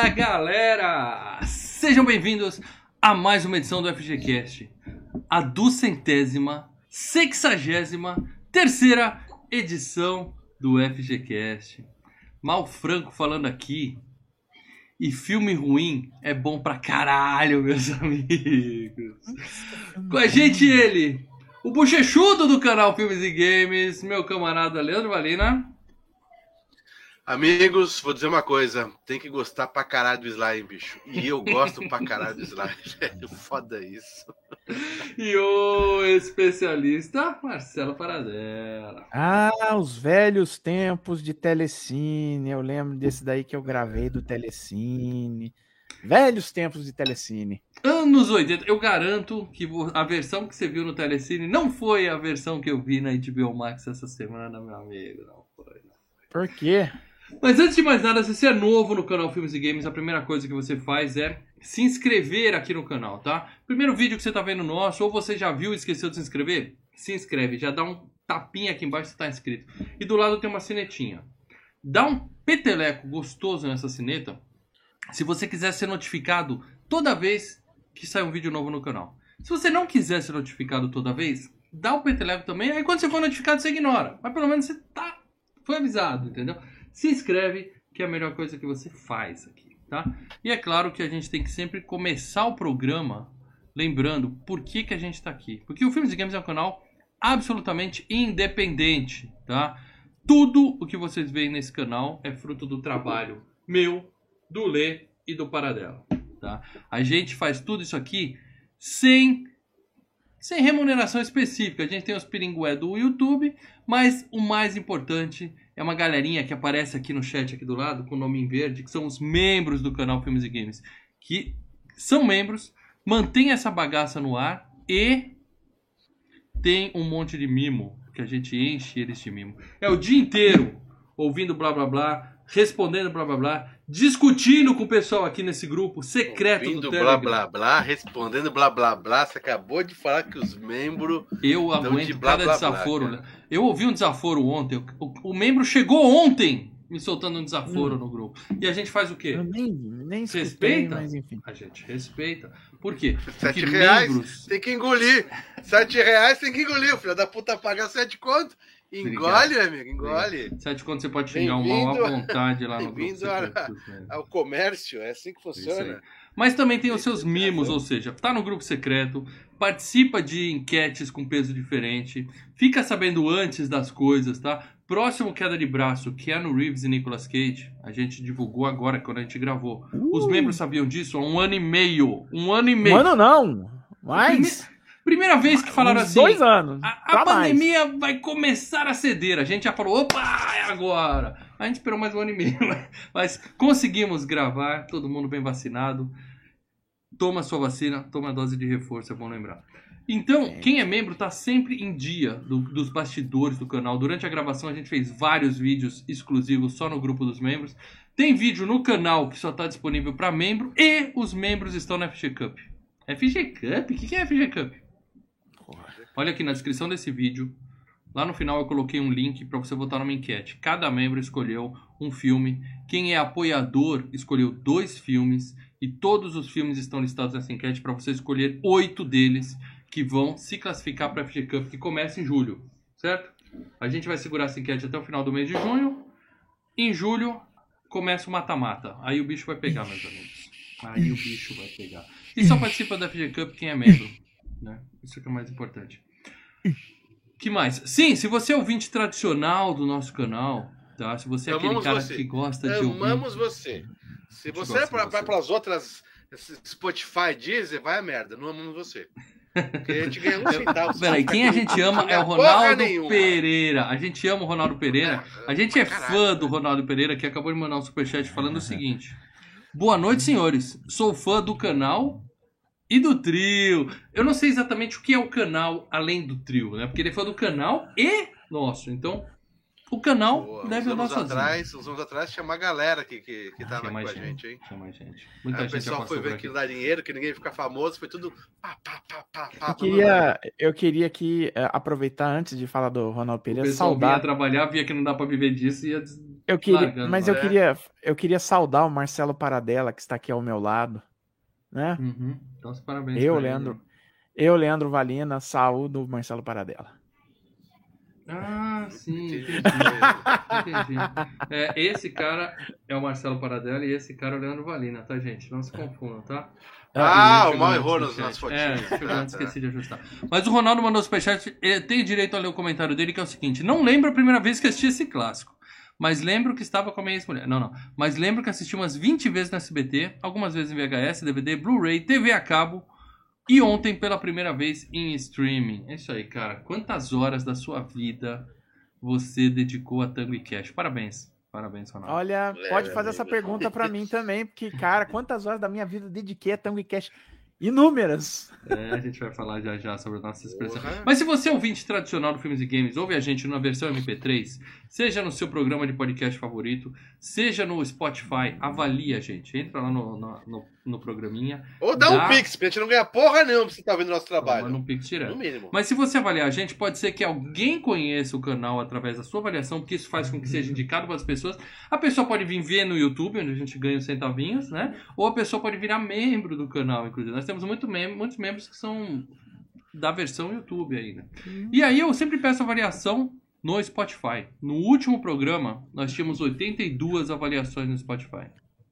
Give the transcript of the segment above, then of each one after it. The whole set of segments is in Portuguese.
Fala galera! Sejam bem-vindos a mais uma edição do FGCast, a 263ª edição do FGCast. Mal Franco falando aqui, e filme ruim é bom pra caralho, meus amigos. Com a gente ele, o bochechudo do canal Filmes e Games, meu camarada Leandro Valina. Amigos, vou dizer uma coisa, tem que gostar pra caralho do slime, bicho. E eu gosto pra caralho do slime, velho. Foda isso. E o especialista Marcelo Paradela. Ah, os velhos tempos de Telecine. Eu lembro desse daí que eu gravei do Telecine. Velhos tempos de Telecine. Anos 80. Eu garanto que a versão que você viu no Telecine não foi a versão que eu vi na HBO Max essa semana, meu amigo. Não foi. Por quê? Mas antes de mais nada, se você é novo no canal Filmes e Games, a primeira coisa que você faz é se inscrever aqui no canal, tá? Primeiro vídeo que você tá vendo nosso, ou você já viu e esqueceu de se inscrever, se inscreve, já dá um tapinha aqui embaixo se tá inscrito. E do lado tem uma sinetinha. Dá um peteleco gostoso nessa sineta, se você quiser ser notificado toda vez que sai um vídeo novo no canal. Se você não quiser ser notificado toda vez, dá o peteleco também, aí quando você for notificado você ignora. Mas pelo menos você foi avisado, entendeu? Se inscreve, que é a melhor coisa que você faz aqui, tá? E é claro que a gente tem que sempre começar o programa lembrando por que a gente está aqui. Porque o Filmes e Games é um canal absolutamente independente, tá? Tudo o que vocês veem nesse canal é fruto do trabalho meu, do Lê e do Paradela, tá? A gente faz tudo isso aqui sem remuneração específica. A gente tem os piringué do YouTube, mas o mais importante é uma galerinha que aparece aqui no chat aqui do lado, com o nome em verde, que são os membros do canal Filmes e Games, que são membros, mantém essa bagaça no ar e tem um monte de mimo, que a gente enche eles de mimo. É o dia inteiro ouvindo blá blá blá, respondendo blá blá blá, discutindo com o pessoal aqui nesse grupo secreto ouvindo do Telegram. Blá blá blá, respondendo blá blá blá. Você acabou de falar que os membros eu aguento de blá, cada blá, desaforo, blá, né? Eu ouvi um desaforo ontem. O membro chegou ontem me soltando um desaforo no grupo. E a gente faz o quê? Eu nem escutei, Respeita? mas enfim. A gente respeita. Por quê? Porque R$7 membros... tem que engolir. R$7 tem que engolir. O filho da puta paga 7 conto. Engole, meu amigo, engole. 7 quando você pode xingar o mal à vontade lá no grupo. Bem-vindo ao comércio, é assim que funciona. Mas também tem os seus mimos, ou seja, tá no grupo secreto, participa de enquetes com peso diferente, fica sabendo antes das coisas, tá? Próximo Queda de Braço, Keanu Reeves e Nicolas Cage, a gente divulgou agora, quando a gente gravou. Os membros sabiam disso há 1 ano e meio. 1 ano e meio. 1 ano não, mas... Primeira vez que falaram assim, 2 anos. A pandemia vai começar a ceder. A gente já falou, opa, é agora. A gente esperou mais 1 ano e meio, mas conseguimos gravar, todo mundo bem vacinado. Toma sua vacina, toma a dose de reforço, é bom lembrar. Então, quem é membro tá sempre em dia dos bastidores do canal. Durante a gravação a gente fez vários vídeos exclusivos só no grupo dos membros. Tem vídeo no canal que só tá disponível para membro e os membros estão na FG Cup. FG Cup? O que é FG Cup? Olha aqui na descrição desse vídeo. Lá no final eu coloquei um link para você votar numa enquete. Cada membro escolheu um filme. Quem é apoiador escolheu 2 filmes. E todos os filmes estão listados nessa enquete para você escolher 8 deles que vão se classificar para a FG Cup, que começa em julho. Certo? A gente vai segurar essa enquete até o final do mês de junho. Em julho começa o mata-mata. Aí o bicho vai pegar, meus amigos. Aí o bicho vai pegar. E só participa da FG Cup quem é membro. Né? Isso que é o mais importante. Que mais? Sim, se você é ouvinte tradicional do nosso canal, tá? Se você é aquele cara que gosta de ouvir... Amamos você. Se você vai para as outras Spotify, Deezer, vai a merda. Não amamos você. Porque a gente ganha 1 centavo. Peraí, quem a gente ama é o Ronaldo Pereira. A gente ama o Ronaldo Pereira. A gente é fã do Ronaldo Pereira, que acabou de mandar um superchat falando o seguinte: boa noite, senhores. Sou fã do canal e do trio. Eu não sei exatamente o que é o canal além do trio, né? Porque ele é fã do canal e nosso. Então, o canal deve andar sozinho. Uns anos atrás tinha uma galera que tava aqui com a gente, hein? Tinha mais gente. Muita gente. O pessoal foi ver aquilo dar dinheiro, que ninguém fica famoso, foi tudo Eu queria que aproveitar antes de falar do Ronaldo Pereira, o pessoal saudar. Vinha trabalhar, via que não dá pra viver disso e ia Eu queria, largando, mas eu queria saudar o Marcelo Paradella, que está aqui ao meu lado, né? Uhum. Então, parabéns. Leandro Valina, saúdo o Marcelo Paradella. Ah, sim, entendi. Esse cara é o Marcelo Paradella e esse cara é o Leandro Valina, tá, gente? Não se confundam, tá? O mal errou nas fotinhas. Esqueci de ajustar. Mas o Ronaldo mandou o superchat, tem direito a ler o comentário dele, que é o seguinte: não lembro a primeira vez que assisti esse clássico, mas lembro que estava com a minha ex-mulher. Não. Mas lembro que assisti umas 20 vezes no SBT, algumas vezes em VHS, DVD, Blu-ray, TV a cabo e ontem pela primeira vez em streaming. É isso aí, cara. Quantas horas da sua vida você dedicou a Tango e Cash? Parabéns. Parabéns, Ronaldo. Olha, pode fazer essa pergunta pra mim também, porque, cara, quantas horas da minha vida dediquei a Tango e Cash? Inúmeras. A gente vai falar já sobre nossas expressões. Mas se você é ouvinte tradicional do Filmes e Games, ouve a gente numa versão MP3, seja no seu programa de podcast favorito, seja no Spotify, avalie a gente. Entra lá no programinha. Ou dá um pix, pra gente não ganhar porra nenhuma pra você estar vendo nosso trabalho. Manda um pix direto. No mínimo. Mas se você avaliar a gente, pode ser que alguém conheça o canal através da sua avaliação, porque isso faz com que seja indicado para as pessoas. A pessoa pode vir ver no YouTube, onde a gente ganha os centavinhos, né? Ou a pessoa pode virar membro do canal, inclusive. Nós temos muitos membros que são da versão YouTube ainda. E aí eu sempre peço avaliação no Spotify. No último programa, nós tínhamos 82 avaliações no Spotify.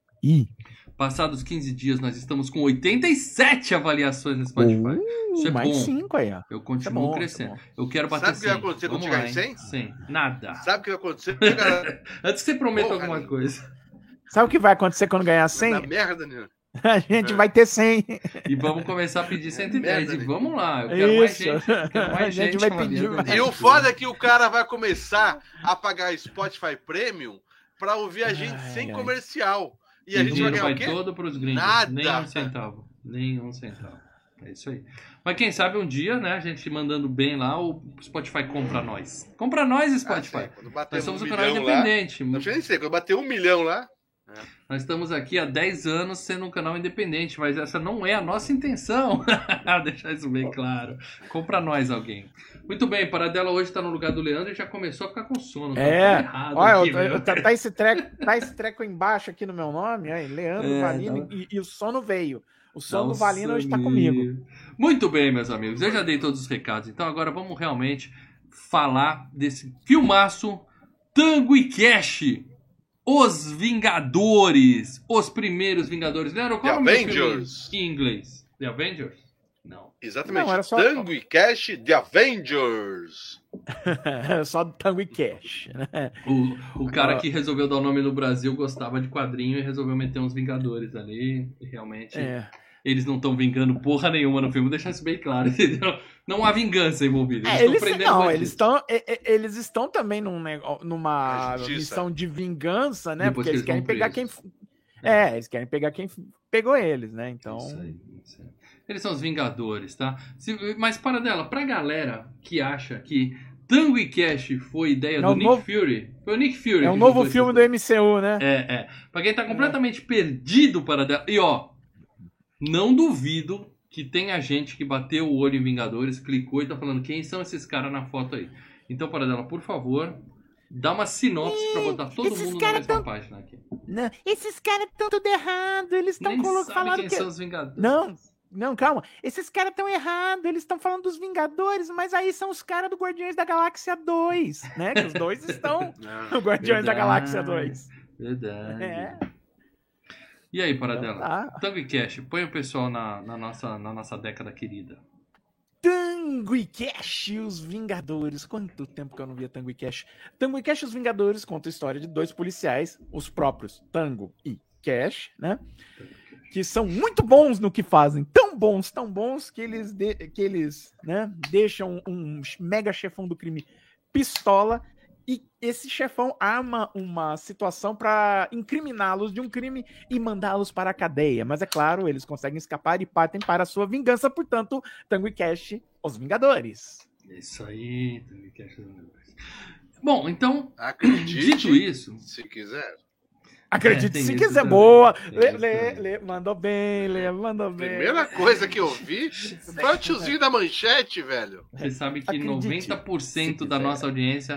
Passados 15 dias, nós estamos com 87 avaliações no Spotify. Isso é mais bom. 5 aí, ó. Eu continuo crescendo. Eu quero bater 100. Sabe o que vai acontecer quando chegar em 100? 100. Nada. Sabe o que vai acontecer? Cara... Antes que você prometa alguma coisa. Sabe o que vai acontecer quando ganhar 100? Vai dar merda, né? A gente vai ter 100. E vamos começar a pedir 110. Merda, e vamos lá. Eu quero mais gente. A gente vai pedir. E o foda é que o cara vai começar a pagar Spotify Premium pra ouvir a gente sem comercial. E a gente vai ganhar o quê? Todo pros gringos. Nada. Nem um centavo. É isso aí. Mas quem sabe um dia, né, a gente mandando bem lá, o Spotify compra nós. Compra nós, Spotify. Nós somos um canal independente. Não sei nem sei, quando bater 1 milhão lá... Nós estamos aqui há 10 anos sendo um canal independente, mas essa não é a nossa intenção. Deixar isso bem claro. Compra nós alguém. Muito bem, Paradella hoje está no lugar do Leandro e já começou a ficar com sono. Olha, tá esse treco embaixo aqui no meu nome, aí, Leandro Valina, e o sono veio. O sono do Valina hoje está comigo. Muito bem, meus amigos. Eu já dei todos os recados, então agora vamos realmente falar desse filmaço Tango e Cash. Os Vingadores. Os primeiros Vingadores. Leandro, qual é o nome do filme em inglês? The Avengers? Não. Exatamente. Não, era só... Tango e Cash, The Avengers. Só Tango e Cash. O cara que resolveu dar o nome no Brasil gostava de quadrinho e resolveu meter uns Vingadores ali. E realmente... Eles não estão vingando porra nenhuma no filme, vou deixar isso bem claro, entendeu? Não há vingança envolvida. Eles estão também numa missão de vingança, né? Porque eles querem pegar quem... eles querem pegar quem pegou eles, né? Então... Isso aí. Eles são os Vingadores, tá? Mas, Paradella, pra galera que acha que Tango e Cash foi ideia do Nick Fury... Foi o Nick Fury. É um novo filme do MCU, né? Pra quem tá completamente perdido, Paradella... E, ó... Não duvido que tenha gente que bateu o olho em Vingadores, clicou e tá falando quem são esses caras na foto aí. Então, Paradella, por favor, dá uma sinopse pra botar todo mundo na mesma página aqui. Não, esses caras estão tudo errado. Eles estão falando quem são os Vingadores. Não, calma. Esses caras estão errados. Eles estão falando dos Vingadores, mas aí são os caras do Guardiões da Galáxia 2, né? Que os dois estão no Guardiões da Galáxia 2. Verdade. E aí, Paradella? Tango e Cash, põe o pessoal na nossa década querida. Tango e Cash, os Vingadores. Quanto tempo que eu não via Tango e Cash? Tango e Cash, os Vingadores, conta a história de dois policiais, os próprios Tango e Cash, né? Que são muito bons no que fazem. Tão bons que eles deixam um mega chefão do crime pistola. E esse chefão arma uma situação para incriminá-los de um crime e mandá-los para a cadeia. Mas é claro, eles conseguem escapar e partem para a sua vingança. Portanto, Tango e Cash, os Vingadores. Isso aí, Tango e Cash, os Vingadores. Bom, então, dito isso... Se quiser. Acredite se quiser. Boa. Mandou bem, mandou bem. Primeira coisa que eu vi foi o tiozinho da manchete, velho. Você sabe que 90% da nossa audiência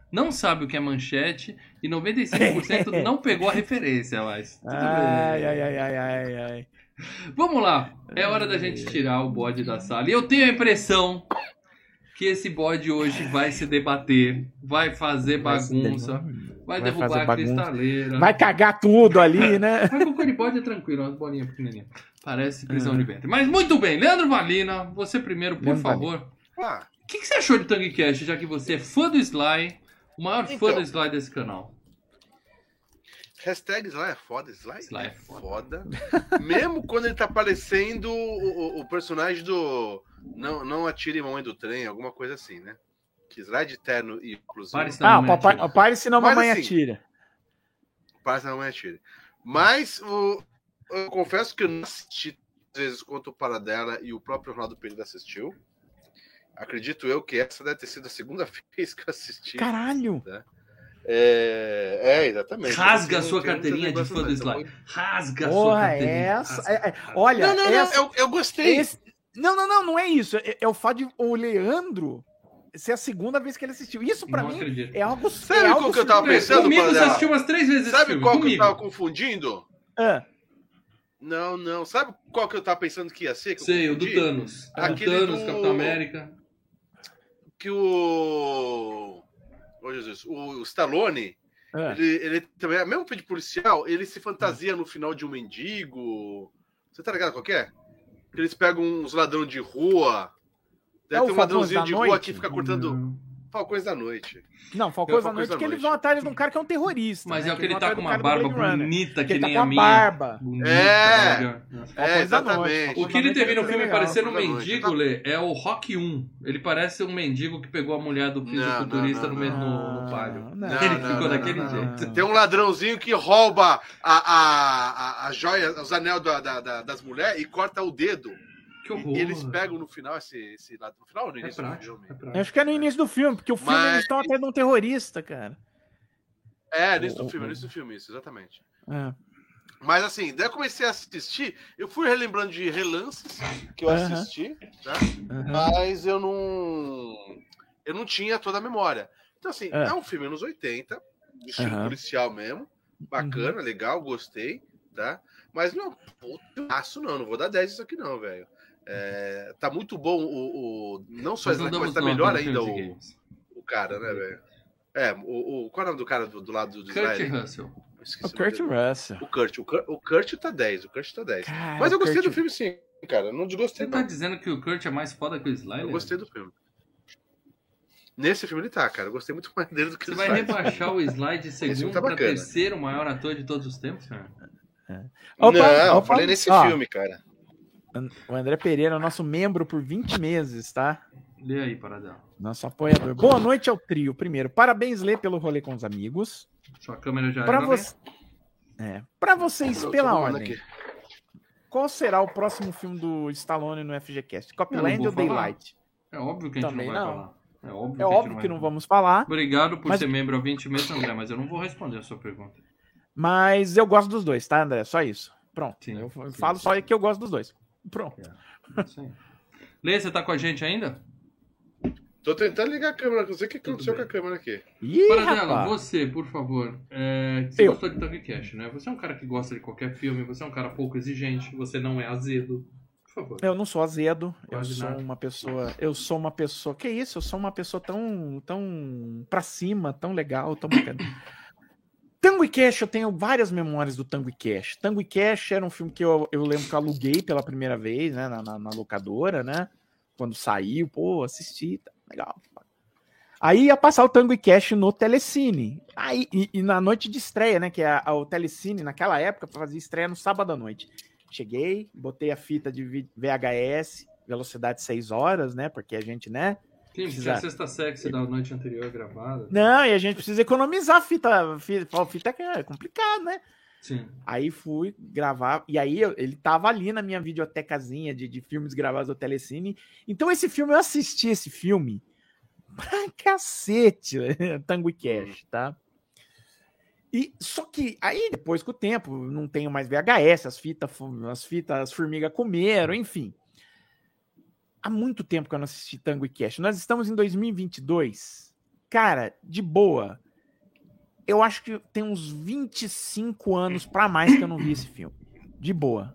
não sabe o que é manchete e 95% não pegou a referência, mas tudo Ai. Vamos lá, é hora da gente tirar o bode da sala. E eu tenho a impressão que esse bode hoje vai se debater, vai fazer bagunça, vai derrubar a cristaleira. Vai cagar tudo ali, né? Mas cocô de bode é tranquilo, umas bolinhas pequenininhas. Parece prisão de ventre. Mas muito bem, Leandro Valina, você primeiro, por favor. O que você achou de Tango Cash, já que você é fã do Sly, o maior fã do Sly desse canal? Hashtag Sly é foda, Sly é foda. Mesmo quando ele tá parecendo o personagem do Não Atire Mamãe do Trem, alguma coisa assim, né? Que Sly de terno e inclusive... Pare se não mamãe atira. Pare se não mamãe atira. Mas eu confesso que eu não assisti às vezes quanto o Paradela e o próprio Ronaldo Pereira assistiu. Acredito eu que essa deve ter sido a segunda vez que eu assisti. Caralho! Né? Exatamente. Rasga a sua carteirinha de fã do Sly. Rasga a sua carteirinha. Olha, eu gostei. Não é isso. É o fato de o Leandro ser a segunda vez que ele assistiu. Isso pra mim é algo sério. Sabe qual que eu tava pensando? Comigo você assistiu umas 3 vezes. Sabe qual que eu tava confundindo? Não. Sabe qual que eu tava pensando que ia ser? Sei, o do Thanos. Aquele Thanos, Capitão América. Que o Stallone, ele também, mesmo de policial, ele se fantasia no final de um mendigo. Você tá ligado qual que é? Que eles pegam uns ladrões de rua. Deve ter um ladrãozinho de rua que fica cortando Falcões da Noite. Não, Falcões da Noite que eles vão atrás de um cara que é um terrorista. Mas é o que ele tá com uma barba bonita que nem a minha. Barba. Exatamente. O que ele teve no filme parecendo um mendigo, Lê, é o Rock 1. Ele parece um mendigo que pegou a mulher do fisiculturista no palio. Ele ficou daquele jeito. Tem um ladrãozinho que rouba a joia, os anel das mulheres e corta o dedo. E eles pegam no final esse lado. No final ou no início do filme? Acho que é no início do filme, porque o filme eles estão atrás de um terrorista, cara. No início do filme, isso, exatamente. Mas assim, daí eu comecei a assistir, eu fui relembrando de relances que eu assisti, tá? Mas eu não tinha toda a memória. Então assim, é um filme anos 80, de estilo policial mesmo, bacana, legal, gostei, tá? Mas não, não vou dar 10 isso aqui não, velho. Tá muito bom não só Sly, mas tá melhor ainda o cara, né, velho? Qual é o nome do cara do lado do Sly? Kurt Russell. O Kurt Russell. O Kurt tá 10, Cara, mas eu gostei do filme sim, cara, não desgostei não. Você tá dizendo que o Kurt é mais foda que o Sly? Eu gostei do filme. Nesse filme ele tá, cara, eu gostei muito mais dele do que o Sly. Você vai rebaixar o Sly de segundo pra terceiro maior ator de todos os tempos, cara? Eu falei nesse filme, cara. O André Pereira é nosso membro por 20 meses, tá? Lê aí, Paradela. Nosso apoiador. Boa noite ao trio. Primeiro, parabéns, Lê, pelo rolê com os amigos. Sua câmera já Pra vocês, pela ordem. Aqui. Qual será o próximo filme do Stallone no FGCast? Copland ou Daylight? É óbvio que a gente não vai falar. É óbvio que não vamos falar. Obrigado por ser membro há 20 meses, André, mas eu não vou responder a sua pergunta. Mas eu gosto dos dois, tá, André? Só isso. Pronto. Sim, eu falo só que eu gosto dos dois. Pronto. Lê, você tá com a gente ainda? Tô tentando ligar a câmera. Não sei o que aconteceu com a câmera aqui. Paradela, você, por favor. Você gostou de Tango Cash, né? Você é um cara que gosta de qualquer filme. Você é um cara pouco exigente. Você não é azedo. Por favor. Eu não sou azedo. Eu sou uma pessoa... Que isso? Eu sou uma pessoa tão pra cima, tão legal, tão bacana. Tango e Cash, eu tenho várias memórias do Tango e Cash. Tango e Cash era um filme que eu lembro que eu aluguei pela primeira vez, né, na locadora, né? Quando saiu, assisti, tá legal. Aí ia passar o Tango e Cash no Telecine. Aí, e na noite de estreia, né? Que o Telecine, naquela época, fazia estreia no sábado à noite. Cheguei, botei a fita de VHS, velocidade 6 horas, né? Porque a gente, né? Sim, precisa... a sexta sexy da noite anterior gravada. Não, e a gente precisa economizar a fita é complicado, né? Sim. Aí fui gravar, e aí ele tava ali na minha videotecazinha de filmes gravados do Telecine. Então eu assisti esse filme pra cacete, Tango e Cash, tá? E só que aí depois com o tempo, não tenho mais VHS, as formigas comeram, enfim. Há muito tempo que eu não assisti Tango e Cash. Nós estamos em 2022. cara, de boa, eu acho que tem uns 25 anos pra mais que eu não vi esse filme. De boa.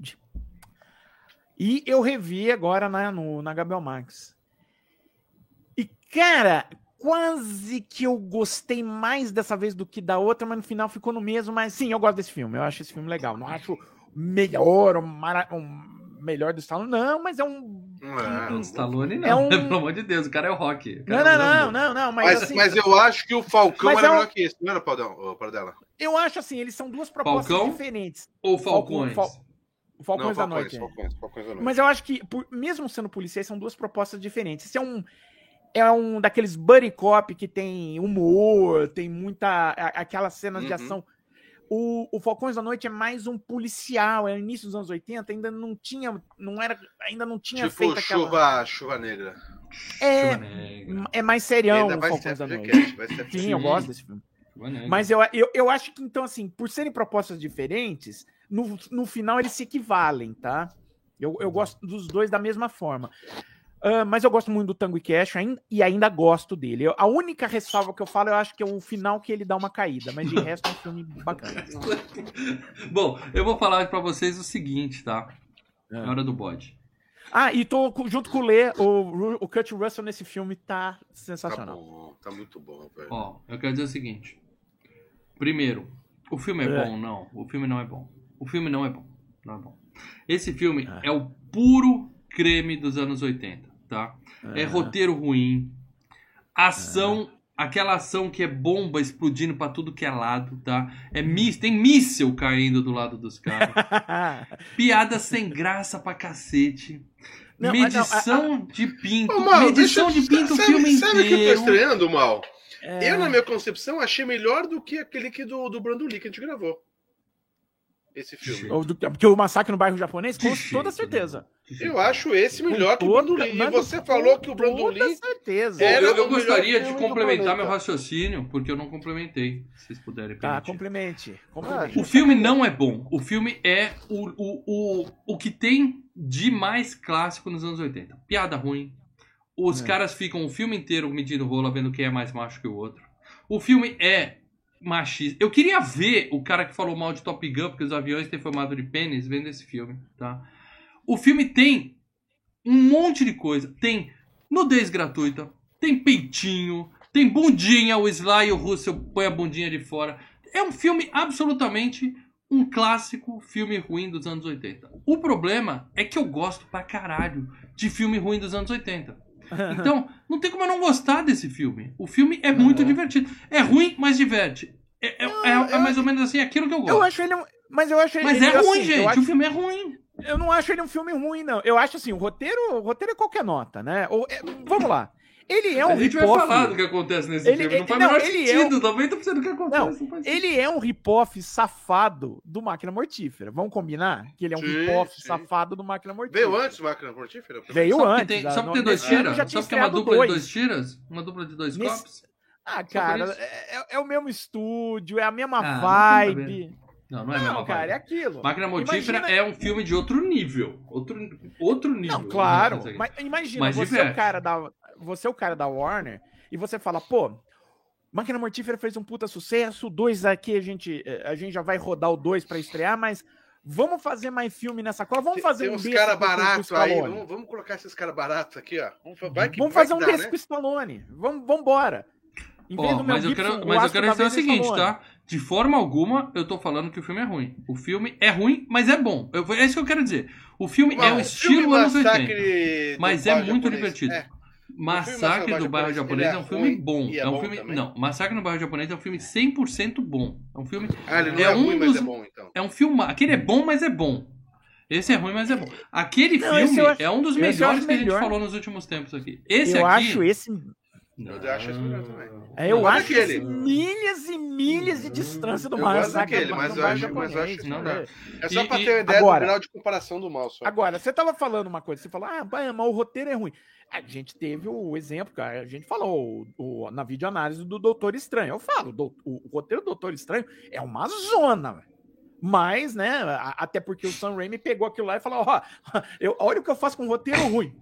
E eu revi agora na Gabriel Max. E, cara, quase que eu gostei mais dessa vez do que da outra, mas no final ficou no mesmo. Mas sim, eu gosto desse filme. Eu acho esse filme legal. Não acho melhor, melhor do Stallone, não, mas é um... Stallone não, pelo amor de Deus, o cara é o Rock. Não, mas assim, eu acho que o Falcão era melhor que esse, não era, Paradela? Eu acho assim, eles são duas propostas Falcão diferentes. Ou Falcões? Falcões da Noite. Mas eu acho que, mesmo sendo policiais, são duas propostas diferentes. Esse é um daqueles buddy cop que tem humor, tem muita... aquelas cenas de ação. O Falcões da Noite é mais um policial, é no início dos anos 80, ainda não tinha tipo feito aquela... Chuva Negra. É mais serião o Falcões da Noite. Sim, eu gosto desse filme. Mas eu acho que, então, assim, por serem propostas diferentes, no final eles se equivalem, tá? Eu gosto dos dois da mesma forma. Mas eu gosto muito do Tango e Cash e ainda gosto dele. A única ressalva que eu falo, eu acho que é o final que ele dá uma caída, mas de resto é um filme bacana. Bom, eu vou falar pra vocês o seguinte, tá? É hora do bode. E tô junto com o Lê, o Kurt Russell nesse filme tá sensacional. Tá bom, tá muito bom, velho. Ó, eu quero dizer o seguinte. Primeiro, o filme é bom? Não. O filme não é bom. O filme não é bom. Não é bom. Esse filme é o puro creme dos anos 80, tá? É roteiro ruim, ação, aquela ação que é bomba explodindo pra tudo que é lado, tá? Tem míssil caindo do lado dos caras. Piada sem graça pra cacete. Medição de pinto. Medição de pinto o filme inteiro. Sabe o que eu tô estreando, Mal? Eu, na minha concepção, achei melhor do que aquele do Brandon Lee que a gente gravou. Esse filme. Porque o Massacre no Bairro Japonês, com toda certeza. Eu acho esse melhor que o Brandon Lee. E você falou que o Brandon Lee... Com certeza. Eu gostaria de complementar meu raciocínio, porque eu não complementei, se vocês puderem permitir. Tá, complemente. O filme não é bom. O filme é o que tem de mais clássico nos anos 80. Piada ruim. Os caras ficam o filme inteiro medindo rola, vendo quem é mais macho que o outro. O filme é machista. Eu queria ver o cara que falou mal de Top Gun, porque os aviões têm formato de pênis, vendo esse filme, tá? O filme tem um monte de coisa. Tem nudez gratuita, tem peitinho, tem bundinha, o Sly e o Russell põem a bundinha de fora. É um filme absolutamente um clássico filme ruim dos anos 80. O problema é que eu gosto pra caralho de filme ruim dos anos 80. Então, não tem como eu não gostar desse filme. O filme é muito divertido. É ruim, mas diverte. É mais ou menos assim, aquilo que eu gosto. Eu acho ele... Mas eu acho ele... Mas é ruim, gente. O filme é ruim. Eu não acho ele um filme ruim, não. Eu acho assim, o roteiro é qualquer nota, né? Vamos lá. Ele é um rip-off. A gente vai falar do que acontece nesse filme. Não faz o menor sentido. 90% do que acontece. Não, ele é um rip-off safado do Máquina Mortífera. Vamos combinar? Que ele é um rip-off safado do Máquina Mortífera. Veio antes do Máquina Mortífera? Veio antes. Só que tem dois tiras? Só que é uma dupla de dois tiras? Uma dupla de dois cops? Cara, é o mesmo estúdio, é a mesma vibe. Não é a mesma cara, vibe. É aquilo. Máquina Mortífera é um filme de outro nível. Outro nível. Não, claro. Mas imagina, você é o cara da Warner e você fala, pô, Máquina Mortífera fez um puta sucesso, o 2 aqui a gente já vai rodar o 2 pra estrear, mas vamos fazer mais filme nessa cola, vamos fazer tem uns caras baratos aí, vamos colocar esses caras baratos aqui, ó. Vamos fazer um desse com o Stallone, vamos. Mas eu quero dizer o seguinte, tá? De forma alguma, eu tô falando que o filme é ruim. O filme é ruim, mas é bom. É isso que eu quero dizer. O filme é o estilo anos 80, mas é muito divertido. Massacre do Bairro Japonês é um filme bom. Não, Massacre no Bairro Japonês é um filme 100% bom. É um filme... ele não é ruim, mas é bom, então. É um filme... Aquele é bom, mas é bom. Esse é ruim, mas é bom. Aquele filme é um dos melhores que a gente falou nos últimos tempos aqui. Eu acho esse melhor também. Eu acho esse milhas e milhas de distância do Massacre. Mas eu acho que não dá. É só pra ter uma ideia do grau de comparação do mal. Agora, você tava falando uma coisa, você falou, mas o roteiro é ruim. A gente teve o exemplo, cara, a gente falou na videoanálise do Doutor Estranho. Eu falo, o roteiro do Doutor Estranho é uma zona, velho. Mas, né, até porque o Sam Raimi pegou aquilo lá e falou, olha o que eu faço com um roteiro ruim. Pá!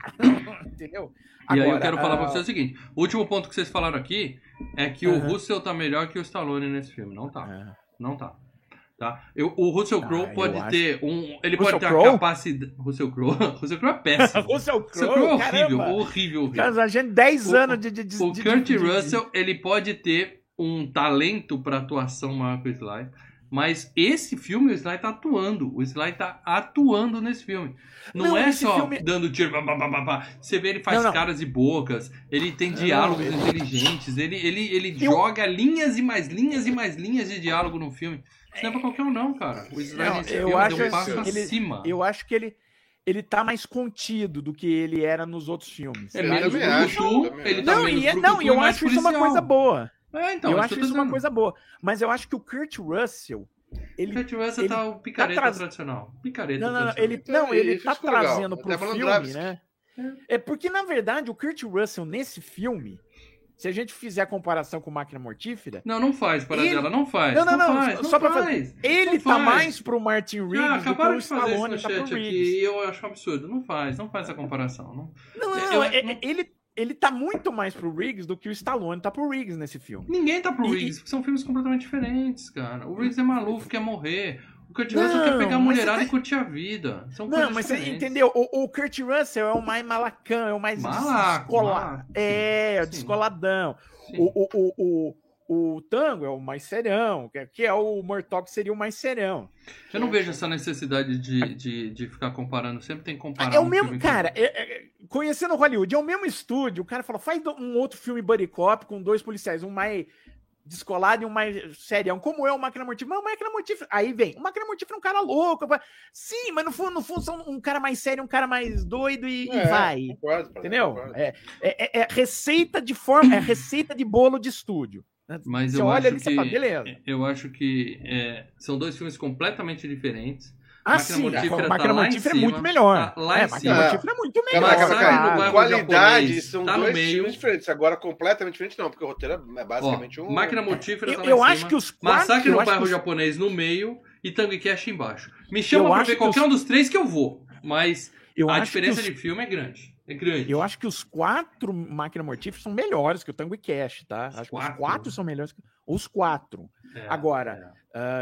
Entendeu? E aí eu quero falar pra você o seguinte, o último ponto que vocês falaram aqui é que o Russell tá melhor que o Stallone nesse filme. Não tá. Não tá. Tá? O Russell Crowe pode ter ele pode ter a capacidade... Russell Crowe é péssimo. Russell Crowe é horrível. Cara, a gente 10 anos de o Kurt Russell, ele pode ter um talento pra atuação maior que o Sly. Mas esse filme, o Sly tá atuando. O Sly tá atuando nesse filme. Não é só dando tiro. Você vê, ele faz caras e bocas. Ele tem diálogos inteligentes. Ele joga linhas e mais linhas e mais linhas de diálogo no filme. Isso não é pra qualquer um, não, cara. O Sly nesse filme deu um passo acima. Eu acho que ele tá mais contido do que ele era nos outros filmes. É menos bruto. Eu acho isso uma coisa boa. Então, eu acho isso uma coisa boa. Mas eu acho que o Kurt Russell... O Kurt Russell tá o picareta tradicional. Ele tá trazendo pro filme, né? É porque, na verdade, o Kurt Russell, nesse filme, se a gente fizer a comparação com Máquina Mortífera... Não faz, Paradela, não faz. Só pra fazer. Ele tá mais pro Martin Riggs do que o Stallone tá pro Riggs. Aqui, eu acho um absurdo. Não faz essa comparação. Ele tá muito mais pro Riggs do que o Stallone tá pro Riggs nesse filme. Ninguém tá pro Riggs, porque são filmes completamente diferentes, cara. O Riggs é maluco, quer morrer. O Kurt Russell quer pegar a mulherada e curtir a vida. São coisas mas diferentes. Você entendeu? O Kurt Russell é o mais malacão, é o mais descolado. Descoladão. O Tango é o mais serão, que é o Murtaugh seria o mais serão. Eu não vejo essa necessidade de ficar comparando. Sempre tem que comparar. É o mesmo, cara. Conhecendo Hollywood, é o mesmo estúdio. O cara falou, faz um outro filme buddy cop com 2 policiais, um mais descolado e um mais serião. Como é o Máquina Mortífera? Mas o Máquina Mortífera... Aí vem, o Máquina Mortífera é um cara louco. Sim, mas no fundo são um cara mais sério, um cara mais doido e vai. Entendeu? É receita de forma, é receita de bolo de estúdio. Mas você olha ali e você fala, beleza. Eu acho que são 2 filmes completamente diferentes. Máquina Mortífera é muito melhor. Máquina Mortífera é muito melhor. Qualidade são 2 filmes diferentes. Agora, completamente diferente, não, porque o roteiro é basicamente um. Máquina Mortífera tá lá em cima. Massacre no Bairro Japonês no meio e Tango e Cash embaixo. Me chama pra ver qualquer um dos 3 que eu vou. Mas a diferença de filme é grande. Eu acho que os 4 Máquina Mortífera são melhores que o Tango e Cash, tá? Acho que os 4 são melhores que os 4. Agora,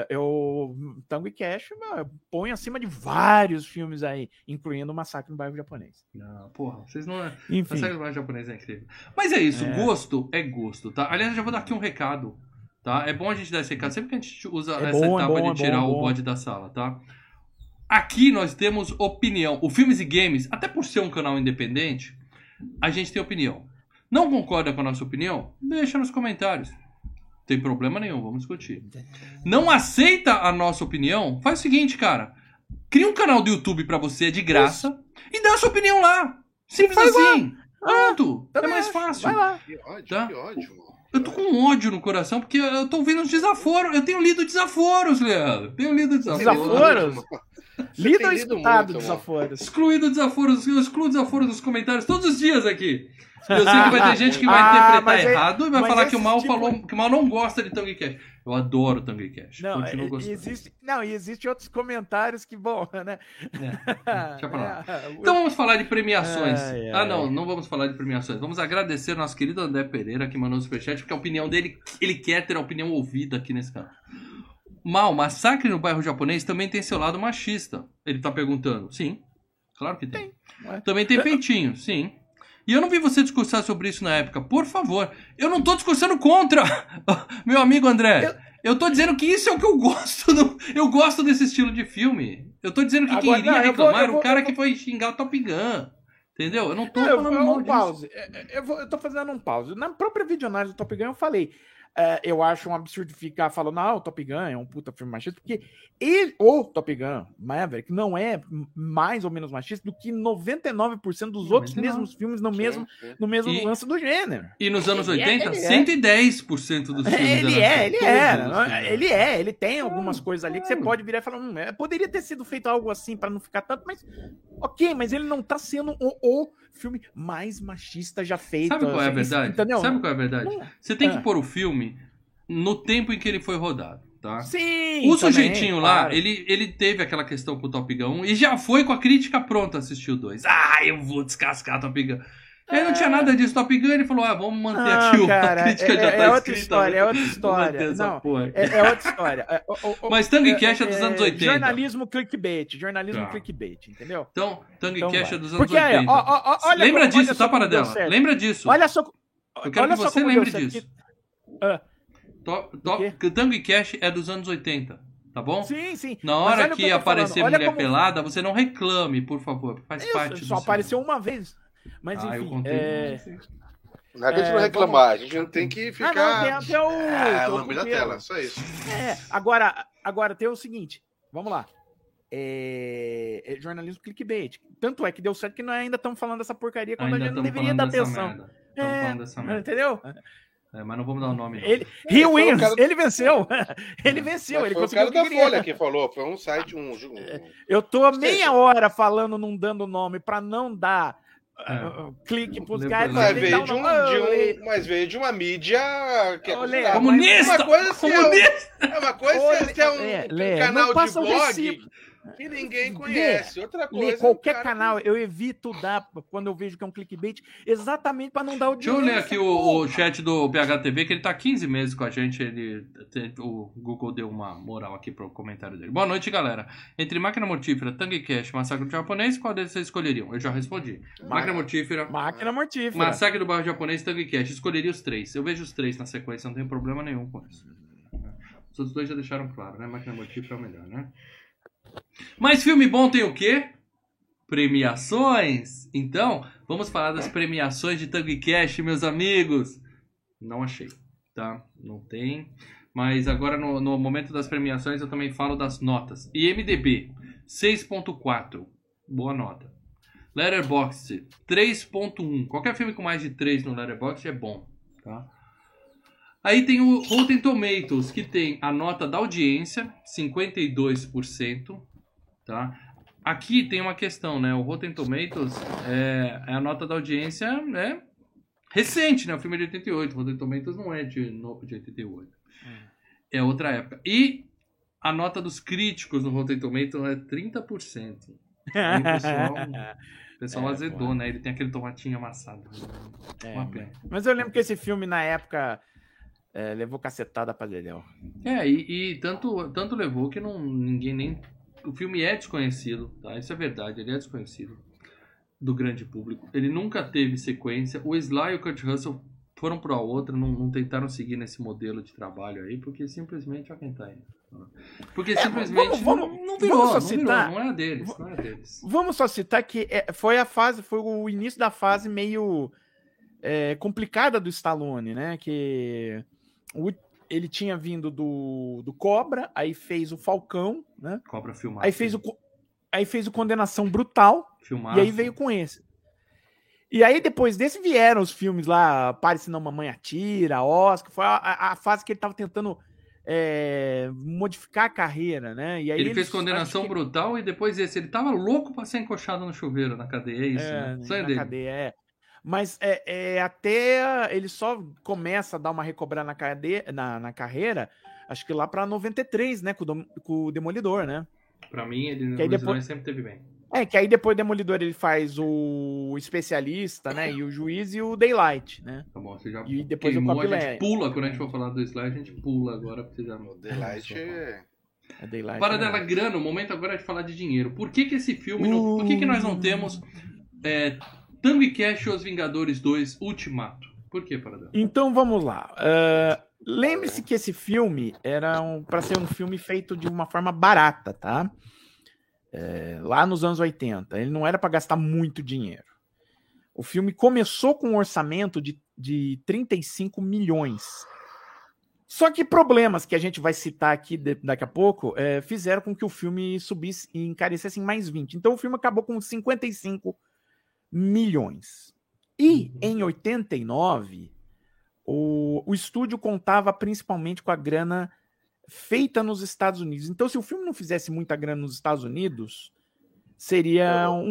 Tango e Cash eu ponho acima de vários filmes aí, incluindo o Massacre no Bairro Japonês. Não, porra, vocês não... Enfim. Massacre no Bairro Japonês é incrível. Mas é isso, gosto é gosto, tá? Aliás, eu já vou dar aqui um recado, tá? É bom a gente dar esse recado, sempre que a gente usa essa etapa de tirar o bode da sala, tá? Aqui nós temos opinião. O Filmes e Games, até por ser um canal independente, a gente tem opinião. Não concorda com a nossa opinião? Deixa nos comentários. Não tem problema nenhum, vamos discutir. Não aceita a nossa opinião? Faz o seguinte, cara. Cria um canal do YouTube pra você de graça e dá a sua opinião lá. Simples assim. Pronto. É mais fácil. Vai lá. Que ódio. Eu tô com ódio no coração porque eu tô ouvindo os desaforos. Eu tenho lido desaforos, Leandro. Desaforos? Lido ou escutado desaforos? Excluído desaforos. Eu excluo desaforos nos comentários todos os dias aqui. Eu sei que vai ter gente que vai interpretar errado e vai falar que o Mal falou que o Mal não gosta de Tango e Cash. Eu adoro Tango e Cash. Continuo gostando. Existem outros comentários que, bom, né? Deixa pra lá. Então vamos falar de premiações. Não vamos falar de premiações. Vamos agradecer ao nosso querido André Pereira que mandou o superchat, porque a opinião dele, ele quer ter a opinião ouvida aqui nesse canal. Mal, Massacre no Bairro Japonês também tem seu lado machista. Ele tá perguntando. Sim, claro que tem. Também tem peitinho, sim. E eu não vi você discursar sobre isso na época. Por favor. Eu não tô discursando contra, meu amigo André. Eu tô dizendo que isso é o que eu gosto. Eu gosto desse estilo de filme. Eu tô dizendo que quem iria reclamar era o cara que foi xingar o Top Gun. Entendeu? Eu não tô falando mal disso. Eu tô fazendo um pause. Na própria videoanálise do Top Gun eu falei... eu acho um absurdo ficar falando, o Top Gun é um puta filme machista, porque o Top Gun Maverick não é mais ou menos machista do que 99% dos outros mesmos filmes no mesmo lance do gênero. E nos anos 80, 110% dos filmes ele tem algumas coisas ali que você pode virar e falar, poderia ter sido feito algo assim para não ficar tanto, mas mas ele não tá sendo o filme mais machista já feito. Sabe qual é a verdade? Entendeu? Sabe qual é a verdade? Você tem que pôr o filme no tempo em que ele foi rodado. tá? Sim, o sujeitinho também, lá, claro. ele teve aquela questão com o Top Gun 1 e já foi com a crítica pronta assistir o 2. Eu vou descascar Top Gun. Aí não tinha nada disso, Top Gun, ele falou, vamos manter aqui a crítica já tá outra escrita. História, é outra história. Não, é outra história. Mas Tango e Cash é dos anos 80. Jornalismo clickbait, entendeu? Então, Tango e Cash é dos anos Porque, 80. olha, lembra disso, tá, Paradela? Lembra disso. Olha só. Eu quero que você lembre disso. Que Tango e Cash é dos anos 80, tá bom? Sim. Na hora que aparecer mulher pelada, você não reclame, por favor. Faz parte só apareceu uma vez. Mas enfim. Eu contei. Não é que a gente não reclamar, a gente não tem que ficar. Tem o lambir da tela, só isso. Agora tem o seguinte, vamos lá. É jornalismo clickbait. Tanto é que deu certo que nós ainda estamos falando dessa porcaria quando a gente não deveria dar atenção. Estamos falando dessa merda. Entendeu? Mas não vamos dar o nome. He wins! Ele venceu! Ele venceu! Ele conseguiu o cara da Folha que falou, foi um site, Eu tô meia hora falando, não dando nome, pra não dar clique pros caras. Mas veio de uma mídia que é comunista! É uma coisa se é um canal de blog que ninguém conhece. Outra coisa. Qualquer canal, eu evito dar quando eu vejo que é um clickbait, exatamente para não dar o dinheiro. Deixa eu ler aqui o chat do PHTV, que ele tá 15 meses com a gente. O Google deu uma moral aqui pro comentário dele. Boa noite, galera. Entre Máquina Mortífera, Tango e Cash, Massacre do Japonês, qual deles vocês escolheriam? Eu já respondi. Máquina Mortífera, Massacre do Bairro Japonês, Tango e Cash. Escolheria os três. Eu vejo os três na sequência, não tem problema nenhum com isso. Os outros dois já deixaram claro, né? Máquina Mortífera é o melhor, né? Mas filme bom tem o quê? Premiações. Então, vamos falar das premiações de Tango e Cash, meus amigos. Não achei, tá? Não tem. Mas agora, no momento das premiações, eu também falo das notas. IMDb, 6.4. Boa nota. Letterboxd, 3.1. Qualquer filme com mais de 3 no Letterboxd é bom, tá? Aí tem o Rotten Tomatoes, que tem a nota da audiência, 52%, tá? Aqui tem uma questão, né? O Rotten Tomatoes, a nota da audiência recente, né? O filme é de 88, o Rotten Tomatoes não é de 88. É outra época. E a nota dos críticos no Rotten Tomatoes é 30%. Aí o pessoal azedou, né? Ele tem aquele tomatinho amassado. Uma pena. Mas eu lembro que esse filme, na época... levou cacetada pra Dedéu. E tanto levou que ninguém nem... O filme é desconhecido, tá? Isso é verdade, ele é desconhecido do grande público. Ele nunca teve sequência. O Sly e o Kurt Russell foram pra outra, não tentaram seguir nesse modelo de trabalho aí, porque simplesmente, olha quem tá aí. Porque simplesmente não virou, não é deles. Vamos só citar que foi o início da fase meio complicada do Stallone, né? Que... ele tinha vindo do Cobra, aí fez o Falcão, né? Cobra filmado. Aí fez o Condenação Brutal, filmado. E aí veio com esse. E aí depois desse vieram os filmes lá, Pare Se Não Mamãe Atira, Oscar, foi a fase que ele tava tentando modificar a carreira, né? E aí ele fez Condenação Brutal e depois esse. Ele tava louco pra ser encoxado no chuveiro na cadeia, é isso, né? Sonho dele. Cadeia, Mas até ele só começa a dar uma recobrada na carreira, acho que lá pra 93, né? Com o Demolidor, né? Pra mim, ele depois sempre teve bem. Que aí depois do Demolidor ele faz o Especialista, né? E o Juiz e o Daylight, né? Tá bom, você já e depois queimou, a gente pula, quando a gente for falar do Sly, a gente pula agora, porque já... O Daylight Daylight para dela grana, o momento agora é de falar de dinheiro. Por que esse filme, por que nós não temos Tango e Cash e Os Vingadores 2 Ultimato? Por que, Paradela? Então vamos lá. Lembre-se que esse filme era para ser um filme feito de uma forma barata, tá? Lá nos anos 80. Ele não era para gastar muito dinheiro. O filme começou com um orçamento de 35 milhões. Só que problemas que a gente vai citar aqui daqui a pouco fizeram com que o filme subisse e encarecesse em mais 20. Então o filme acabou com 55 milhões. E em 89, o estúdio contava principalmente com a grana feita nos Estados Unidos. Então, se o filme não fizesse muita grana nos Estados Unidos, seria um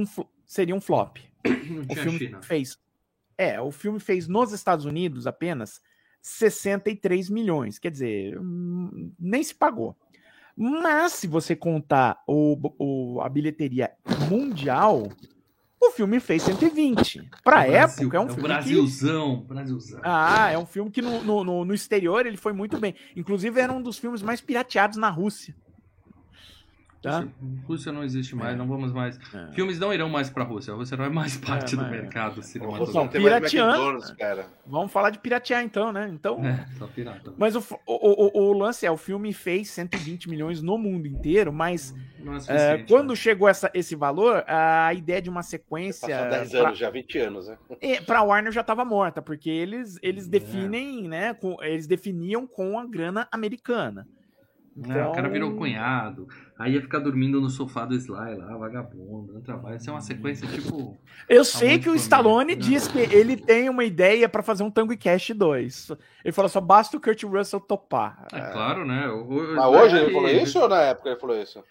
flop. Não tinha China. O filme fez nos Estados Unidos apenas 63 milhões. Quer dizer, nem se pagou. Mas, se você contar a bilheteria mundial, o filme fez 120. Pra época, é um filme Brasilzão. É um filme que no exterior ele foi muito bem. Inclusive, era um dos filmes mais pirateados na Rússia. Tá? Rússia não existe mais, não vamos mais. Filmes não irão mais pra Rússia. A Rússia não é mais parte do mercado cinematográfico. Pirateando, cara. Vamos falar de piratear então, né? Então, só pirata. Mas o lance o filme fez 120 milhões no mundo inteiro, mas quando chegou esse valor, a ideia de uma sequência... Passou 10 anos já, 20 anos, né? Pra Warner já estava morta, porque eles definem, né? Eles definiam com a grana americana. Então... o cara virou cunhado, aí ia ficar dormindo no sofá do Sly lá, vagabundo, no trabalho. Isso é uma sequência tipo... Eu sei que o Stallone diz que ele tem uma ideia pra fazer um Tango e Cash 2. Ele falou, só basta o Kurt Russell topar. Claro, né? Mas hoje ele falou isso ou na época ele falou isso?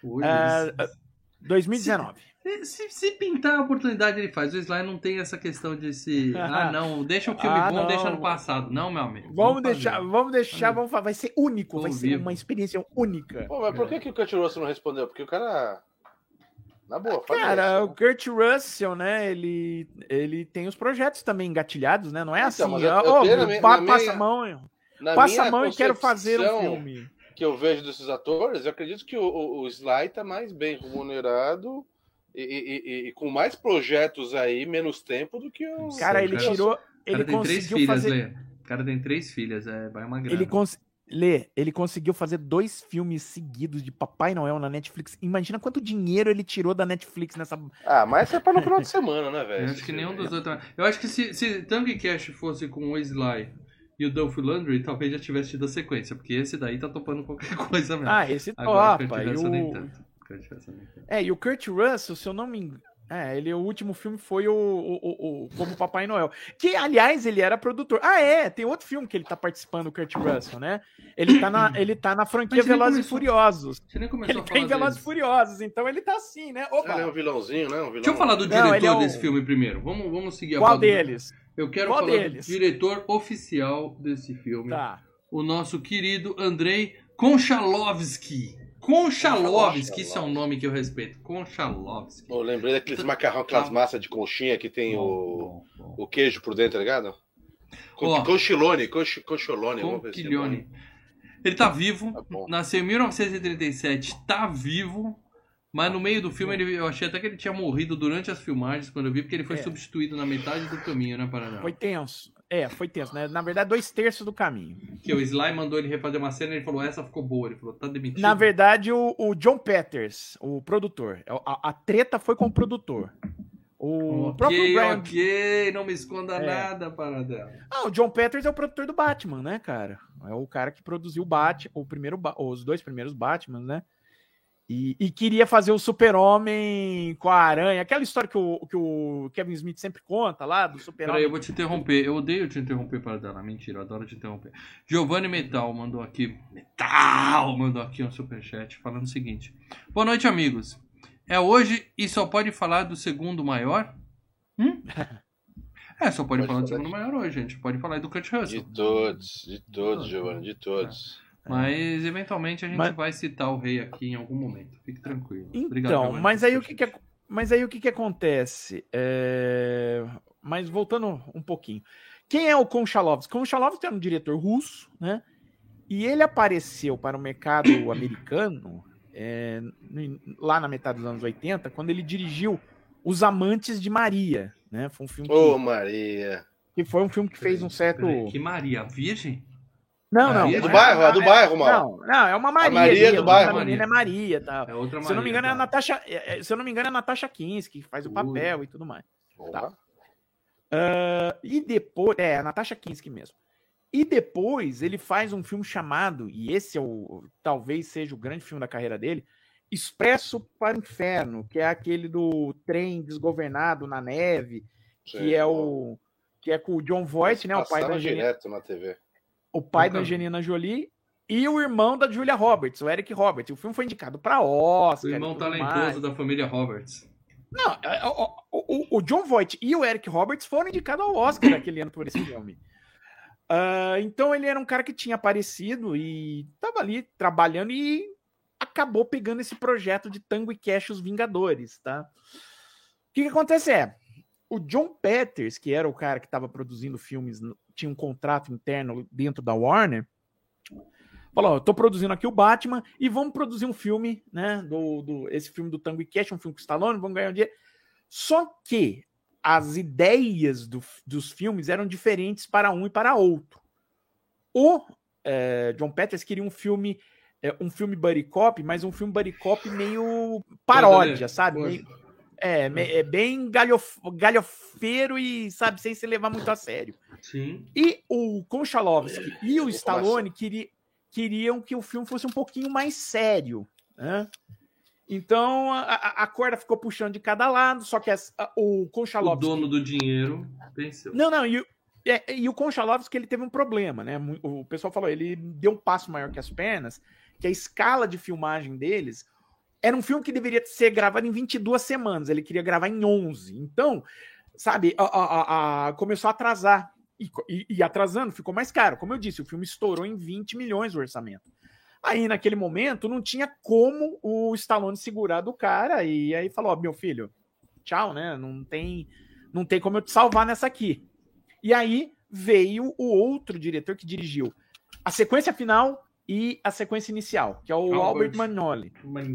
2019. Se pintar a oportunidade, ele faz. O Sly não tem essa questão de se... não, deixa o filme bom, deixa no passado. Não, meu amigo. Vamos deixar, vai ser único, vai ser uma experiência única. Pô, mas por que o Kurt Russell não respondeu? Porque o cara... Na boa, cara, o Kurt Russell, né, ele tem os projetos também engatilhados, né? Não é assim, passa a mão e quero fazer um filme. Que eu vejo desses atores, eu acredito que o Sly tá mais bem remunerado e com mais projetos aí, menos tempo do que o... Cara, ele conseguiu fazer... O cara tem 3 filhas, vai uma grana. Ele conseguiu fazer 2 filmes seguidos de Papai Noel na Netflix. Imagina quanto dinheiro ele tirou da Netflix nessa... mas é para no final de semana, né, velho? Eu acho que nenhum dos dois... Eu acho que se Tango e Cash fosse com o Sly e o Dolph Lundgren, talvez já tivesse tido a sequência, porque esse daí tá topando qualquer coisa mesmo. Esse topa. E o Kurt Russell, se eu não me engano... o último filme foi o Como Papai Noel. Que, aliás, ele era produtor. Tem outro filme que ele tá participando, o Kurt Russell, né? Ele tá na franquia Velozes e Furiosos. Você nem começou ele tem Velozes e Furiosos, então ele tá assim, né? Opa. Ele é um vilãozinho, né? Deixa eu falar do diretor desse filme primeiro. Vamos seguir a Qual deles? Eu quero falar do diretor oficial desse filme. Tá. O nosso querido Andrei Konchalovsky. Konchalovsky, isso é um nome que eu respeito. Konchalovsky. Eu lembrei daqueles macarrão, aquelas massas de conchinha que tem o queijo por dentro, tá ligado? Conchilone. Conchilone. Ele tá vivo, nasceu em 1937, tá vivo, mas no meio do filme eu achei até que ele tinha morrido durante as filmagens, quando eu vi, porque ele foi substituído na metade do caminho, né, Paraná? Foi tenso, né? Na verdade, 2/3 do caminho. Que o Sly mandou ele refazer uma cena e ele falou, essa ficou boa. Ele falou, tá demitido. Na verdade, o John Peters, o produtor, a treta foi com o produtor. O próprio Brian... não me esconda nada, Paradela. O John Peters é o produtor do Batman, né, cara? É o cara que produziu os 2 primeiros Batman, né? E queria fazer o Super-Homem com a aranha. Aquela história que o Kevin Smith sempre conta lá, do Super-Homem. Peraí, eu vou te interromper. Eu odeio te interromper, Paradela. Mentira, eu adoro te interromper. Giovanni Metal mandou aqui um superchat falando o seguinte. Boa noite, amigos. É hoje e só pode falar do segundo maior? Só pode falar do segundo maior hoje, gente. Pode falar do Kurt Russell. De todos, Giovanni, de todos. Mas, eventualmente, a gente vai citar o rei aqui em algum momento. Fique tranquilo. Obrigado, Giovanni, mas aí o que acontece? Mas voltando um pouquinho. Quem é o Konchalovsky? Konchalovsky era um diretor russo, né? E ele apareceu para o mercado americano lá na metade dos anos 80, quando ele dirigiu Os Amantes de Maria, né? Foi um filme Maria! Que foi um filme que fez um certo... Que Maria? Virgem? Não. É do bairro, mano. Não, é uma Maria. A Maria do bairro. A menina é Maria, tá? É outra Maria. Se eu não me engano, é a Natasha Kinski, que faz o papel e tudo mais. Tá. E depois... a Natasha Kinski mesmo. E depois ele faz um filme chamado, e esse talvez seja o grande filme da carreira dele, Expresso para o Inferno, que é aquele do trem desgovernado na neve, que é com o John Voight, né? O pai da direto na TV. O pai da Angelina Jolie e o irmão da Julia Roberts, o Eric Roberts. O filme foi indicado para Oscar. O irmão talentoso da família Roberts. Não, o John Voight e o Eric Roberts foram indicados ao Oscar naquele ano por esse filme. Então ele era um cara que tinha aparecido e tava ali trabalhando e acabou pegando esse projeto de Tango e Cash, os Vingadores, tá? O que acontece o John Peters, que era o cara que estava produzindo filmes, tinha um contrato interno dentro da Warner, falou, eu tô produzindo aqui o Batman e vamos produzir um filme, né, esse filme do Tango e Cash, um filme com o Stallone, vamos ganhar um dinheiro. Só que as ideias dos filmes eram diferentes para um e para outro. O John Peters queria um filme buddy cop, mas um filme buddy cop meio paródia, sabe? Bem galhofeiro e, sabe, sem se levar muito a sério. Sim. E o Konchalovsky e o Stallone queriam que o filme fosse um pouquinho mais sério, né? Então, a corda ficou puxando de cada lado, só que o Konchalovsky... O dono do dinheiro venceu. Não, e o Konchalovsky, ele teve um problema, né? O pessoal falou, ele deu um passo maior que as pernas, que a escala de filmagem deles era um filme que deveria ser gravado em 22 semanas, ele queria gravar em 11. Então, sabe, começou a atrasar. E atrasando, ficou mais caro. Como eu disse, o filme estourou em 20 milhões o orçamento. Aí, naquele momento, não tinha como o Stallone segurar do cara. E aí falou, meu filho, tchau, né? Não tem como eu te salvar nessa aqui. E aí veio o outro diretor que dirigiu a sequência final e a sequência inicial, que é o Albert Magnoli.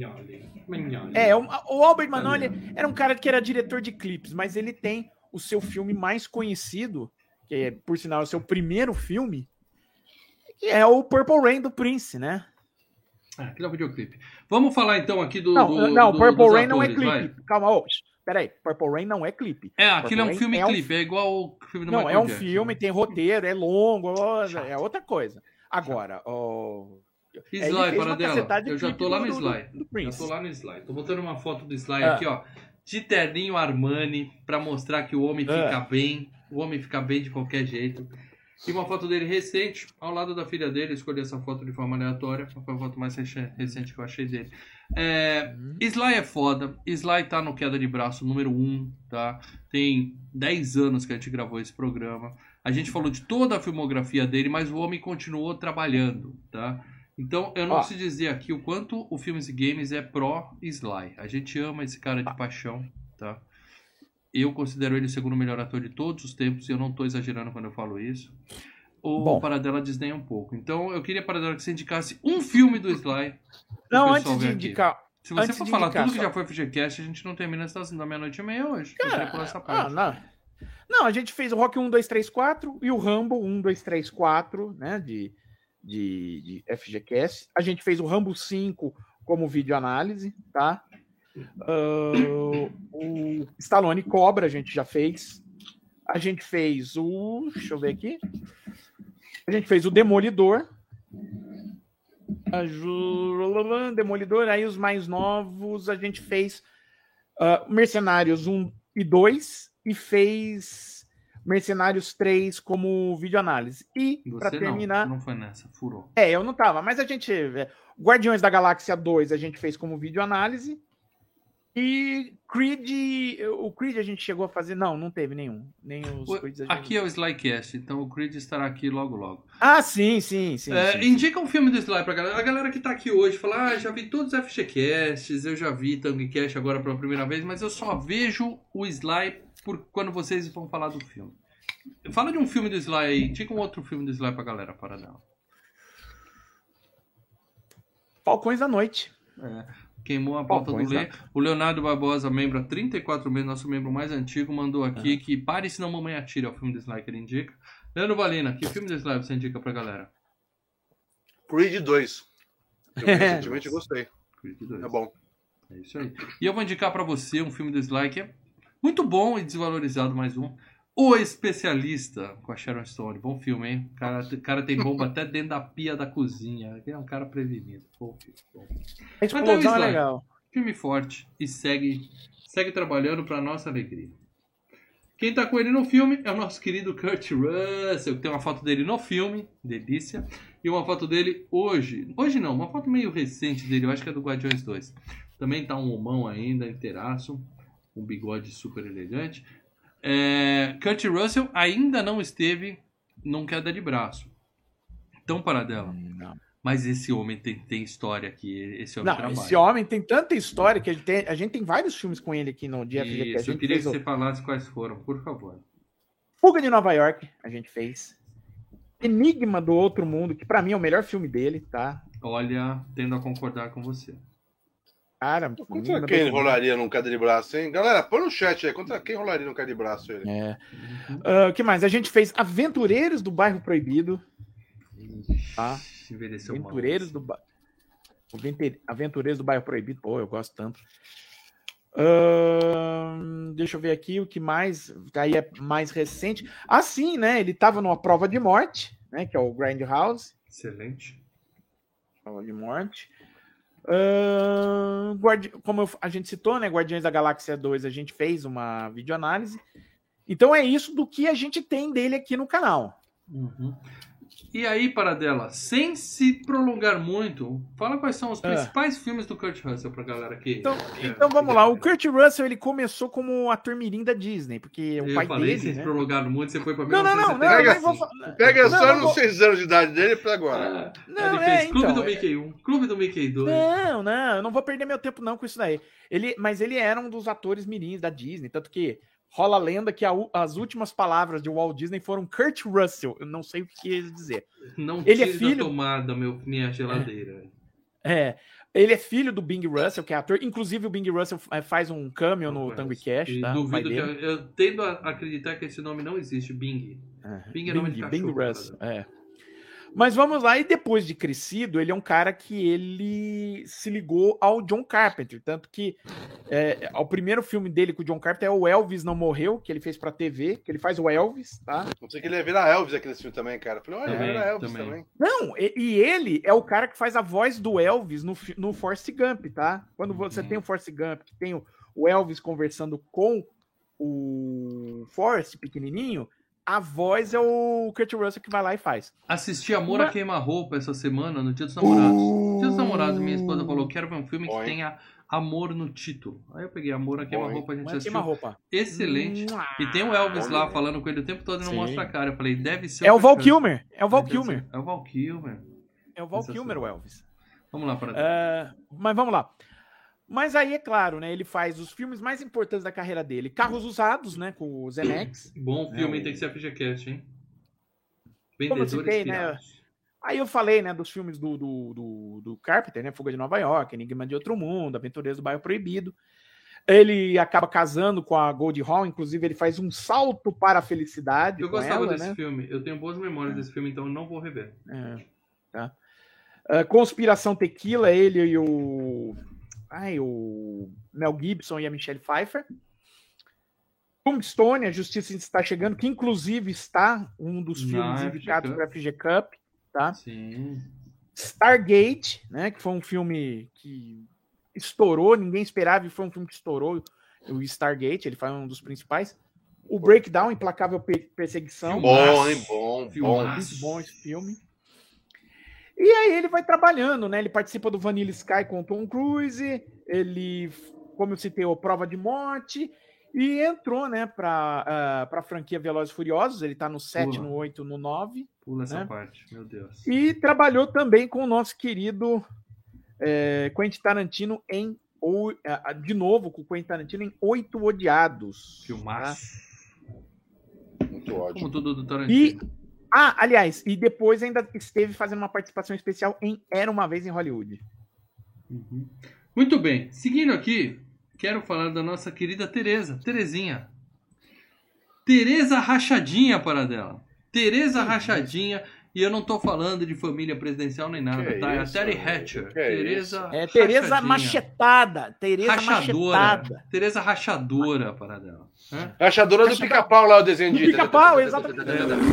O Albert Magnoli era um cara que era diretor de clipes, mas ele tem o seu filme mais conhecido, que é, por sinal, o seu primeiro filme, que é o Purple Rain do Prince, né? Aquele é o videoclipe. Vamos falar então aqui do. Não, Purple Rain não é clipe. Vai. Calma, peraí. Purple Rain não é clipe. Aquilo é um filme clipe, é igual o filme do Michael Jackson. Não, é um Jackson. filme, tem roteiro, é longo, é outra coisa. Agora, Sly, para dela. Eu já tô lá no Sly. Tô botando uma foto do Sly aqui, ó. De terninho Armani, pra mostrar que o homem fica bem. O homem fica bem de qualquer jeito. E uma foto dele recente, ao lado da filha dele. Eu escolhi essa foto de forma aleatória. Foi a foto mais recente que eu achei dele. Sly é foda. Sly tá no Queda de Braço número 1, tá? Tem 10 anos que a gente gravou esse programa. A gente falou de toda a filmografia dele, mas o homem continuou trabalhando, tá? Então, eu não preciso dizer aqui o quanto o Filmes e Games é pró-Sly. A gente ama esse cara de paixão, tá? Eu considero ele o segundo melhor ator de todos os tempos, e eu não estou exagerando quando eu falo isso. O Paradela desdenha um pouco. Então, eu queria, Paradela, que você indicasse um filme do Sly. Não, antes de indicar... Se você for falar tudo que já foi FGCast, a gente não termina da meia-noite e meia hoje. Eu queria pular essa parte. Não, a gente fez o Rock 1, 2, 3, 4 e o Rambo 1, 2, 3, 4, né, de FGCast. A gente fez o Rambo 5 como videoanálise, tá? O Stallone Cobra a gente já fez. A gente fez deixa eu ver aqui. A gente fez o Demolidor. Demolidor, aí os mais novos a gente fez Mercenários 1 e 2 e fez Mercenários 3 como videoanálise. E para terminar, não foi nessa, furou. Eu não tava, mas a gente Guardiões da Galáxia 2 a gente fez como videoanálise. E o Creed a gente chegou a fazer... Não teve nenhum. Nem os Creeds aqui é o Slycast, então o Creed estará aqui logo, logo. Sim. Indica um filme do Sly pra galera. A galera que tá aqui hoje fala, já vi todos os FGCasts, eu já vi Tango e Cash agora pela primeira vez, mas eu só vejo o Sly quando vocês vão falar do filme. Fala de um filme do Sly aí. Indica um outro filme do Sly pra galera, para dela. Falcões da Noite. Queimou a pauta do Lê. O Leonardo Barbosa, membro há 34 meses, nosso membro mais antigo, mandou aqui que Pare Senão Mamãe Atira, é o filme do Sly que ele indica. Leandro Valina, que filme do Sly você indica pra galera? Creed 2. Eu recentemente gostei. Creed 2. É bom. É isso aí. E eu vou indicar pra você um filme do Sly que é muito bom e desvalorizado, mais um. O Especialista, com a Sharon Stone. Bom filme, hein? O cara tem bomba até dentro da pia da cozinha. É um cara prevenido. Bom filme. A explosão é legal. Filme forte e segue trabalhando pra nossa alegria. Quem tá com ele no filme é o nosso querido Kurt Russell, que tem uma foto dele no filme, delícia, e uma foto dele hoje. Hoje não, uma foto meio recente dele, eu acho que é do Guardiões 2. Também tá um homão ainda, inteiraço, um bigode super elegante. Kurt Russell ainda não esteve não queda de braço. Então, Paradela. Não. Mas esse homem tem história aqui. Esse homem trabalha. Esse homem tem tanta história que a gente tem vários filmes com ele aqui no dia FGCast. Eu queria que você falasse quais foram, por favor. Fuga de Nova York, a gente fez. Enigma do Outro Mundo, que pra mim é o melhor filme dele, tá? Olha, tendo a concordar com você. Cara, contra quem rolaria num queda de braço, hein? Galera, põe no chat aí. Contra quem rolaria num queda de braço ele? O que mais? A gente fez Aventureiros do Bairro Proibido. Tá? Aventureiros do Bairro Proibido. Pô, eu gosto tanto. Deixa eu ver aqui o que mais. Aí é mais recente. Sim, né? Ele tava numa Prova de Morte, né? Que é o Grindhouse. Excelente. Prova de Morte. Como a gente citou, né? Guardiões da Galáxia 2, a gente fez uma videoanálise. Então é isso do que a gente tem dele aqui no canal. Uhum. E aí, Paradela, sem se prolongar muito, fala quais são os principais filmes do Kurt Russell pra galera aqui. Então vamos lá. O Kurt Russell, ele começou como ator mirim da Disney, porque o pai dele, sem se prolongar muito, você foi pra Não. Pega só nos 6 anos de idade dele pra agora. Ele fez Clube do Mickey 1, Clube do Mickey 2. Não, eu não vou perder meu tempo não com isso daí. Mas ele era um dos atores mirins da Disney, tanto que rola a lenda que as últimas palavras de Walt Disney foram Kurt Russell. Eu não sei o que quer dizer. Não ele é filho da tomada, minha geladeira. Ele é filho do Bing Russell, que é ator. Inclusive, o Bing Russell faz um cameo no Tango e Cash. Tá? Duvido que eu tendo a acreditar que esse nome não existe, Bing. Bing é nome de cachorro. Bing Russell, Mas vamos lá, e depois de crescido, ele é um cara que ele se ligou ao John Carpenter, tanto que o primeiro filme dele com o John Carpenter é o Elvis Não Morreu, que ele fez pra TV, que ele faz o Elvis, tá? Não sei que ele ia virar Elvis aqui nesse filme também, cara. Falei, olha, ele ia virar Elvis também. Não, e ele é o cara que faz a voz do Elvis no Forrest Gump, tá? Quando você tem o Forrest Gump, que tem o Elvis conversando com o Forrest pequenininho, a voz é o Kurt Russell que vai lá e faz. Assisti Amor a Queima-Roupa essa semana no Dia dos Namorados. No Dia dos Namorados, minha esposa falou, quero ver um filme que tenha amor no título. Aí eu peguei Amor a Queima-Roupa, a gente assistiu. Excelente. E tem o Elvis lá falando com ele o tempo todo e não mostra a cara. Eu falei, deve ser o Val Kilmer. É o Val Kilmer. É o Val Kilmer. É o Val Kilmer, o Elvis. Vamos lá, para mas vamos lá. Mas aí, é claro, né? Ele faz os filmes mais importantes da carreira dele. Carros Usados, né? Com o Zemeckis. Bom filme, tem que ser a FGCast, hein? Como eu citei, né? Aí eu falei, né? Dos filmes do Carpenter, né? Fuga de Nova York, Enigma de Outro Mundo, Aventureiros do Bairro Proibido. Ele acaba casando com a Goldie Hawn. Inclusive, ele faz um salto para a felicidade. Eu gostava desse filme. Eu tenho boas memórias desse filme, então eu não vou rever. Tá. Conspiração Tequila, ele e o Mel Gibson e a Michelle Pfeiffer. Tombstone, A Justiça Está Chegando, que inclusive está um dos filmes indicados para a FG Cup, tá? Sim. Stargate, né, que foi um filme que estourou, ninguém esperava, e foi um filme que estourou, o Stargate, ele foi um dos principais. O Breakdown, Implacável Perseguição. Bom, hein? Bom. Muito bom esse filme. E aí ele vai trabalhando, né? Ele participa do Vanilla Sky com o Tom Cruise, ele, como eu citei, o Prova de Morte, e entrou, né, pra franquia Velozes e Furiosos, ele tá no 7, no 8, no 9. Pula essa parte, meu Deus. E trabalhou também com o nosso querido Quentin Tarantino de novo, com o Quentin Tarantino em 8 Odiados. Filmaço. Tá? Muito ótimo. Como tudo do Tarantino. Aliás, e depois ainda esteve fazendo uma participação especial em Era Uma Vez em Hollywood. Uhum. Muito bem. Seguindo aqui, quero falar da nossa querida Terezinha. Tereza Rachadinha, Paradela. Tereza Rachadinha. E eu não tô falando de família presidencial nem nada, tá? É a Terry Hatcher. Tereza Machetada. Tereza Machetada. Tereza Rachadora, Paradela. Rachadora do Pica-Pau lá, o desenho de Pica-Pau, exatamente.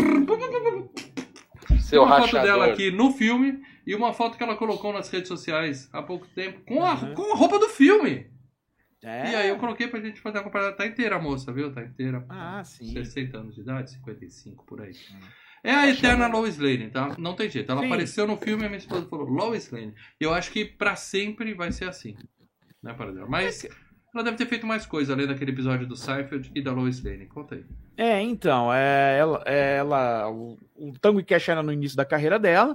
Seu uma foto dela aqui no filme e uma foto que ela colocou nas redes sociais há pouco tempo com a roupa do filme. E aí eu coloquei pra gente fazer a comparação. Tá inteira a moça, viu? Tá inteira. Sim. 60 anos de idade, 55 por aí. É a eterna Lois Lane, tá? Não tem jeito. Ela apareceu no filme e a minha esposa falou Lois Lane. E eu acho que pra sempre vai ser assim. Né, Paradela? Mas ela deve ter feito mais coisa, além daquele episódio do Seinfeld e da Lois Lane. Conta aí. Então, o Tango e Cash era no início da carreira dela,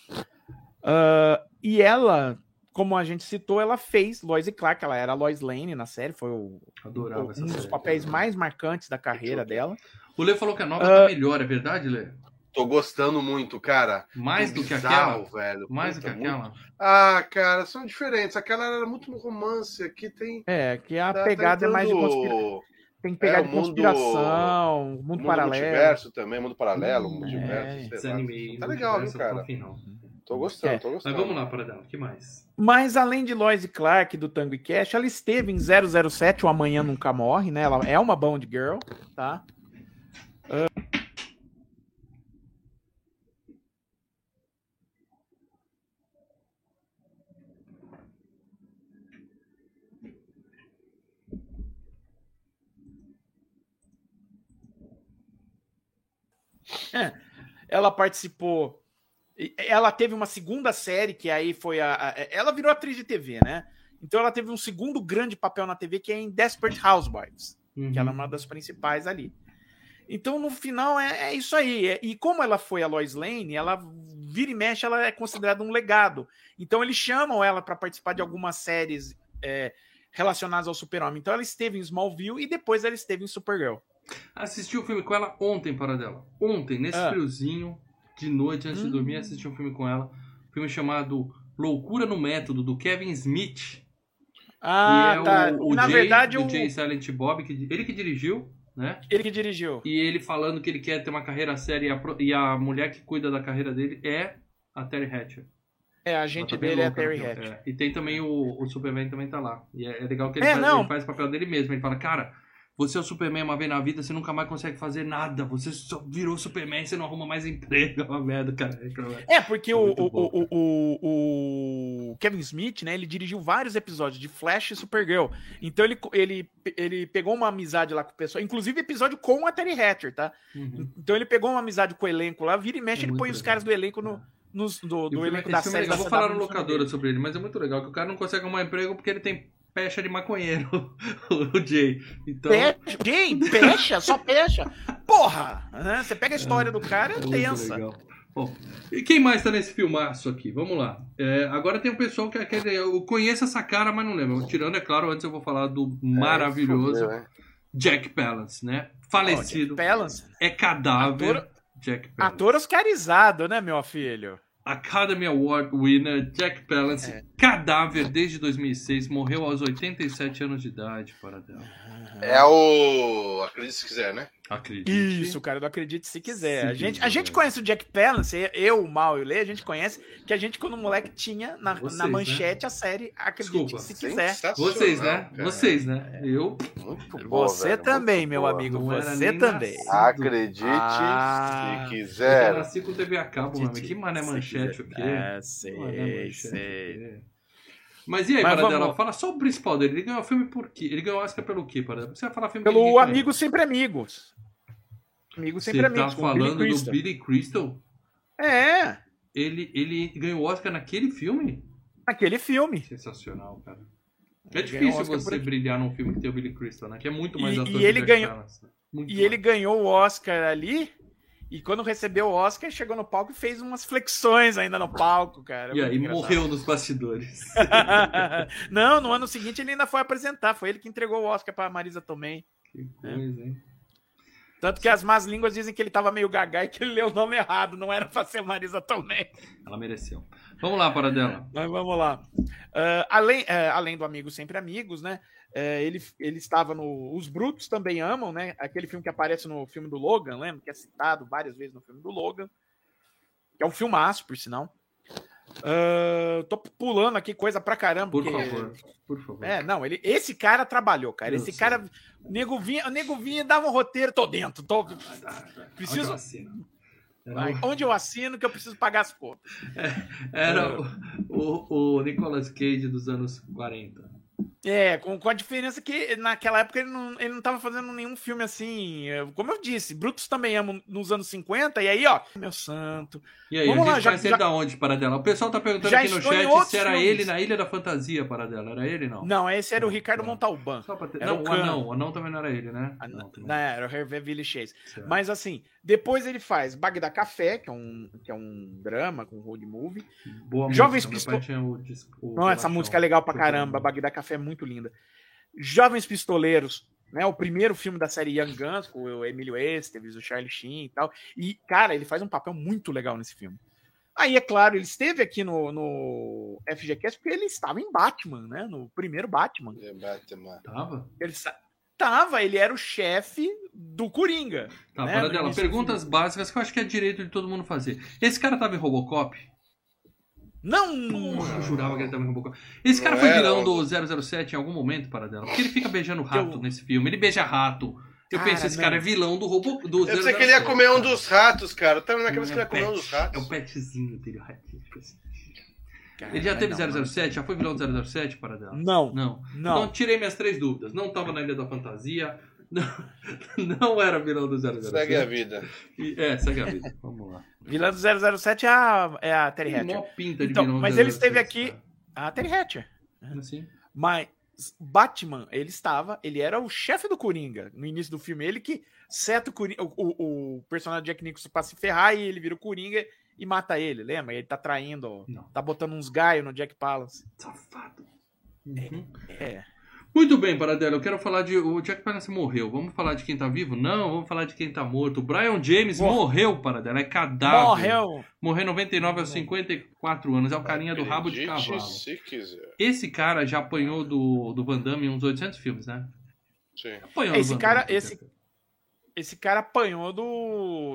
e ela, como a gente citou, ela fez Lois e Clark, ela era a Lois Lane na série, foi um dos papéis mais marcantes da carreira dela. O Lê falou que a nova tá melhor, é verdade, Lê? Tô gostando muito, cara. Mais do que aquela? Velho. Mais do que aquela? Muito... Ah, cara, são diferentes. Aquela era muito no romance, aqui tem... que a pegada é mais de conspiração. Tem pegada de conspiração, mundo paralelo. Multiverso também, mundo paralelo, multiverso. Tá legal, viu, cara? Tô gostando. Mas vamos lá, Paradela, o que mais? Mas além de Lois e Clark, do Tango e Cash, ela esteve em 007, O Amanhã Nunca Morre, né? Ela é uma Bond Girl, tá? Ela participou. Ela teve uma segunda série, que aí foi ela virou atriz de TV, né? Então ela teve um segundo grande papel na TV, que é em Desperate Housewives, que ela é uma das principais ali. Então, no final, é isso aí. E como ela foi a Lois Lane, ela vira e mexe, ela é considerada um legado. Então, eles chamam ela para participar de algumas séries relacionadas ao Super-Homem. Então, ela esteve em Smallville e depois ela esteve em Supergirl. Assisti o filme com ela ontem, Paradela. Ontem, nesse friozinho, de noite, antes de dormir, assisti um filme com ela. Um filme chamado Loucura no Método, do Kevin Smith. Tá. Na verdade, o Jay Silent Bob, ele que dirigiu, né? Ele que dirigiu. E ele falando que ele quer ter uma carreira séria e a mulher que cuida da carreira dele é a Terry Hatcher. A gente dele é a Terry Hatcher. E tem também o Superman também tá lá. E é legal que ele faz o papel dele mesmo. Ele fala, cara, você é o Superman uma vez na vida, você nunca mais consegue fazer nada. Você só virou Superman, você não arruma mais emprego. É uma merda, cara. Porque o Kevin Smith, né, ele dirigiu vários episódios de Flash e Supergirl. Então ele pegou uma amizade lá com o pessoal, inclusive episódio com a Terry Hatcher, tá? Então ele pegou uma amizade com o elenco lá, vira e mexe, ele põe os caras do elenco do elenco da série. Eu vou falar no locadora sobre ele, mas é muito legal que o cara não consegue arrumar emprego porque ele tem pecha de maconheiro, o Jay. Então... Pecha? Só pecha? Porra! Né? Você pega a história do cara, é tensa. Bom, e quem mais tá nesse filmaço aqui? Vamos lá. Agora tem um pessoal que eu conheço essa cara, mas não lembro. Tirando, é claro, antes eu vou falar do maravilhoso Jack Palance, né? Falecido. Jack Palance. É cadáver. Jack Palance. Ator oscarizado, né, meu filho? Academy Award winner Jack Palance, cadáver desde 2006, morreu aos 87 anos de idade, Paradela. Acredite se quiser, né? Acredite. Isso, cara, do Acredite se quiser. A gente conhece o Jack Palance, eu, o Mal e o Lê, a gente conhece, que a gente, quando moleque, tinha na manchete, né? A série Acredite se quiser. Vocês, né? Cara. Vocês, né? Eu. Muito bom, você também, meu amigo, você também. Acredite se quiser. Eu nasci com TV a cabo, mano. Que mano é manchete o quê? Sei. Mas e aí, Paradela? Fala só o principal dele. Ele ganhou o filme por quê? Ele ganhou o Oscar pelo quê, Paradela? Você vai falar filme pelo Amigos Sempre Amigos. Amigos Sempre Amigos. Você tá falando do Billy Crystal? Ele ganhou o Oscar naquele filme? Naquele filme. Sensacional, cara. É difícil você brilhar num filme que tem o Billy Crystal, né? Que é muito mais ator que ele ganhou. Ele ganhou o Oscar ali. E quando recebeu o Oscar, chegou no palco e fez umas flexões ainda no palco, cara. E aí morreu nos bastidores. Não, no ano seguinte ele ainda foi apresentar. Foi ele que entregou o Oscar pra Marisa Tomei. Que coisa, hein? Tanto que as más línguas dizem que ele tava meio gaga e que ele leu o nome errado. Não era pra ser Marisa Tomei. Ela mereceu. Vamos lá, Paradela. Mas vamos lá. Além do Amigos Sempre Amigos, né? Ele estava no Os Brutos Também Amam, né? Aquele filme que aparece no filme do Logan, lembra? Que é citado várias vezes no filme do Logan. Que é um filmaço, por sinal. Tô pulando aqui coisa pra caramba. Por favor. Esse cara trabalhou, cara. Esse cara, o nego vinha e dava um roteiro. Tô dentro, preciso. Onde eu assino que eu preciso pagar as contas. Era o Nicolas Cage dos anos 40. Com a diferença que naquela época ele não tava fazendo nenhum filme assim. Como eu disse, Brutus também amo nos anos 50, e aí, ó, meu santo. E aí, vamos lá, conhece ele da onde, Paradela? O pessoal tá perguntando aqui no chat se era ele na Ilha da Fantasia, Paradela. Era ele, não? Não, esse era o Ricardo Montalban. Não, o Anão também não era ele, né? Não, era o Hervé Villechaize. Mas assim, depois ele faz Bagdá Café, que é um drama com road movie. Boa Jovens música. Pistoleiros. Não, essa música é legal pra caramba. Bagdá Café é muito linda. Jovens Pistoleiros, né? O primeiro filme da série Young Guns, com o Emílio Estevez, o Charlie Sheen e tal. E, cara, ele faz um papel muito legal nesse filme. Aí, é claro, ele esteve aqui no FGCast porque ele estava em Batman, né? No primeiro Batman. Tava? Ele era o chefe do Coringa. Tá, né? Paradela, perguntas básicas que eu acho que é direito de todo mundo fazer. Esse cara tava em Robocop? Não! Porra, eu jurava que ele tava em Robocop. Esse cara foi vilão do 007 em algum momento, Paradela? Porque ele fica beijando rato nesse filme. Ele beija rato. Eu penso, esse cara é vilão do Robocop. Eu pensei que ele ia comer um dos ratos, cara. Eu tava na cabeça que ele ia comer um dos ratos. É o petzinho dele, o ratinho. Ele já teve 007? Já foi vilão do 007, Paradela? Não. Então tirei minhas 3 dúvidas. Não tava na Ilha da Fantasia. Não era vilão do 007. Segue a vida. Segue a vida. Vamos lá. Vilã do 007 é a Terry Hatcher. Mó pinta de vilão. Mas ele esteve aqui... A Terry Hatcher. Assim. Mas Batman, ele era o chefe do Coringa no início do filme. Ele que seta o personagem Jack Nicholson pra se ferrar e ele vira o Coringa e mata ele, lembra? Ele tá traindo, tá botando uns gaios no Jack Palance. Safado. Muito bem, Paradela, eu quero falar de... O Jack Palance morreu. Vamos falar de quem tá vivo? Não, vamos falar de quem tá morto. O Brian James morreu, Paradela. É cadáver. Morreu em 99 aos 54 anos. É o carinha do rabo de cavalo. Se quiser. Esse cara já apanhou do Van Damme em uns 800 filmes, né? Sim. Apanhou esse cara apanhou do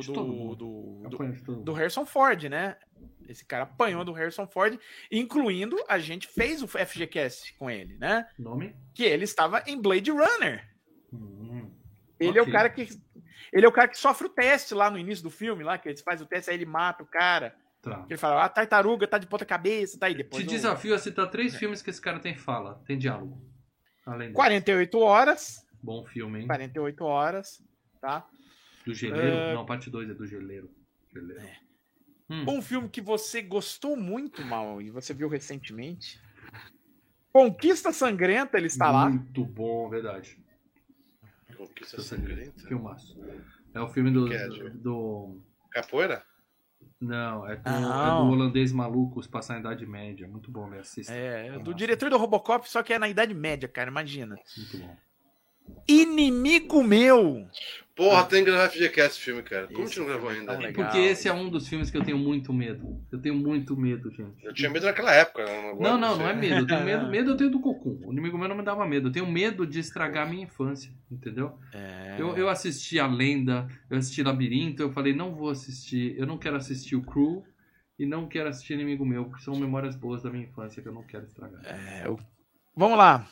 Harrison Ford, né? Esse cara apanhou do Harrison Ford, incluindo a gente fez o FGCast com ele, né? Nome? Que ele estava em Blade Runner. Ele é o cara que sofre o teste lá no início do filme, lá que ele faz o teste, aí ele mata o cara. Tá. Ele fala, a tartaruga tá de ponta cabeça, tá aí depois. Te desafio a citar 3 filmes que esse cara tem fala, tem diálogo. Além 48 horas. Bom filme, hein? 48 horas, tá? Do Geleiro? Não, parte 2 é do Geleiro. Um filme que você gostou muito, Mal, e você viu recentemente. Conquista Sangrenta, ele está lá. Muito bom, verdade. Conquista Sangrenta? Filmaço. É o filme do... Capoeira? Não, é do holandês maluco, os passar na Idade Média. Muito bom, né? Assista. Do diretor do Robocop, só que é na Idade Média, cara, imagina. Muito bom. Inimigo Meu. Porra, tem que gravar FGCast esse filme, cara. Como a gente não gravou ainda? Porque esse é um dos filmes que eu tenho muito medo. Eu tenho muito medo, gente. Eu tinha medo naquela época. Não é medo. Eu tenho medo eu tenho do Cocum. O Inimigo Meu não me dava medo. Eu tenho medo de estragar a minha infância, entendeu? Eu assisti A Lenda, eu assisti Labirinto, eu falei, não vou assistir, eu não quero assistir o Crew e não quero assistir Inimigo Meu, porque são memórias boas da minha infância que eu não quero estragar. Vamos lá.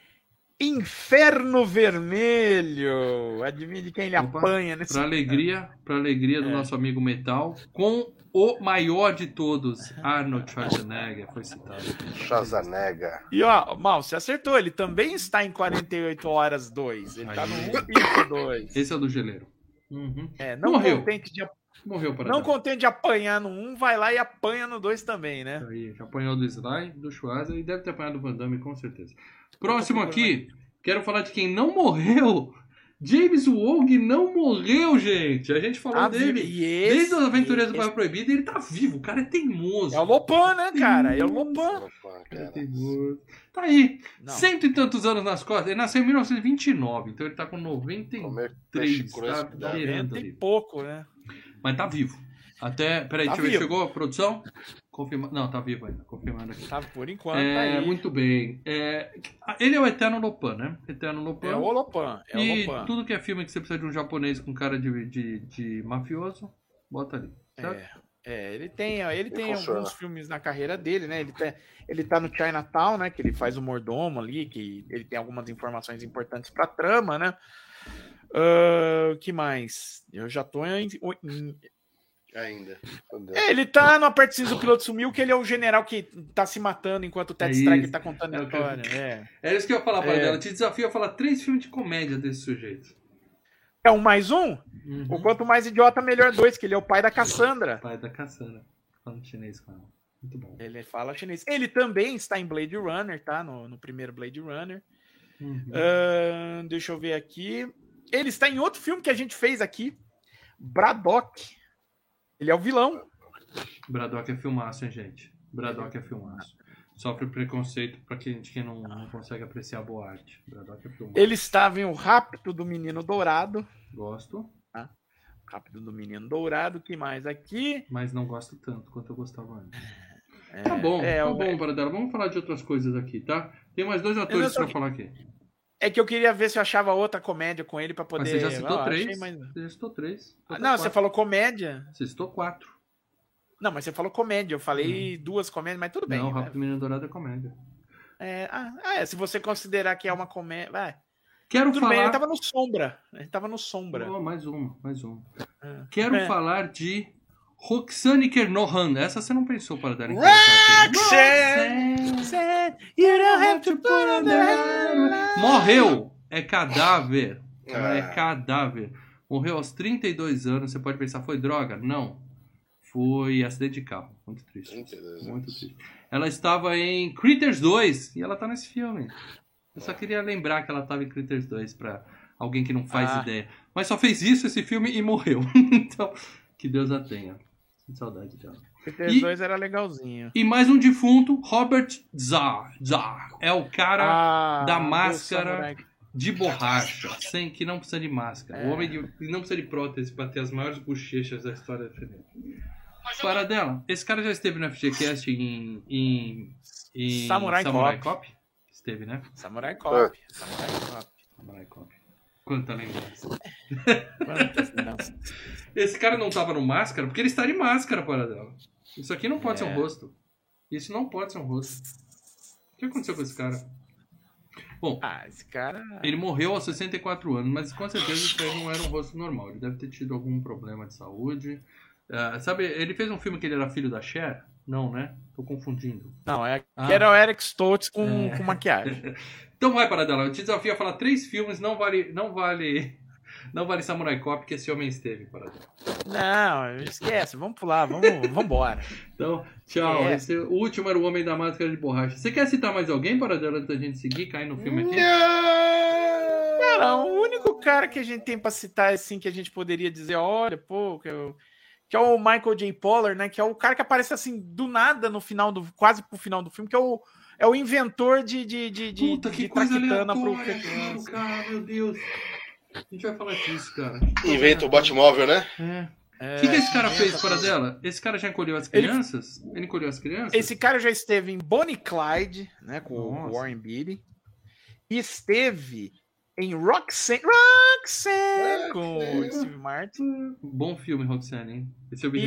Inferno Vermelho. Adivinha de quem ele apanha nesse Pra alegria do nosso amigo Metal, com o maior de todos, Arnold Schwarzenegger, foi citado. Schwarzenegger. E ó, Mal, você acertou, ele também está em 48 horas 2. Ele tá no 1.2. Esse é o do Geleiro. Não morreu. Morreu para não contente de apanhar no 1, vai lá e apanha no 2 também, né? Aí, já apanhou do Sly, do Schwarzenegger e deve ter apanhado do Van Damme, com certeza. Próximo aqui, quero falar de quem não morreu. James Wong não morreu, gente. A gente falou dele desde as Aventureiras do Bairro Proibido e ele tá vivo. O cara é teimoso. É o Lopan, né, cara? É o Lopan. É teimoso. Tá aí, 100 e tantos anos nas costas. Ele nasceu em 1929, então ele tá com 93. Tá beirando ali. Pouco, né? Mas tá vivo. Peraí, deixa eu ver. Chegou a produção? Confirma... Não, tá vivo ainda. Confirmando aqui. Tá, por enquanto, tá aí. Muito bem. Ele é o Eterno Lopan, né? Eterno Lopan. É o Lopan. E tudo que é filme que você precisa de um japonês com cara de mafioso, bota ali. Certo? Ele tem alguns filmes na carreira dele, né? Ele tá no Chinatown, né? Que ele faz o mordomo ali, que ele tem algumas informações importantes pra trama, né? Que mais? Eu já tô Ainda. Ele tá no Aperte Cinza, o piloto sumiu, que ele é o general que tá se matando enquanto o Ted Strike tá contando a história. É isso que eu ia falar para dela. Te desafio a falar 3 filmes de comédia desse sujeito. É um mais um? O quanto mais idiota, melhor 2, que ele é o pai da Cassandra. Pai da Cassandra. Falando chinês com ela. Muito bom. Ele fala chinês. Ele também está em Blade Runner, tá? No primeiro Blade Runner. Deixa eu ver aqui. Ele está em outro filme que a gente fez aqui. Braddock. Ele é o vilão. Braddock é filmaço, hein, gente? Braddock é filmaço. Sofre preconceito pra quem não consegue apreciar boa arte. Braddock é filmaço. Ele estava em O Rapto do Menino Dourado. Gosto. Tá? O Rapto do Menino Dourado. O que mais aqui? Mas não gosto tanto quanto eu gostava antes. Tá bom, Paradela. Vamos falar de outras coisas aqui, tá? Tem mais 2 atores pra falar aqui. É que eu queria ver se eu achava outra comédia com ele pra poder... Mas você já citou 3. Você já citou 3. Não, você falou comédia. Você citou 4. Não, mas você falou comédia. Eu falei 2 comédias, mas tudo bem. Não, o Rápido Menino Dourado é comédia. Se você considerar que é uma comédia... Vai. Quero tudo falar... bem, ele tava no Sombra. Oh, mais uma. Quero falar de Roxane Kernohan. Essa você não pensou para dar em Roxane! You don't have to put on the... Morreu! É cadáver. Ela é cadáver. Morreu aos 32 anos. Você pode pensar, foi droga? Não. Foi acidente de carro. Muito triste. 32 muito triste. Ela estava em Critters 2 e ela tá nesse filme. Eu só queria lembrar que ela estava em Critters 2 para alguém que não faz ideia. Mas só fez isso esse filme e morreu. Então, que Deus a tenha. Sinto saudade dela. Critters 2 era legalzinho. E mais um defunto, Robert Zar. É o cara da máscara de borracha, que não precisa de máscara. O homem que não precisa de prótese para ter as maiores bochechas da história do cinema. Para dela, esse cara já esteve no FGCast em Samurai Cop? Esteve, né? Samurai Cop. Quanta lembrança. Esse cara não tava no máscara porque ele está de máscara, para dela. Isso aqui não pode ser um rosto. Isso não pode ser um rosto. O que aconteceu com esse cara? Bom, esse cara... ele morreu aos 64 anos, mas com certeza isso aí não era um rosto normal. Ele deve ter tido algum problema de saúde. Sabe, ele fez um filme que ele era filho da Cher? Não, né? Tô confundindo. Não, era o Eric Stoltz com maquiagem. Então vai, Paradela. Eu te desafio a falar 3 filmes, não vale Samurai Cop, que esse homem esteve, Paradela. Não, esquece. Vamos pular, vamos embora. Então, tchau. O último era o Homem da Máscara de Borracha. Você quer citar mais alguém, Paradela, antes da gente seguir, cair no filme aqui? Cara, o único cara que a gente tem pra citar, assim, que a gente poderia dizer, olha, pô, que é o Michael J. Pollard, né? Que é o cara que aparece assim do nada no final quase pro final do filme, que é o inventor de Puta, que coisa aleatória, cara, meu Deus. A gente vai falar disso, cara. Inventa o Batmóvel, né? O que esse cara fez, para dela? Esse cara já encolheu as crianças? Ele encolheu as crianças? Esse cara já esteve em Bonnie e Clyde, né? Com o Warren Beatty. E esteve em Roxanne com o Steve Martin. Bom filme, Roxanne, hein? Esse eu vi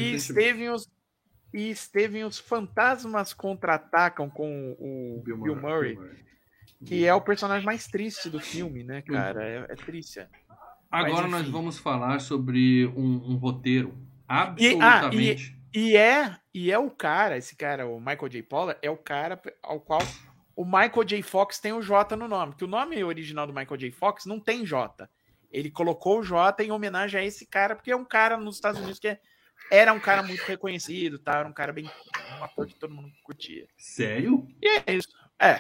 e esteve em Os Fantasmas Contra-Atacam com o Bill Murray, que é o personagem mais triste do filme, né, cara? É triste. Agora nós vamos falar sobre um roteiro absolutamente... E é o cara, esse cara, o Michael J. Pollard, é o cara ao qual o Michael J. Fox tem o J no nome, porque o nome original do Michael J. Fox não tem J. Ele colocou o J em homenagem a esse cara, porque é um cara nos Estados Unidos que era um cara muito reconhecido, tá? Era um cara um ator que todo mundo curtia. Sério? E é isso.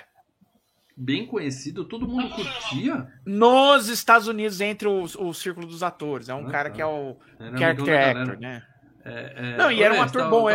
Bem conhecido, todo mundo curtia? Nos Estados Unidos, entre o círculo dos atores. É um cara que é o character actor, né? Não, e era um ator bom.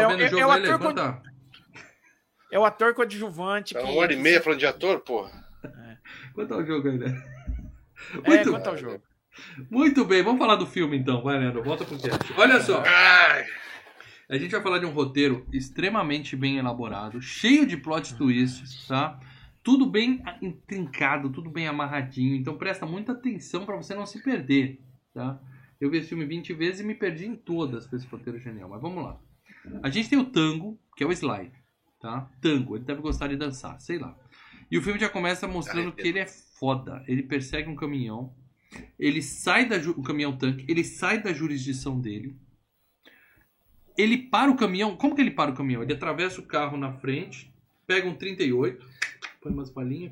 É o ator coadjuvante. É 1h30 falando de ator, porra. Quanto ao jogo aí, né? Quanto ao jogo. Muito bem, vamos falar do filme então. Vai, Leandro, volta pro cast. Olha só. A gente vai falar de um roteiro extremamente bem elaborado, cheio de plot twists, tá? Tudo bem intrincado, tudo bem amarradinho. Então presta muita atenção para você não se perder, tá? Eu vi esse filme 20 vezes e me perdi em todas com esse roteiro genial. Mas vamos lá. A gente tem o Tango, que é o Sly, tá? Tango, ele deve gostar de dançar, sei lá. E o filme já começa mostrando que ele é foda. Ele persegue um caminhão, ele sai um caminhão-tanque, ele sai da jurisdição dele. Ele para o caminhão. Como que ele para o caminhão? Ele atravessa o carro na frente, pega um 38, põe umas balinhas.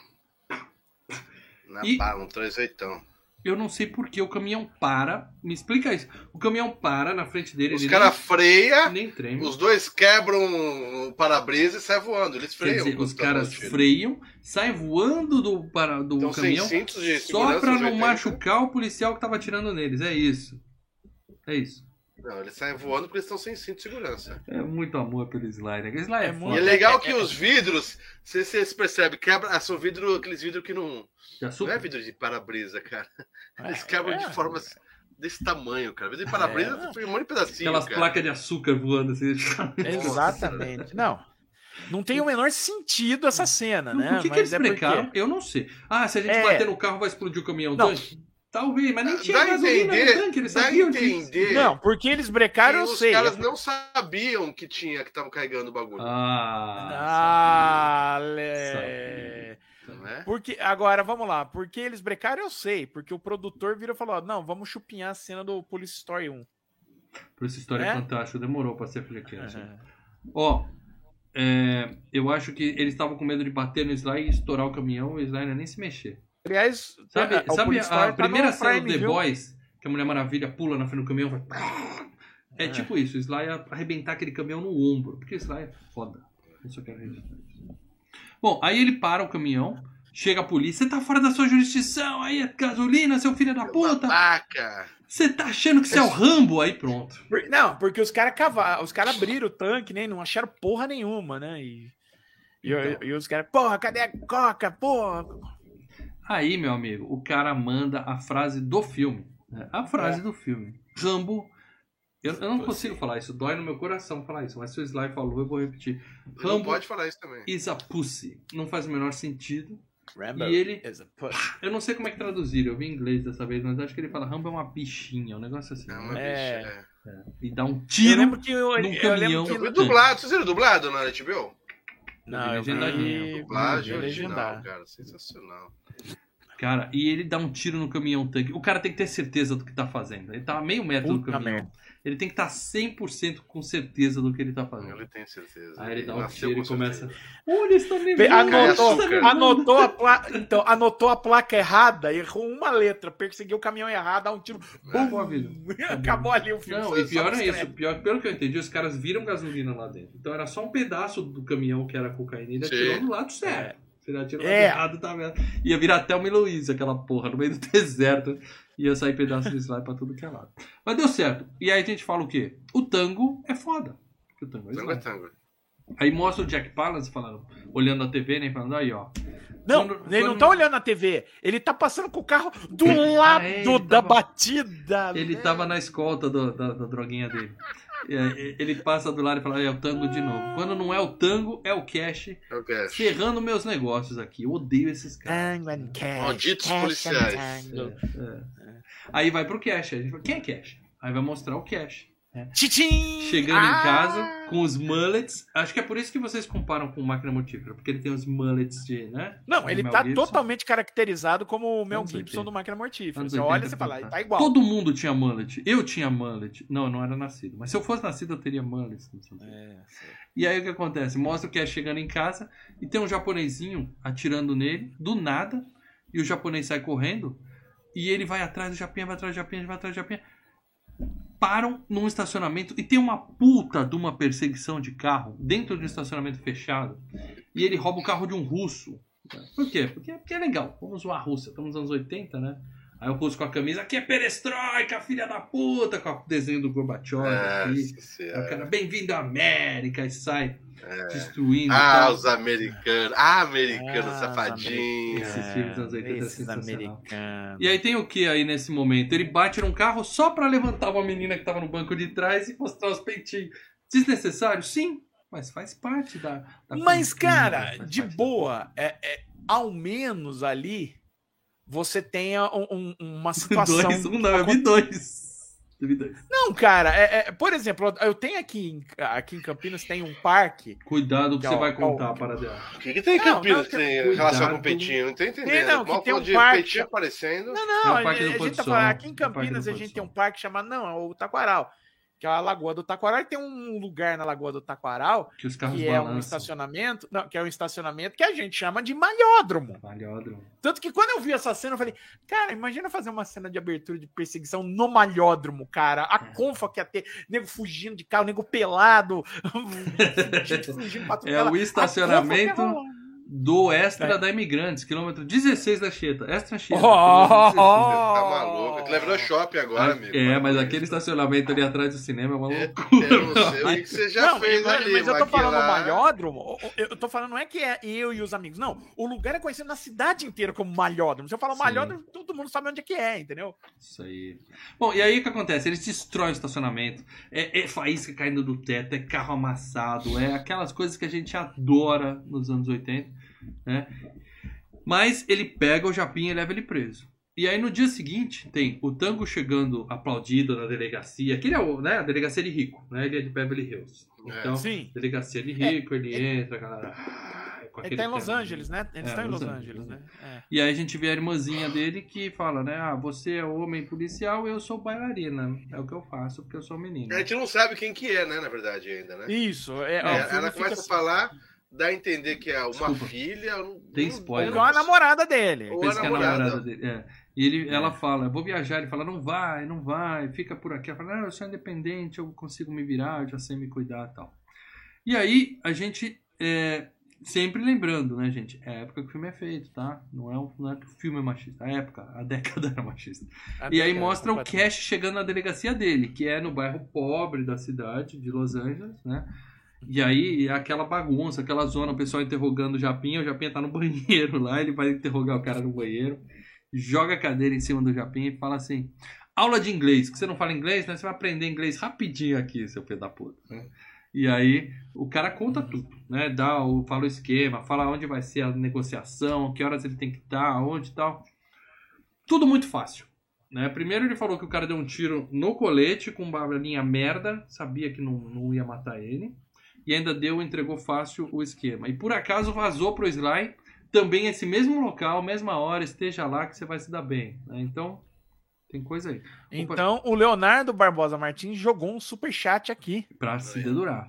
Um 38. Eu não sei por que o caminhão para. Me explica isso. O caminhão para na frente dele. Os caras freiam, nem treme. Os dois quebram o para-brisa e saem voando. Eles freiam. Quer dizer, os caras freiam, saem voando do então, caminhão só pra não machucar o policial que tava atirando neles. É isso. É isso. Não, eles saem voando porque eles estão sem cinto de segurança. É muito amor pelo Sly, né? Sly é foda. E é legal que os vidros, você percebe, quebra, são aqueles vidros que não é vidro de para-brisa, cara. Eles quebram de formas desse tamanho, cara. Vidro de para-brisa foi um monte de pedacinho. Aquelas placas de açúcar voando assim. Exatamente. Não tem o menor sentido essa cena, né? Por que eles brecaram? Eu não sei. Se a gente bater no carro vai explodir o caminhão. Não. Talvez, mas nem tinha gasolina no tanque, eles sabiam disso. Não, porque eles brecaram, eu sei. Os caras não sabiam que estavam carregando o bagulho. Porque, agora, vamos lá. Porque eles brecaram, eu sei. Porque o produtor virou e falou, não, vamos chupinhar a cena do Police Story 1. Police Story é fantástico, demorou pra ser flequente. Eu acho que eles estavam com medo de bater no Sly e estourar o caminhão e o Sly não ia nem se mexer. Aliás, sabe a primeira cena do The Boys, que a Mulher Maravilha pula na frente do caminhão, vai... tipo isso, o Sly ia arrebentar aquele caminhão no ombro, porque o Sly é foda. Eu só quero registrar isso. Bom, aí ele para o caminhão, chega a polícia, você tá fora da sua jurisdição, aí é gasolina, seu filho da puta. Você tá achando que você é o Rambo? Aí pronto. Não, porque os caras abriram o tanque, né, não acharam porra nenhuma, né, e os caras, porra, cadê a coca, porra? Aí, meu amigo, o cara manda a frase do filme. Né? A frase do filme. Rambo. Eu não consigo falar isso. Dói no meu coração falar isso. Mas se o Sly falou, eu vou repetir. Rambo pode falar isso também. Is a pussy. Não faz o menor sentido. Rambo e ele... is a pussy. Eu não sei como é que traduziram. Eu vi em inglês dessa vez. Mas acho que ele fala Rambo é uma bichinha. Um negócio assim. É uma bichinha. E dá um tiro num caminhão. Eu vi dublado. Vocês viram dublado na HBO? Não, eu vi dublagem original, cara. Sensacional. Cara, e ele dá um tiro no caminhão tanque. O cara tem que ter certeza do que tá fazendo. Ele tá a meio metro do caminhão. Ele tem que estar 100% com certeza do que ele tá fazendo. Ele tem certeza. Aí ele dá um tiro e começa... Olha, eles estão me vendo. Anotou a placa errada, errou uma letra, perseguiu o caminhão errado, dá um tiro. Acabou ali o filme. Não, e pior é isso. Pelo que eu entendi, os caras viram gasolina lá dentro. Então era só um pedaço do caminhão que era cocaína e ele atirou do lado certo. Se ele atirou do lado errado, tá vendo? Ia virar até uma Luiz, aquela porra, no meio do deserto. Ia sair pedaço de slime pra tudo que é lado. Mas deu certo. E aí a gente fala o quê? O tango é foda. O tango é tango. Aí mostra o Jack Palance falando, olhando a TV, né? Falando, aí, ó. Não, ele não tá olhando a TV. Ele tá passando com o carro do lado da batida. Ele tava na escolta da droguinha dele. Ele passa do lado e fala, é o tango de novo. Quando não é o tango, é o cash. Ferrando meus negócios aqui. Eu odeio esses caras. Malditos policiais. Aí vai pro cash. A gente fala, quem é cash? Aí vai mostrar o cash. Tchim! Chegando em casa com os mullets. Acho que é por isso que vocês comparam com Máquina Mortífera, porque ele tem os mullets de, né? Não, ele tá totalmente caracterizado como o Mel Gibson do Máquina Mortífera. Você olha e você fala, tá igual. Todo mundo tinha mullet. Eu tinha mullet. Não, eu não era nascido. Mas se eu fosse nascido, eu teria mullet. E aí o que acontece? Mostra o que é chegando em casa e tem um japonesinho atirando nele, do nada, e o japonês sai correndo e ele vai atrás do japinha, vai atrás do japinha, vai atrás do japinha. Param num estacionamento e tem uma puta de uma perseguição de carro dentro de um estacionamento fechado e ele rouba o carro de um russo. Por quê? Porque é legal. Vamos zoar a Rússia. Estamos nos anos 80, né? Aí o russo com a camisa, aqui é perestroika, filha da puta, com o desenho do Gorbachev aqui. O cara, bem-vindo à América, e sai destruindo. Os americanos. Americanos safadinhos. Esses filmes dos anos 80 é sensacional. E aí tem o que aí nesse momento? Ele bate num carro só pra levantar uma menina que tava no banco de trás e mostrar os peitinhos. Desnecessário? Sim, mas faz parte da mas, cara, de boa, ao menos ali você tenha uma situação... eu vi dois. Não, cara, por exemplo, eu tenho aqui em Campinas tem um parque... Cuidado que você vai contar para dela. O que tem em Campinas que tem relação com o peitinho? Não tô entendendo. Não, que tem um parque... Peitinho aparecendo... Não, a gente tá falando, aqui em Campinas a gente tem um parque chamado... Não, é o Taquaral. que é a Lagoa do Taquaral, e tem um lugar na Lagoa do Taquaral que, os carros que é um estacionamento, que é um estacionamento que a gente chama de malhódromo. Tanto que quando eu vi essa cena, eu falei, cara, imagina fazer uma cena de abertura de perseguição no malhódromo, cara. A confa que ia ter, nego fugindo de carro, nego pelado, fugindo pra tudo. O estacionamento do Extra da Imigrantes, quilômetro 16 da Cheta. Extra Cheta. Tá maluco. Tu lembrou shopping agora, amigo. Mas aquele estacionamento ali atrás do cinema é uma loucura. Eu não sei o que você já fez ali. Mas eu tô falando malhódromo, eu tô falando não é que é eu e os amigos, não. O lugar é conhecido na cidade inteira como malhódromo. Se eu falar malhódromo, todo mundo sabe onde é que é, entendeu? Isso aí. Bom, e aí o que acontece? Eles destroem o estacionamento. É faísca caindo do teto, é carro amassado, é aquelas coisas que a gente adora nos anos 80. Né? Mas ele pega o Japinha e leva ele preso. E aí no dia seguinte tem o Tango chegando aplaudido na delegacia, que ele é a delegacia de rico, né? Ele é de Beverly Hills. Então, delegacia de rico, ele entra, galera. Ele tá em Los Angeles, né? Eles estão em Los Angeles, né? E aí a gente vê a irmãzinha dele que fala, né? Você é homem policial, eu sou bailarina. É o que eu faço, porque eu sou menina. A gente não sabe quem que é, né? Na verdade, ainda, né? Isso. Ela começa a falar... Dá a entender que é uma filha. Tem spoiler. Ou a namorada dele. Ou a namorada dele. E ela fala, vou viajar. Ele fala, não vai, fica por aqui. Ela fala, eu sou independente, eu consigo me virar, eu já sei me cuidar e tal. E aí, a gente, sempre lembrando, né, gente? É a época que o filme é feito, tá? Não é que o filme é machista. A década era machista. E aí mostra o Cash chegando na delegacia dele, que é no bairro pobre da cidade de Los Angeles, né? E aí, aquela bagunça, aquela zona, o pessoal interrogando o Japinha tá no banheiro lá, ele vai interrogar o cara no banheiro, joga a cadeira em cima do Japinha e fala assim, aula de inglês, que você não fala inglês, né? Você vai aprender inglês rapidinho aqui, seu filho da puta, né? E aí, o cara conta tudo, né? Fala o esquema, fala onde vai ser a negociação, que horas ele tem que estar, onde e tal. Tudo muito fácil, né? Primeiro ele falou que o cara deu um tiro no colete com uma balinha merda, sabia que não ia matar ele. E ainda entregou fácil o esquema. E por acaso vazou pro Sly também esse mesmo local, mesma hora, esteja lá que você vai se dar bem. Né? Então, tem coisa aí. Então, o Leonardo Barbosa Martins jogou um superchat aqui. Pra se dedurar.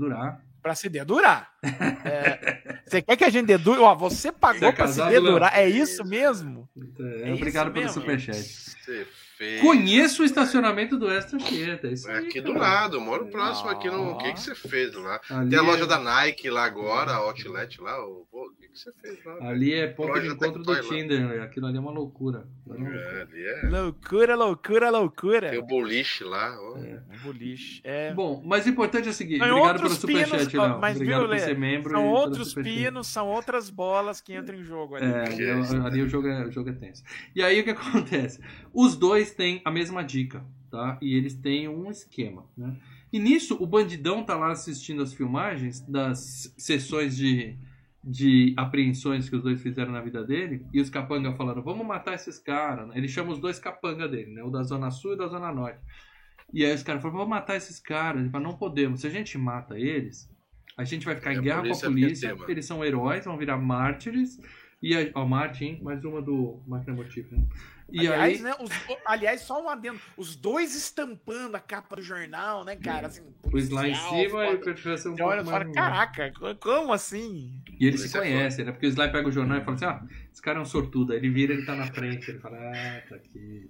Você quer que a gente dedure? Você pagou pra se dedurar. É isso mesmo? Obrigado pelo superchat. Conheço o estacionamento do Extra Cheta. Aqui do lado, moro próximo aqui no. O que você fez lá? Tem a loja da Nike lá agora, a Outlet lá. O que você fez lá? Ali é ponto de encontro do Tinder. Aquilo ali é uma loucura. Ali é. Loucura. Tem o boliche lá. Um boliche. Bom, mas o importante é o seguinte: obrigado pelo superchat, Léo. Obrigado por ser membro. São outros pinos, são outras bolas que entram em jogo ali. Ali o jogo é tenso. E aí o que acontece? Os dois têm a mesma dica, tá? E eles têm um esquema, né? E nisso, o bandidão tá lá assistindo as filmagens das sessões de apreensões que os dois fizeram na vida dele, e os capanga falando, vamos matar esses caras, né? Ele chama os dois capanga dele, né? O da Zona Sul e da Zona Norte. E aí os caras falam, vamos matar esses caras. Ele fala, não podemos. Se a gente mata eles, a gente vai ficar em guerra com a polícia, eles são heróis, vão virar mártires. E aí, Martin, mais uma do Máquina Mortífera. E aliás, aí... né? Aliás, só um adendo. Os dois estampando a capa do jornal, né, cara? Assim, o Sly em cima e o Perfeição um pouco mais... Fala, caraca, como assim? E eles se conhecem, né? Porque o Sly pega o jornal e fala assim, esse cara é um sortudo. Aí ele vira, ele tá na frente. Ele fala, tá aqui.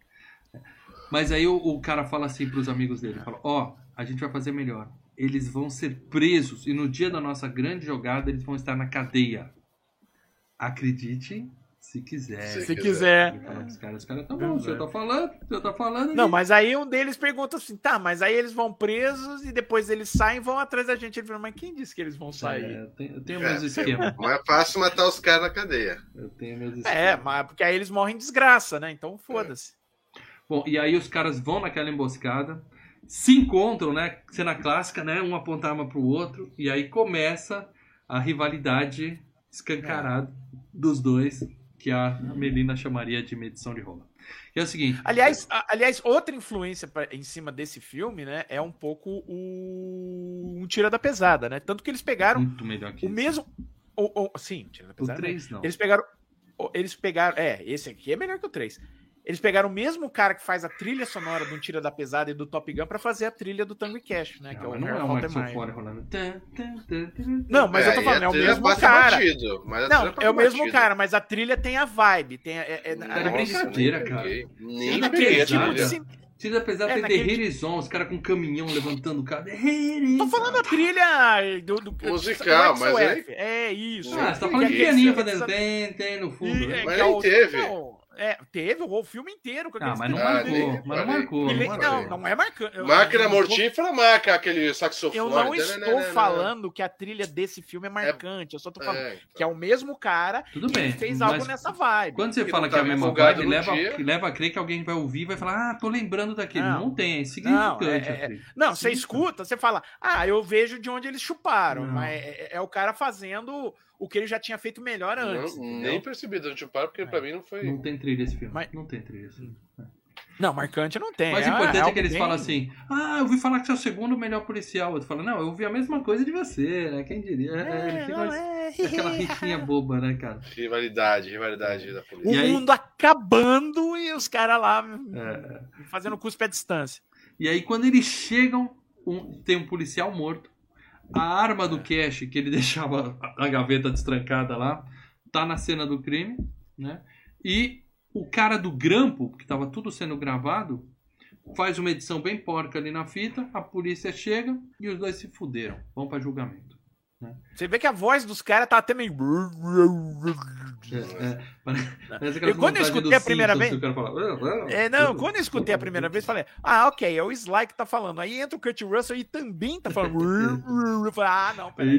Mas aí o cara fala assim pros amigos dele. Fala, a gente vai fazer melhor. Eles vão ser presos e no dia da nossa grande jogada eles vão estar na cadeia. Acredite se quiser. Se quiser. Os caras tá bom, o senhor tá falando. Não, mas aí um deles pergunta assim, mas aí eles vão presos e depois eles saem e vão atrás da gente. Ele fala, mas quem disse que eles vão sair? Eu tenho meus esquemas. Não é fácil matar os caras na cadeia. Eu tenho meus esquemas. Mas porque aí eles morrem de desgraça, né? Então foda-se. Bom, e aí os caras vão naquela emboscada, se encontram, né? Cena clássica, né? Um aponta a arma pro outro, e aí começa a rivalidade escancarada dos dois, que a Melina chamaria de medição de rola. E é o seguinte... Aliás, outra influência em cima desse filme, né, é um pouco um Tira da Pesada, né? Tanto que eles pegaram muito melhor que o mesmo... sim, Tira da Pesada. O 3 não. Eles pegaram... esse aqui é melhor que o 3. Eles pegaram o mesmo cara que faz a trilha sonora do Tira da Pesada e do Top Gun pra fazer a trilha do Tango e Cash, né? Que é o não é o Michael Ford rolando. Não, mas eu tô falando, é o mesmo cara. Não, é o mesmo cara, mas a trilha tem a vibe. É brincadeira, cara. Nem Tira da Pesada tem The Horizon, os caras com um caminhão levantando o cara. Tô falando a trilha do musical, mas é isso. Você tá falando de pianinho fazendo tem no fundo. Mas nem teve. Teve o filme inteiro. Mas não marcou. Não é marcante. Máquina mortífera, marca aquele saxofone. Eu não estou falando que a trilha desse filme é marcante. Eu só tô falando que é o mesmo cara que fez algo nessa vibe. Quando você fala que é a mesma vibe, leva a crer que alguém vai ouvir e vai falar, tô lembrando daquele. Não tem, é significante. Não, você escuta, você fala, eu vejo de onde eles chuparam. Mas é o cara fazendo o que ele já tinha feito melhor antes. Nem percebi de onde chuparam, porque pra mim não foi... Não tem trilha esse filme. Não tem trilha esse filme. Não, marcante não tem. Mas o importante é que eles falam assim, eu ouvi falar que você é o segundo melhor policial. Outro fala, não, eu ouvi a mesma coisa de você, né? Quem diria? Aquela rifinha boba, né, cara? Rivalidade da polícia. O mundo acabando e os caras lá fazendo cuspe à distância. E aí, quando eles chegam, tem um policial morto. A arma do Cash, que ele deixava a gaveta destrancada lá, tá na cena do crime, né? E o cara do grampo, que tava tudo sendo gravado, faz uma edição bem porca ali na fita, a polícia chega e os dois se fuderam. Vão pra julgamento. Né? Você vê que a voz dos caras tá até meio... Quando eu escutei a primeira vez... Quando eu escutei a primeira vez, falei, ok, é o Sly que tá falando. Aí entra o Kurt Russell e também tá falando... Eu falei, não, peraí.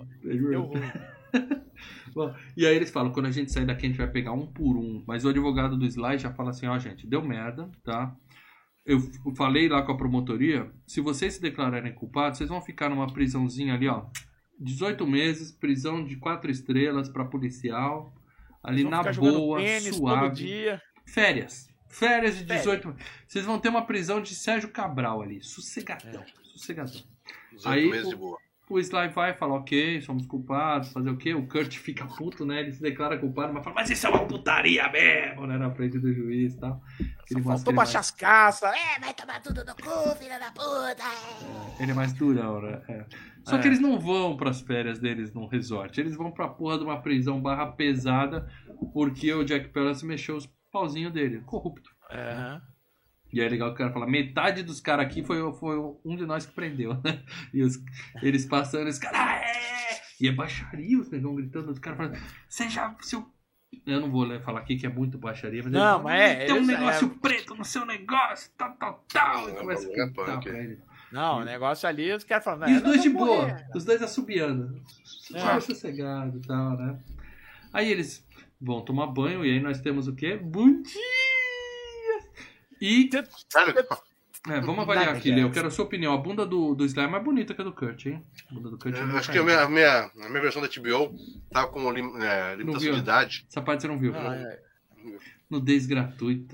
Bom, e aí eles falam, quando a gente sair daqui a gente vai pegar um por um. Mas o advogado do Sly já fala assim, gente, deu merda, tá? Eu falei lá com a promotoria, se vocês se declararem culpados, vocês vão ficar numa prisãozinha ali, 18 meses, prisão de 4 estrelas pra policial, ali na boa, suave. Férias de 18 meses. Vocês vão ter uma prisão de Sérgio Cabral ali, sossegadão. 18 aí, meses de boa. O Sly vai falar, ok, somos culpados, fazer o quê? O Kurt fica puto, né? Ele se declara culpado, mas fala, mas isso é uma putaria mesmo, né? Na frente do juiz e tal. Ele faltou baixar as caças. Vai tomar tudo no cu, filha da puta. Ele é mais durão, né? Só que eles não vão pras férias deles num resort. Eles vão pra porra de uma prisão pesada, porque o Jack Palance mexeu os pauzinhos dele. Corrupto. E aí é legal que o cara fala, metade dos caras aqui foi um de nós que prendeu, né? E eles passando, os caras, E é baixaria, os negão gritando, os caras falando, seja seu... Eu não vou falar aqui que é muito baixaria, mas tem um negócio preto no seu negócio, tal. E começa a cantar pra ele. Não, o negócio ali, os caras falam... E os dois de boa, os dois assobiando. Sossegado e tal, né? Aí eles vão tomar banho e aí nós temos o quê? Bom dia! E... vamos avaliar aqui, Leo. Eu quero a sua opinião. A bunda do Sly é mais bonita que a do Kurt, hein? A bunda do Kurt acho que a minha versão da HBO tava com limitação de idade. Essa parte você não viu. Nudez gratuita.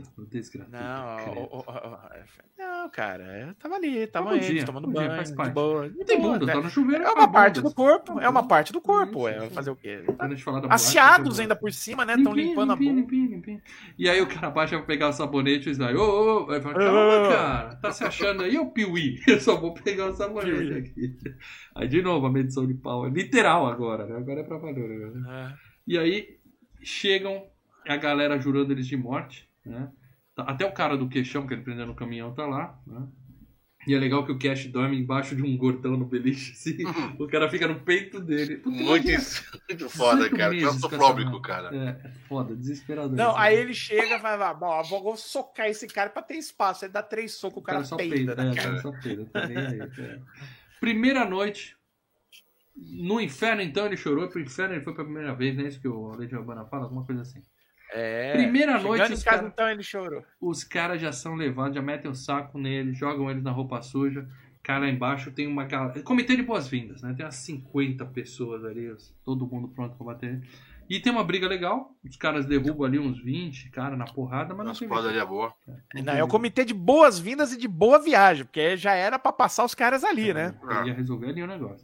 Não, cara. Tava ali, tava aí, tomando banho. Faz parte. Não tem bunda, tá no chuveiro. É uma parte do corpo. Vai fazer o quê? Aciados ainda por cima, né? Estão limpando a bunda. Limpinho. E aí o cara baixa pra pegar o sabonete e o Sly, vai falar, calma, cara. Tá se achando aí, ô Piuí? Eu só vou pegar o sabonete aqui. Aí de novo a medição de pau. É literal agora, né? Agora é pra valor, né? E aí chegam a galera jurando eles de morte, né? Até o cara do queixão que ele prendeu no caminhão tá lá, né? E é legal que o Cash dorme embaixo de um gordão no beliche, assim. O cara fica no peito dele. Muito foda, cara. Claustrofóbico, cara. É foda, desesperador. Não, aí ele chega e fala, vou socar esse cara pra ter espaço. Aí dá 3 socos, o cara peida. Só peida, tá nem aí. Primeira noite. No inferno, então, ele chorou. Pro inferno ele foi pela primeira vez, né? Isso que o Legião Urbana fala, alguma coisa assim. Primeira noite, então ele chorou. Os caras já são levados, já metem o saco nele, jogam eles na roupa suja. Cara, lá embaixo tem uma galera. Comitê de boas-vindas, né? Tem umas 50 pessoas ali, todo mundo pronto pra bater. E tem uma briga legal. Os caras derrubam ali uns 20 caras na porrada, mas não tem. Nossa, ali é boa. É o comitê de boas-vindas e de boa viagem, porque já era pra passar os caras ali, né? Ia resolver ali o negócio.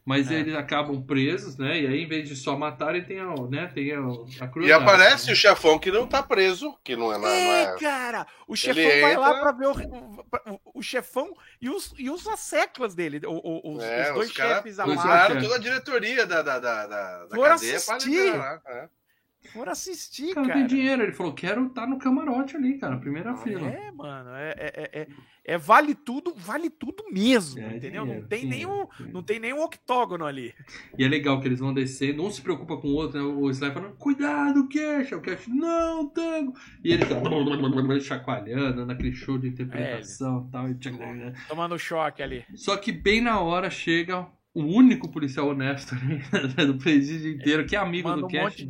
Mas eles acabam presos, né? E aí, em vez de só matar, ele tem a crueldade. E aparece o chefão que não tá preso, que não é... cara! O chefão vai lá pra ver o chefão e os asseclas dele. Os dois chefes amarraram toda a diretoria da cadeia pra liderar. Foram assistir, cara. Tem dinheiro. Ele falou, quero estar no camarote ali, cara, primeira fila. Mano, vale tudo mesmo, entendeu? Dinheiro, não tem nenhum octógono ali. E é legal que eles vão descendo, um se preocupa com o outro, né? O Sly falando, cuidado, Cash, o Cash, não, Tango. E ele tá chacoalhando, dando aquele show de interpretação e tal. Tomando choque ali. Só que bem na hora chega o único policial honesto ali, do presídio inteiro, que é amigo do Cash.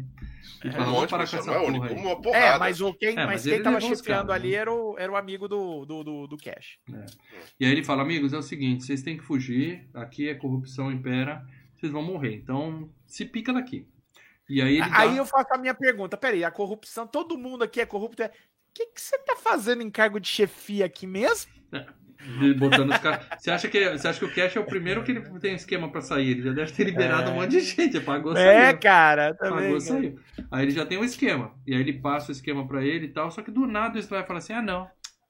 Mas quem tava chefiando ali era o amigo do Cash. E aí ele fala, amigos, é o seguinte, vocês têm que fugir, aqui a corrupção impera, vocês vão morrer, então se pica daqui. E aí eu faço a minha pergunta, peraí, a corrupção, todo mundo aqui é corrupto, o que você tá fazendo em cargo de chefia aqui mesmo? Botando os caras. Você acha que o Cash é o primeiro que ele tem esquema pra sair? Ele já deve ter liberado um monte de gente. Pagou, saiu. Cara, também. Pagou, saiu. Aí ele já tem um esquema. E aí ele passa o esquema pra ele e tal. Só que do nada o Sly fala assim: não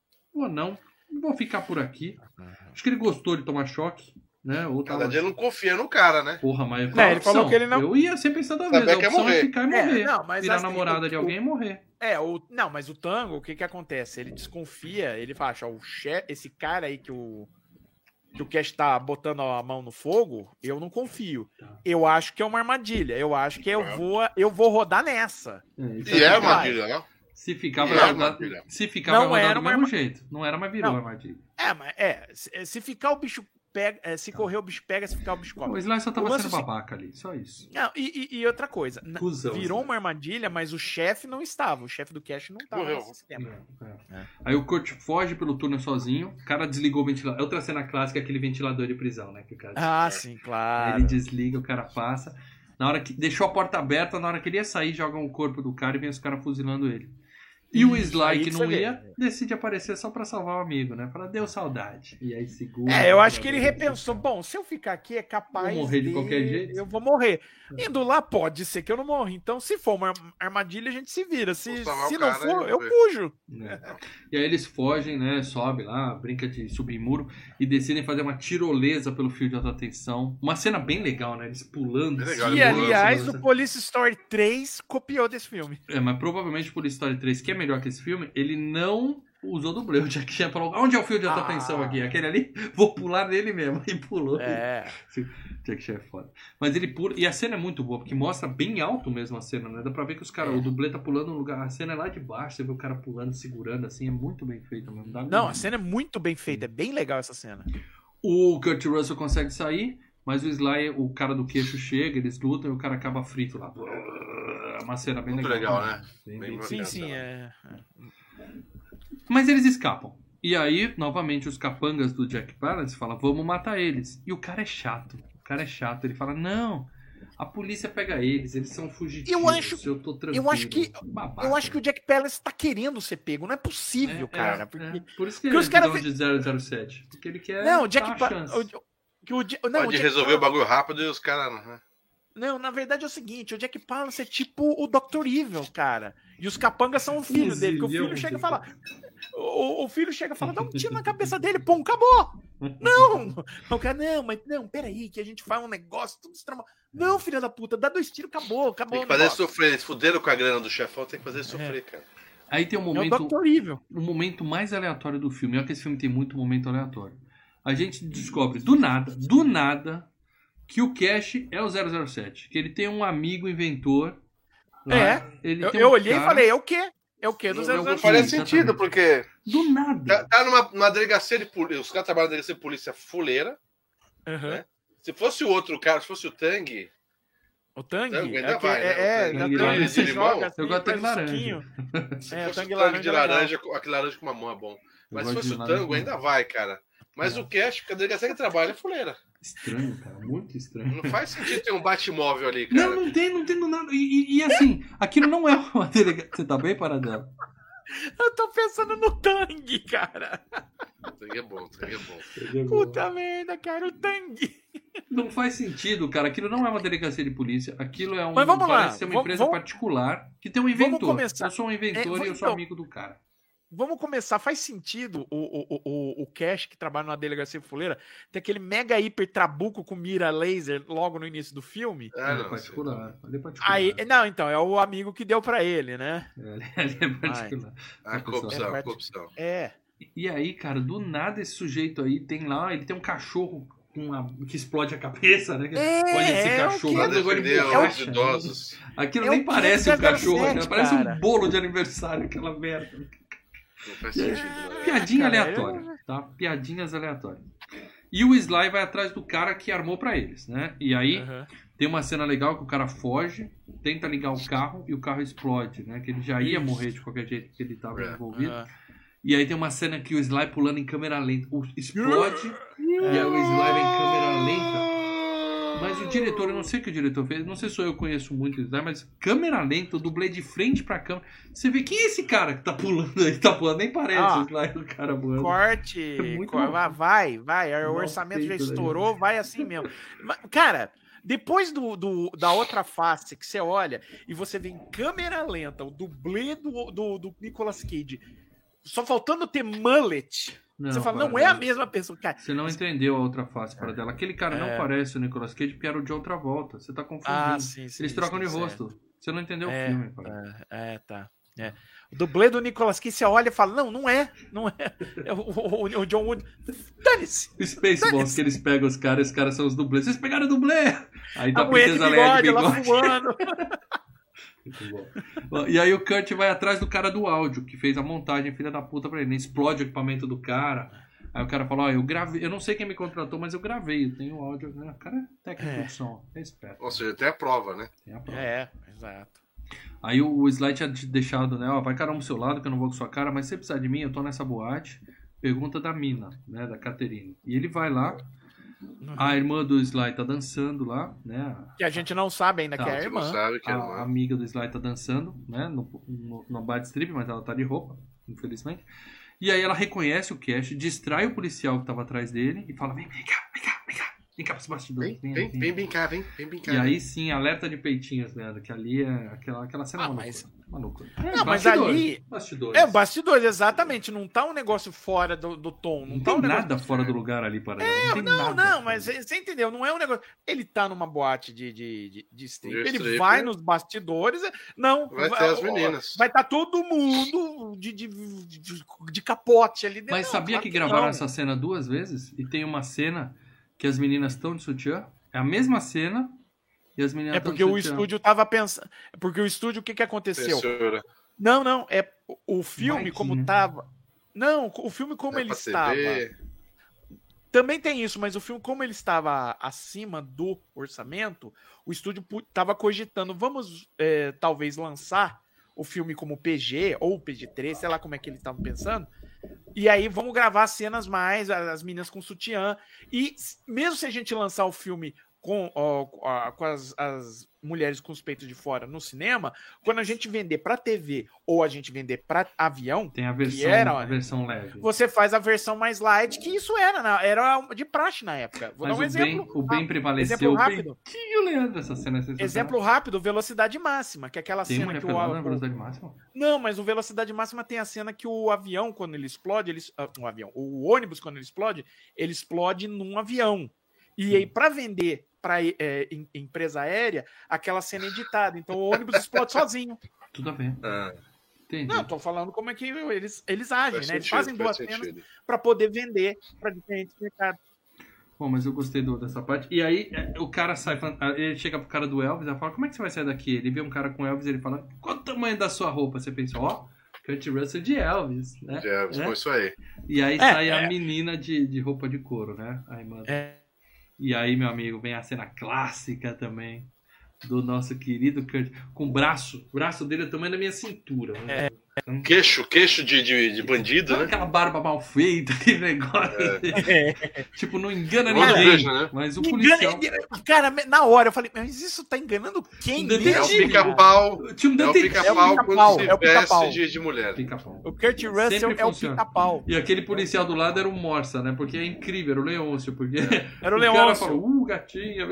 vou ficar por aqui. Acho que ele gostou de tomar choque. Né? Cada dia não confia no cara, né? Porra, mas ele falou que ele não. Eu ia sempre pensando a vez. A opção é ficar e morrer. Virar namorada de alguém e morrer. Mas o Tango, o que acontece? Ele desconfia, ele fala, esse cara aí que o Cash tá botando a mão no fogo, eu não confio. Eu acho que é uma armadilha. Eu acho que eu vou rodar nessa. E é armadilha, não? Se ficar, vai rodar do mesmo jeito. Não era, mas virou armadilha. Se ficar o bicho pega, se correr o bicho pega, se ficar o bicho come. O Sly só tava sendo babaca ali, só isso. Não, e outra coisa, Cusão, virou uma armadilha, mas o chefe não estava, o chefe do Cash não estava nesse sistema. Aí o Kurt foge pelo túnel sozinho, o cara desligou o ventilador. Outra cena clássica é aquele ventilador de prisão, né? Que o cara... sim, claro. Aí ele desliga, o cara passa. Na hora que deixou a porta aberta, na hora que ele ia sair, jogam o corpo do cara e vem os caras fuzilando ele. E o Sly, que não ia, decide aparecer só pra salvar o amigo, né? Fala, deu saudade. E aí segura. Eu acho que ele repensou. Bom, se eu ficar aqui, é capaz vou morrer de qualquer jeito. Eu vou morrer. Indo lá, pode ser que eu não morra. Então, se for uma armadilha, a gente se vira. Se não for, eu fujo. E aí eles fogem, né? Sobe lá, brinca de subir muro e decidem fazer uma tirolesa pelo fio de alta tensão. Uma cena bem legal, né? Eles pulando. E, aliás, o Police Story 3 copiou desse filme. Mas provavelmente o Police Story 3, que é melhor que esse filme, ele não usou dublê. O Jack Chan falou, onde é o fio de alta tensão aqui? Aquele ali? Vou pular nele mesmo. E pulou. Jack Chan é foda. Mas ele pula, e a cena é muito boa, porque mostra bem alto mesmo a cena, né? Dá pra ver que os caras, o dublê tá pulando no lugar, a cena é lá de baixo, você vê o cara pulando, segurando, assim, é muito bem feito mesmo. A cena é muito bem feita, é bem legal essa cena. O Kurt Russell consegue sair, mas o Sly, o cara do queixo chega, eles lutam e o cara acaba frito lá. É uma cena bem legal. Né? Sim, Mas eles escapam. E aí, novamente, os capangas do Jack Palance falam, vamos matar eles. E o cara é chato. Ele fala, não, a polícia pega eles são fugitivos. Eu tô tranquilo. Eu acho que o Jack Palance tá querendo ser pego. Não é possível, cara. Por isso que ele é de 007. Porque ele quer dar a chance. Pode resolver o bagulho rápido e os caras... Né? Não, na verdade é o seguinte, o Jack Palance é tipo o Dr. Evil, cara. E os capangas são o filho dele, que o filho chega e fala... O filho chega e fala, dá um tiro na cabeça dele, pum, acabou! Não! O cara, não, peraí, que a gente faz um negócio tudo estranho. Não, filha da puta, dá 2 tiros, acabou. Tem que fazer sofrer, eles fuderam com a grana do chefão, tem que fazer sofrer, cara. Aí tem um momento... É o Dr. Evil. O momento mais aleatório do filme, olha que esse filme tem muito momento aleatório. A gente descobre, do nada... que o Cash é o 007, que ele tem um amigo inventor. Eu olhei e falei, é o quê? É o quê do 007? Não faria sentido, porque... Do nada. Tá numa delegacia de polícia, os caras trabalham na delegacia de polícia fuleira. Né? Se fosse o outro cara, se fosse o Tang... O Tang? Ainda vai, né? Você joga assim, eu gosto de laranja. Se fosse o Tang de laranja, aquele laranja com mamão é bom. Mas se fosse o Tango, ainda vai, cara. Mas o Cash, porque a delegacia que trabalha é fuleira. Estranho, cara, muito estranho. Não faz sentido ter um Batmóvel ali, cara. Não tem nada. E assim, aquilo não é uma delegacia. Você tá bem, Paradela? Eu tô pensando no Tang, cara. O Tang é bom. Puta merda, cara, o Tang. Não faz sentido, cara. Aquilo não é uma delegacia de polícia. Aquilo é Mas vamos lá. Parece ser uma empresa particular que tem um inventor. Eu sou um inventor e eu sou amigo do cara. Vamos começar. Faz sentido o Cash, que trabalha na delegacia fuleira, ter aquele mega hiper trabuco com mira laser logo no início do filme? Ele é particular. Ele é particular. Aí, não, então, é o amigo que deu pra ele, né? Ele é particular. A corrupção. E aí, cara, do nada esse sujeito aí tem lá, ele tem um cachorro que explode a cabeça, né? Olha esse cachorro. Aquilo nem parece um cachorro, cara. Parece um bolo de aniversário, aquela merda. Não faz sentido. Piadinha aleatória, tá? Piadinhas aleatórias. E o Sly vai atrás do cara que armou pra eles, né? E aí tem uma cena legal que o cara foge, tenta ligar o carro e o carro explode, né? Que ele já ia morrer de qualquer jeito que ele tava envolvido. E aí tem uma cena que o Sly pulando em câmera lenta. Explode e aí o Sly vem em câmera lenta. Mas o diretor, eu não sei o que o diretor fez, não sei se eu conheço muito o Sly, mas câmera lenta, o dublê de frente pra câmera. Você vê quem é esse cara que tá pulando aí? Tá pulando, nem parece o Sly, o cara voando. Corte, vai. O orçamento já estourou, vai assim mesmo. Cara, depois da outra face que você olha e você vê em câmera lenta o dublê do Nicolas Cage, só faltando ter mullet. Você fala, não é a mesma pessoa, cara. Você não entendeu a outra face para dela. Aquele cara não parece o Nicolas Cage, porque era o de outra volta. Você tá confundindo. Sim, Eles trocam de rosto. Você não entendeu o filme, pai. Tá. O dublê do Nicolas Cage, você olha e fala, não é. O John Wood. Dane-se. O Spaceballs, que eles pegam os caras são os dublês. Vocês pegaram o dublê! Aí tá a Princesa Leia de bigode. Ela voando. Muito bom. E aí o Kurt vai atrás do cara do áudio, que fez a montagem, filha da puta, pra ele. Explode o equipamento do cara. Aí o cara fala, eu gravei, eu não sei quem me contratou, mas eu gravei, eu tenho o áudio, né? O cara é técnico de som, é esperto. Ou seja, tem a prova, né? Tem a prova. Exato. Aí o Sly tinha deixado, né? Vai cada um pro seu lado, que eu não vou com sua cara, mas se você precisar de mim, eu tô nessa boate. Pergunta da mina, né? Da Caterine. E ele vai lá. A irmã do Sly tá dançando lá, né? Que a gente não sabe ainda que é a irmã. A amiga do Sly tá dançando, né? No bar de strip, mas ela tá de roupa, infelizmente. E aí ela reconhece o Cash, distrai o policial que tava atrás dele e fala, vem cá pros bastidores. Vem brincar. E aí sim, alerta de peitinhos, né? Que ali é aquela cena maluca. Mas ali... Bastidores, exatamente. Não tá um negócio fora do tom. Não tá tem nada fora do lugar ali para não, mas você entendeu. Não é um negócio... Ele tá numa boate de strip. Ele vai nos bastidores. Não. Vai ter as meninas. Vai estar todo mundo de capote ali dentro. Mas sabia que gravaram essa cena 2 vezes? E tem uma cena que as meninas estão de sutiã? É a mesma cena... E as meninas porque o estúdio tava pensando. Porque o estúdio, o que aconteceu? Não. É o filme como tava. Não, o filme como ele estava. Também tem isso, mas o filme, como ele estava acima do orçamento, o estúdio tava cogitando. Vamos talvez lançar o filme como PG ou PG-13, sei lá como é que eles estavam pensando. E aí vamos gravar cenas mais, as meninas com sutiã. E mesmo se a gente lançar o filme com as mulheres com os peitos de fora no cinema, quando a gente vender para TV ou a gente vender para avião, tem a versão leve. Você faz a versão mais light, que isso era de praxe na época. Vou dar um exemplo. O bem prevaleceu. Exemplo rápido. Leandro, essa cena é exemplo rápido, Velocidade Máxima, que é aquela tem cena que Velocidade Máxima? Não, mas o Velocidade Máxima tem a cena que o avião, quando ele explode, o ônibus, quando ele explode num avião. E aí, para vender para empresa aérea, aquela cena é editada. Então o ônibus explode sozinho. Tudo a ver. Entendi. Não, tô falando como é que eles agem, né? Eles fazem 2 cenas para poder vender para diferentes mercados. Bom, mas eu gostei dessa parte. E aí o cara sai, ele chega pro cara do Elvis e fala, como é que você vai sair daqui? Ele vê um cara com Elvis e ele fala, qual o tamanho da sua roupa? Você pensa, Kurt Russell de Elvis, né? De Elvis, foi isso aí. E aí sai a menina de roupa de couro, né? A irmã. E aí, meu amigo, vem a cena clássica também do nosso querido Kurt, com o braço dele é do tamanho da minha cintura. Né? Queixo de bandido, né? Aquela barba mal feita, aquele negócio. Tipo, não engana Uma ninguém. igreja, né? Mas o policial. Cara, na hora eu falei, mas isso tá enganando quem? Detetive. É o pica-pau. Tinha um É o detetive. pica-pau quando se é o pica-pau. veste de mulher. Pica-pau. O Kurt Russell Sempre é o funciona. pica-pau. E aquele policial do lado era o Morsa, né? Porque é incrível, era o Leôncio. Porque Era o cara Leôncio. falou, gatinha.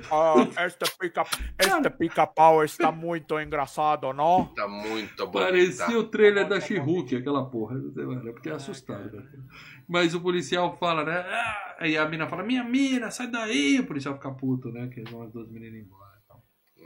Esta pica-pau está muito engraçado, não? Tá muito bonito. Parecia o trailer da She-Hulk, aquela porra. Eu fiquei assustado. Cara. Mas o policial fala, né? Aí a mina fala, minha mina, sai daí. O policial fica puto, né? Que vão as duas meninas embora. Então.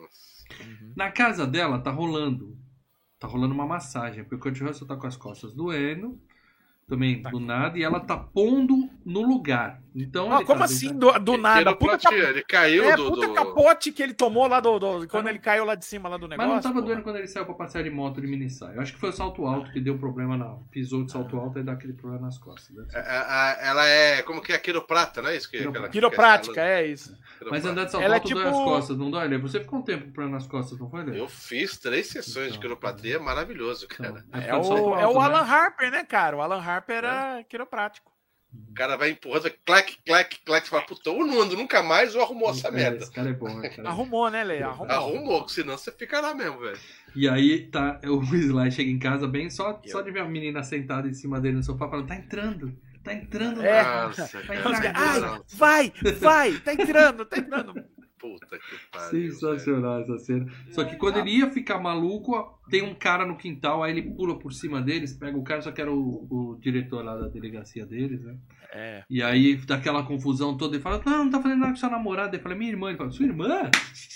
Na casa dela tá rolando uma massagem. Porque o Kurt Russell tá com as costas doendo. Também do nada, e ela tá pondo no lugar. Então, como assim do nada? Ele caiu do capote que ele tomou lá quando ele caiu lá de cima lá do negócio. Mas não tava doendo quando ele saiu pra passear de moto de mini saia. Eu acho que foi o salto alto que deu problema pisou de salto alto e dá aquele problema nas costas. Ela é como que é quiroprata, não é isso? Quiroprática, é isso. Mas andar de salto alto dói as costas, não dói? Você ficou um tempo problema nas costas, não foi, Lê? Eu fiz 3 sessões de quiropratria, maravilhoso, cara. É o Alan Harper, né, cara? O Alan Harper era quiroprático. O cara vai empurrando, clac, você fala, puta, ou não ando nunca mais, ou arrumou essa merda. Esse cara é bom, cara. Arrumou, né, Lê? Arrumou, senão você fica lá mesmo, velho. E aí, o Sly chega em casa bem, só de ver a menina sentada em cima dele no sofá, falando, tá entrando. Nossa, vai, tá entrando. Puta que pariu. Sensacional essa cena. Só que quando ele ia ficar maluco, tem um cara no quintal, aí ele pula por cima deles, pega o cara, só que era o diretor lá da delegacia deles, né? E aí dá aquela confusão toda, ele fala, não tá fazendo nada com sua namorada. Ele fala, minha irmã. Ele fala, sua irmã?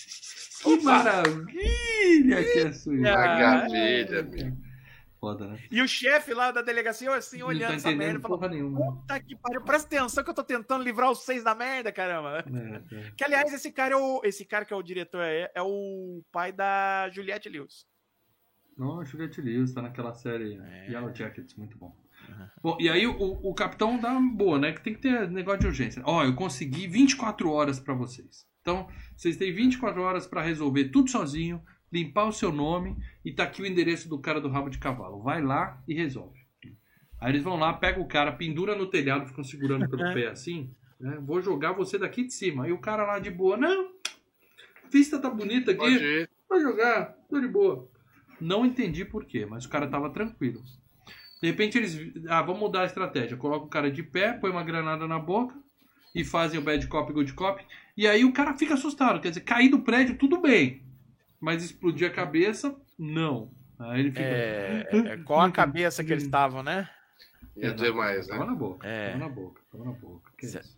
Que maravilha que é sua irmã. Maravilha, meu. Foda, né? E o chefe lá da delegacia, assim, olhando essa merda, falando, puta que pariu, presta atenção que eu tô tentando livrar os 6 da merda, caramba. Que, aliás, esse cara que é o diretor é o pai da Juliette Lewis. Não, Juliette Lewis tá naquela série Yellow Jackets, muito bom. Bom, e aí o capitão dá uma boa, né? Que tem que ter negócio de urgência. Eu consegui 24 horas pra vocês. Então, vocês têm 24 horas pra resolver tudo sozinho, limpar o seu nome e tá aqui o endereço do cara do rabo de cavalo. Vai lá e resolve. Aí eles vão lá, pegam o cara, pendura no telhado, ficam segurando pelo pé assim, né? Vou jogar você daqui de cima. Aí o cara lá de boa, não, a vista tá bonita aqui, vai jogar, tô de boa. Não entendi por quê, mas o cara tava tranquilo. De repente eles, vamos mudar a estratégia. Coloca o cara de pé, põe uma granada na boca e fazem o bad cop, good cop. E aí o cara fica assustado, quer dizer, cair do prédio, tudo bem. Mas explodir a cabeça, não. Aí ele fica... com a cabeça que eles estavam, né? Ia doer mais, né? Tava na boca. Tava na boca.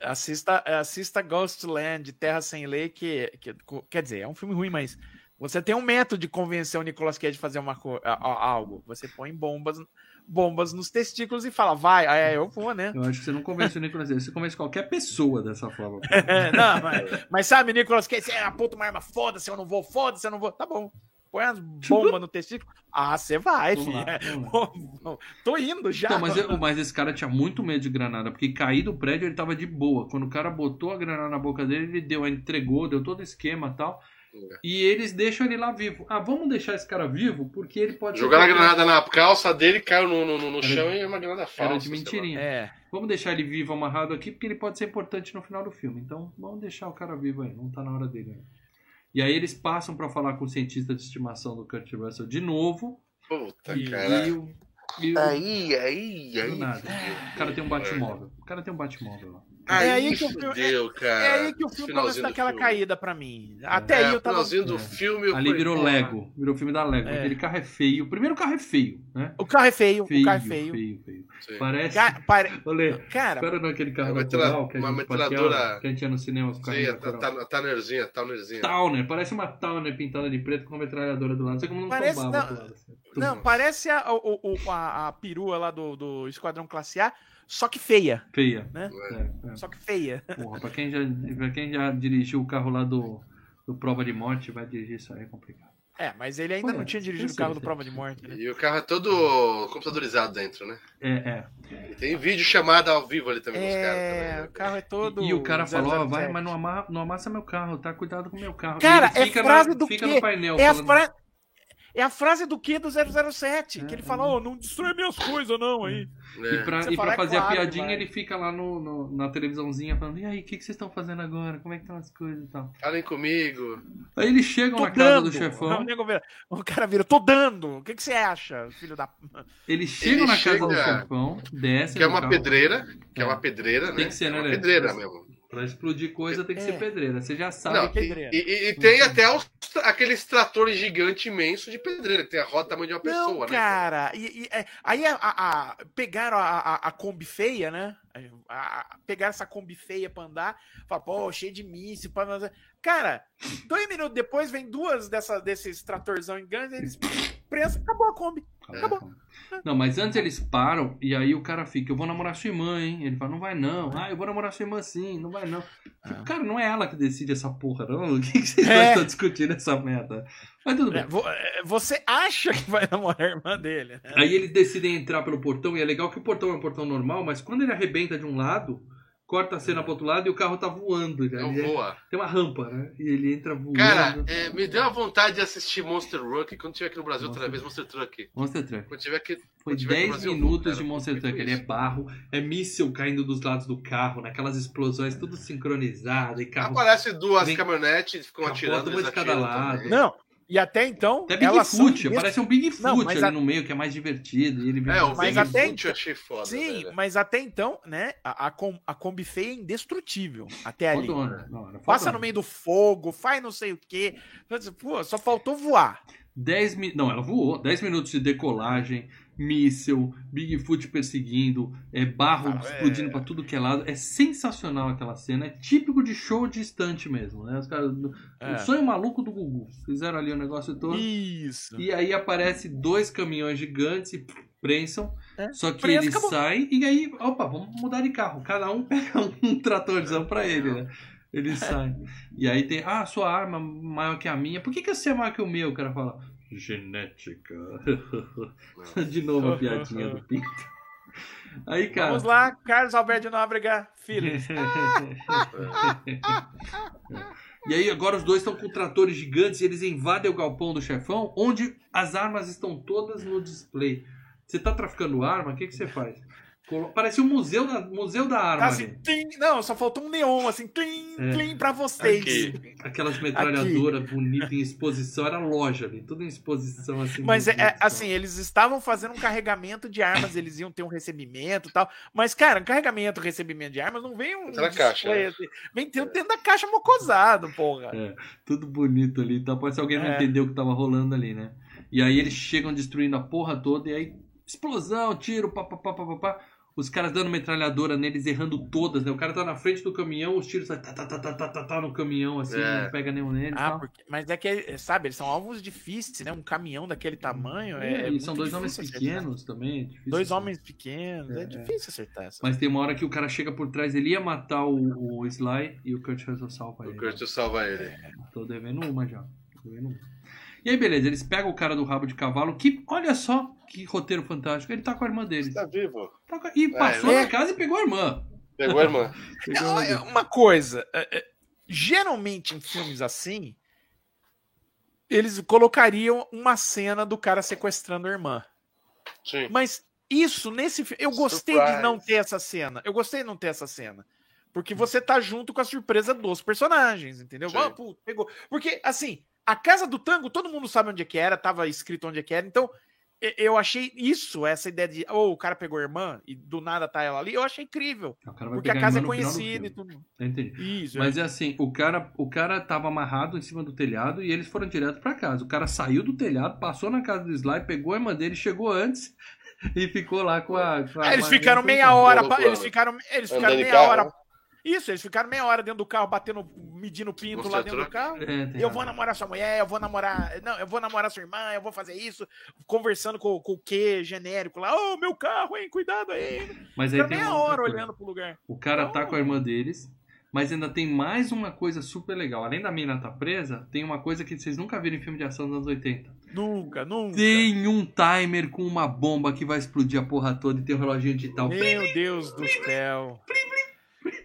Assista Ghostland, Terra Sem Lei, que quer dizer, é um filme ruim, mas você tem um método de convencer o Nicolas Cage a fazer algo. Você põe bombas nos testículos e fala, vai, eu vou, né? Eu acho que você não convence o Nicolas Cage, você convence qualquer pessoa dessa forma. Não, mas sabe, Nicolas Cage, você aponta uma arma, foda-se, eu não vou, tá bom. Põe as bombas no testículo. Você vai, filho. Tô indo já. Então, mas esse cara tinha muito medo de granada, porque cair do prédio ele tava de boa. Quando o cara botou a granada na boca dele, ele entregou, deu todo o esquema e tal. E eles deixam ele lá vivo. Vamos deixar esse cara vivo, porque ele pode... Jogar a granada na calça dele, caiu no chão e é uma granada falsa. Era de mentirinha. Vamos deixar ele vivo, amarrado aqui, porque ele pode ser importante no final do filme. Então, vamos deixar o cara vivo aí. Não tá na hora dele ainda. E aí eles passam pra falar com o cientista de estimação do Kurt Russell de novo. Puta, cara. Aí. Nada. O cara tem um Batmóvel. lá. É aí que o filme começa daquela caída pra mim. Até aí eu tava... do filme... Ali virou Lego. Virou filme da Lego. Aquele carro é feio. O primeiro carro é feio, né? O carro é feio. Feio. Parece... Olha, cara... Espera naquele carro natural que a gente ia no cinema com o carro. Townerzinha. Towner. Parece uma Towner pintada de preto com uma metralhadora do lado. Não sei como não tombava do lado. Não, parece a perua lá do Esquadrão Classe A, só que feia. Né? Só que feia. Porra, pra quem já dirigiu o carro lá do Prova de Morte, vai dirigir isso aí, é complicado. Mas ele ainda não tinha dirigido o carro do Prova de Morte, né? E o carro é todo computadorizado dentro, né? E tem vídeo chamado ao vivo ali também dos caras também. Né? O carro é todo... E o cara falou, vai, mas não amassa meu carro, tá? Cuidado com o meu carro. Cara, frase do fica quê? No painel É a frase do quê do 007, que ele fala, não destrói minhas coisas não, aí. E pra fazer a piadinha, ele fica lá na televisãozinha falando, e aí, o que vocês estão fazendo agora? Como é que estão as coisas e tal? Falem comigo. Aí eles chegam na casa do chefão. O cara vira, tô dando. O que você acha, filho da... Eles chegam na casa do chefão, descem. Que é uma pedreira, né? Tem que ser, né? Pedreira mesmo. Pra explodir coisa tem que ser pedreira. Você já sabe que é pedreira. E tem até aqueles tratores gigantes imensos de pedreira, que tem a roda do tamanho de uma pessoa, né? Cara, aí pegaram a Kombi feia, né? Pegaram essa Kombi feia pra andar, falaram, pô, cheio de míssil. Cara, 2 minutos depois vem 2 desses tratorzão em Guns, eles prensam, acabou a Kombi. Acabou. Não, mas antes eles param e aí o cara fica, eu vou namorar sua irmã, hein? Ele fala, não vai não. Eu vou namorar sua irmã sim, não vai não. Cara, não é ela que decide essa porra, não. O que vocês estão discutindo essa merda? Mas tudo bem. Você acha que vai namorar a irmã dele, né? Aí eles decidem entrar pelo portão e é legal que o portão é um portão normal, mas quando ele arrebenta de um lado, corta a cena pro outro lado e o carro tá voando. Não voa. Tem uma rampa, né? E ele entra voando. Cara, me deu a vontade de assistir Monster Truck quando tiver aqui no Brasil outra vez, Monster Truck. Quando tiver aqui, foi 10 minutos de Monster Truck. Ele é barro, é míssil caindo dos lados do carro, naquelas explosões, tudo sincronizado. E carro... Aparece 2 caminhonetes, ficam atirando. Uma de cada lado. Também. Não. E até então. Até Bigfoot, aparece um Bigfoot ali no meio, que é mais divertido. E ele o Bigfoot eu achei foda. Sim, velho. Mas até então, né? A Kombi feia é indestrutível. Até ali. Passa no meio do fogo, faz não sei o quê. Pô, só faltou voar. Não, ela voou. 10 minutos de decolagem, míssel, Bigfoot perseguindo, barro explodindo pra tudo que é lado. É sensacional aquela cena. É típico de show de estante mesmo, né? Os caras, o sonho maluco do Gugu. Fizeram ali o negócio todo. Isso. E aí aparece 2 caminhões gigantes e prensam. Só que eles saem e aí, opa, vamos mudar de carro. Cada um pega um tratorzão pra ele, né? Eles saem. E aí tem, sua arma maior que a minha. Por que você é maior que o meu? O cara fala, genética. De novo a piadinha do Pinto. Aí, cara... Vamos lá, Carlos Alberto de Nóbrega, filho. E aí agora os dois estão com tratores gigantes e eles invadem o galpão do chefão, onde as armas estão todas no display. Você tá traficando arma? O que você faz? Parece um museu da arma. Assim, não, só faltou um neon, assim, tlim, pra vocês. Aquelas metralhadoras bonitas em exposição, era loja ali, tudo em exposição, assim. Mas assim, eles estavam fazendo um carregamento de armas, eles iam ter um recebimento e tal. Mas, cara, um carregamento, recebimento de armas não vem na caixa. Assim, vem dentro da caixa mocosado, porra. Tudo bonito ali, tá? Pode ser alguém não entendeu o que tava rolando ali, né? E aí eles chegam destruindo a porra toda, e aí, explosão, tiro, pá. Os caras dando metralhadora neles, errando todas, né? O cara tá na frente do caminhão, os tiros saem no caminhão, assim, não pega nenhum neles. Mas é que, sabe, eles são alvos difíceis, né? Um caminhão daquele tamanho e são 2 homens pequenos também. É difícil 2 homens pequenos, é difícil acertar essa. Mas tem uma hora que o cara chega por trás, ele ia matar o Sly e o Kurt Russell salva ele. O Kurt salva ele. Tô devendo uma já. E aí, beleza, eles pegam o cara do rabo de cavalo, que, olha só, que roteiro fantástico. Ele tá com a irmã dele. Tá vivo. E passou na casa e pegou a irmã. Pegou a irmã. Uma coisa, geralmente em filmes assim, eles colocariam uma cena do cara sequestrando a irmã. Sim. Mas isso, nesse filme, eu gostei de não ter essa cena. Porque você tá junto com a surpresa dos personagens, entendeu? Pegou. Porque, assim, a casa do tango, todo mundo sabe onde é que era, tava escrito onde é que era, então eu achei essa ideia de, o cara pegou a irmã e do nada tá ela ali, eu achei incrível. Porque a casa é conhecida e tudo. Entendi. Isso, mas é assim, o cara tava amarrado em cima do telhado e eles foram direto pra casa. O cara saiu do telhado, passou na casa do Sly, pegou a irmã dele, chegou antes e ficou lá com a eles ficaram meia hora, eles ficaram meia hora. Isso, eles ficaram meia hora dentro do carro, medindo pinto lá dentro do carro. Eu vou namorar sua mulher, eu vou namorar sua irmã, eu vou fazer isso. Conversando com o quê genérico lá. Meu carro, hein, cuidado aí. Mas aí tem meia hora olhando pro lugar. O cara tá com a irmã deles, mas ainda tem mais uma coisa super legal. Além da mina tá presa, tem uma coisa que vocês nunca viram em filme de ação dos anos 80. Nunca. Tem um timer com uma bomba que vai explodir a porra toda e tem um reloginho digital. Meu Deus do céu.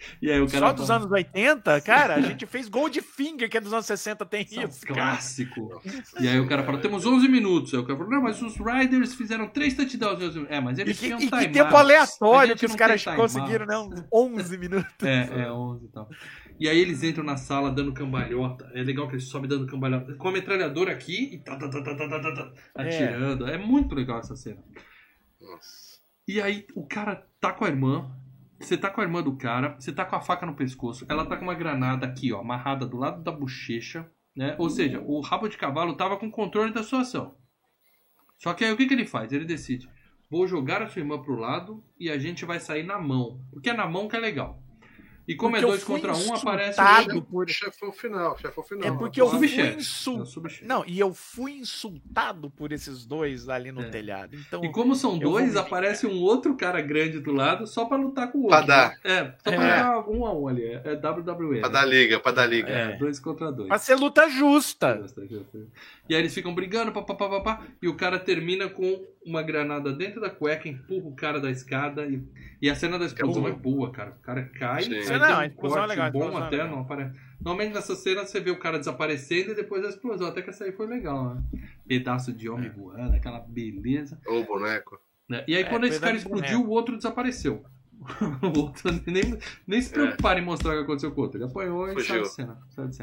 E aí o cara Só dos anos 80, cara, a gente fez Goldfinger, que é dos anos 60, tem isso, clássico. E aí o cara fala, temos 11 minutos. Aí o cara fala, não, mas os Riders fizeram 3 touchdowns. Mas eles tinham timeout. E que tempo aleatório que os caras conseguiram, né? 11 minutos. 11 e tal. E aí eles entram na sala dando cambalhota. É legal que eles sobem dando cambalhota. Com a metralhadora aqui e atirando. É muito legal essa cena. Nossa. E aí o cara tá com a irmã. Você tá com a irmã do cara. Você tá com a faca no pescoço. Ela tá com uma granada aqui, ó, amarrada do lado da bochecha, né? Ou seja, o rabo de cavalo tava com controle da situação. Só que aí o que ele faz? Ele decide: vou jogar a sua irmã pro lado e a gente vai sair na mão. Porque é na mão que é legal. E como porque é 2 contra 1, aparece o chefão final. É porque eu fui insultado. E eu fui insultado por esses dois ali no telhado. Então, e como são dois, aparece um outro cara grande do lado só pra lutar com o outro. Pra dar. Só pra dar 1 a 1 ali. É WWE. Pra dar liga. 2 contra 2. Pra ser luta justa. E aí eles ficam brigando, papapá, e o cara termina com uma granada dentro da cueca, empurra o cara da escada. E a cena da explosão é boa, cara. O cara cai, a explosão é legal. Bom até, não aparece. Normalmente nessa cena você vê o cara desaparecendo e depois a explosão. Até que essa aí foi legal, né? Pedaço de homem voando, aquela beleza. O boneco. E aí quando esse cara explodiu, o outro desapareceu. O outro nem se preocuparam em mostrar o que aconteceu com o outro. Ele apanhou e saiu de cena.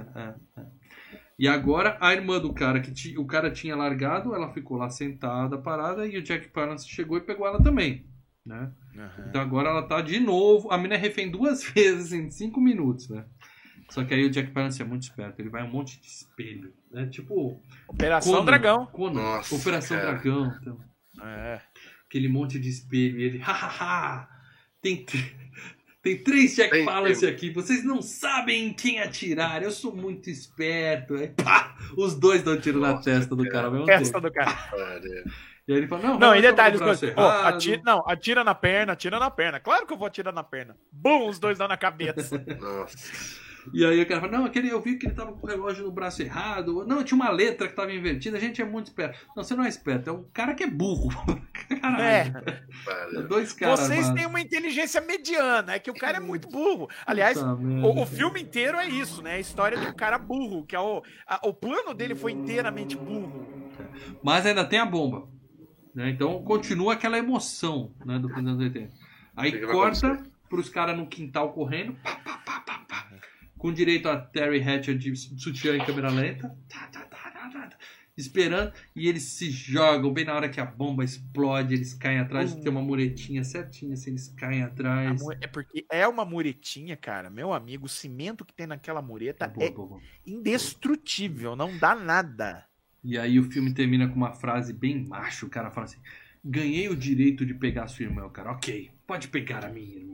E agora a irmã do cara, que o cara tinha largado, ela ficou lá sentada, parada, e o Jack Palance chegou e pegou ela também, né? Então agora ela tá de novo, a mina é refém 2 vezes em 5 minutos, né? Só que aí o Jack Palance é muito esperto, ele vai um monte de espelho, né? Tipo... Operação Dragão. Nossa, Operação Dragão. Então. Aquele monte de espelho, e ele, hahaha, tem 3 Jack Palance aqui, vocês não sabem em quem atirar, eu sou muito esperto. Aí, pá, os dois dão tiro na testa do cara ao mesmo tempo. Do cara. E aí ele fala, não, e detalhes, atira na perna. Claro que eu vou atirar na perna. Bum, os dois dão na cabeça. Nossa. E aí o cara fala, não, eu vi que ele tava com o relógio no braço errado. Não, tinha uma letra que tava invertida, a gente é muito esperto. Não, você não é esperto, é um cara que é burro. Caralho. É 2 caras. Vocês têm uma inteligência mediana, é que o cara é muito burro. Aliás, o filme inteiro é isso, né? A história de um cara burro, que é o plano dele foi inteiramente burro. Mas ainda tem a bomba, né? Então continua aquela emoção, né, do filme dos anos 80. Aí corta pros caras no quintal correndo, com direito a Terry Hatcher de sutiã em câmera lenta, esperando, e eles se jogam bem na hora que a bomba explode, eles caem atrás, tem uma muretinha certinha, assim, eles caem atrás. É porque é uma muretinha, cara, meu amigo, o cimento que tem naquela mureta é indestrutível, não dá nada. E aí o filme termina com uma frase bem macho, o cara fala assim, ganhei o direito de pegar a sua irmã, o cara, ok, pode pegar a minha irmã.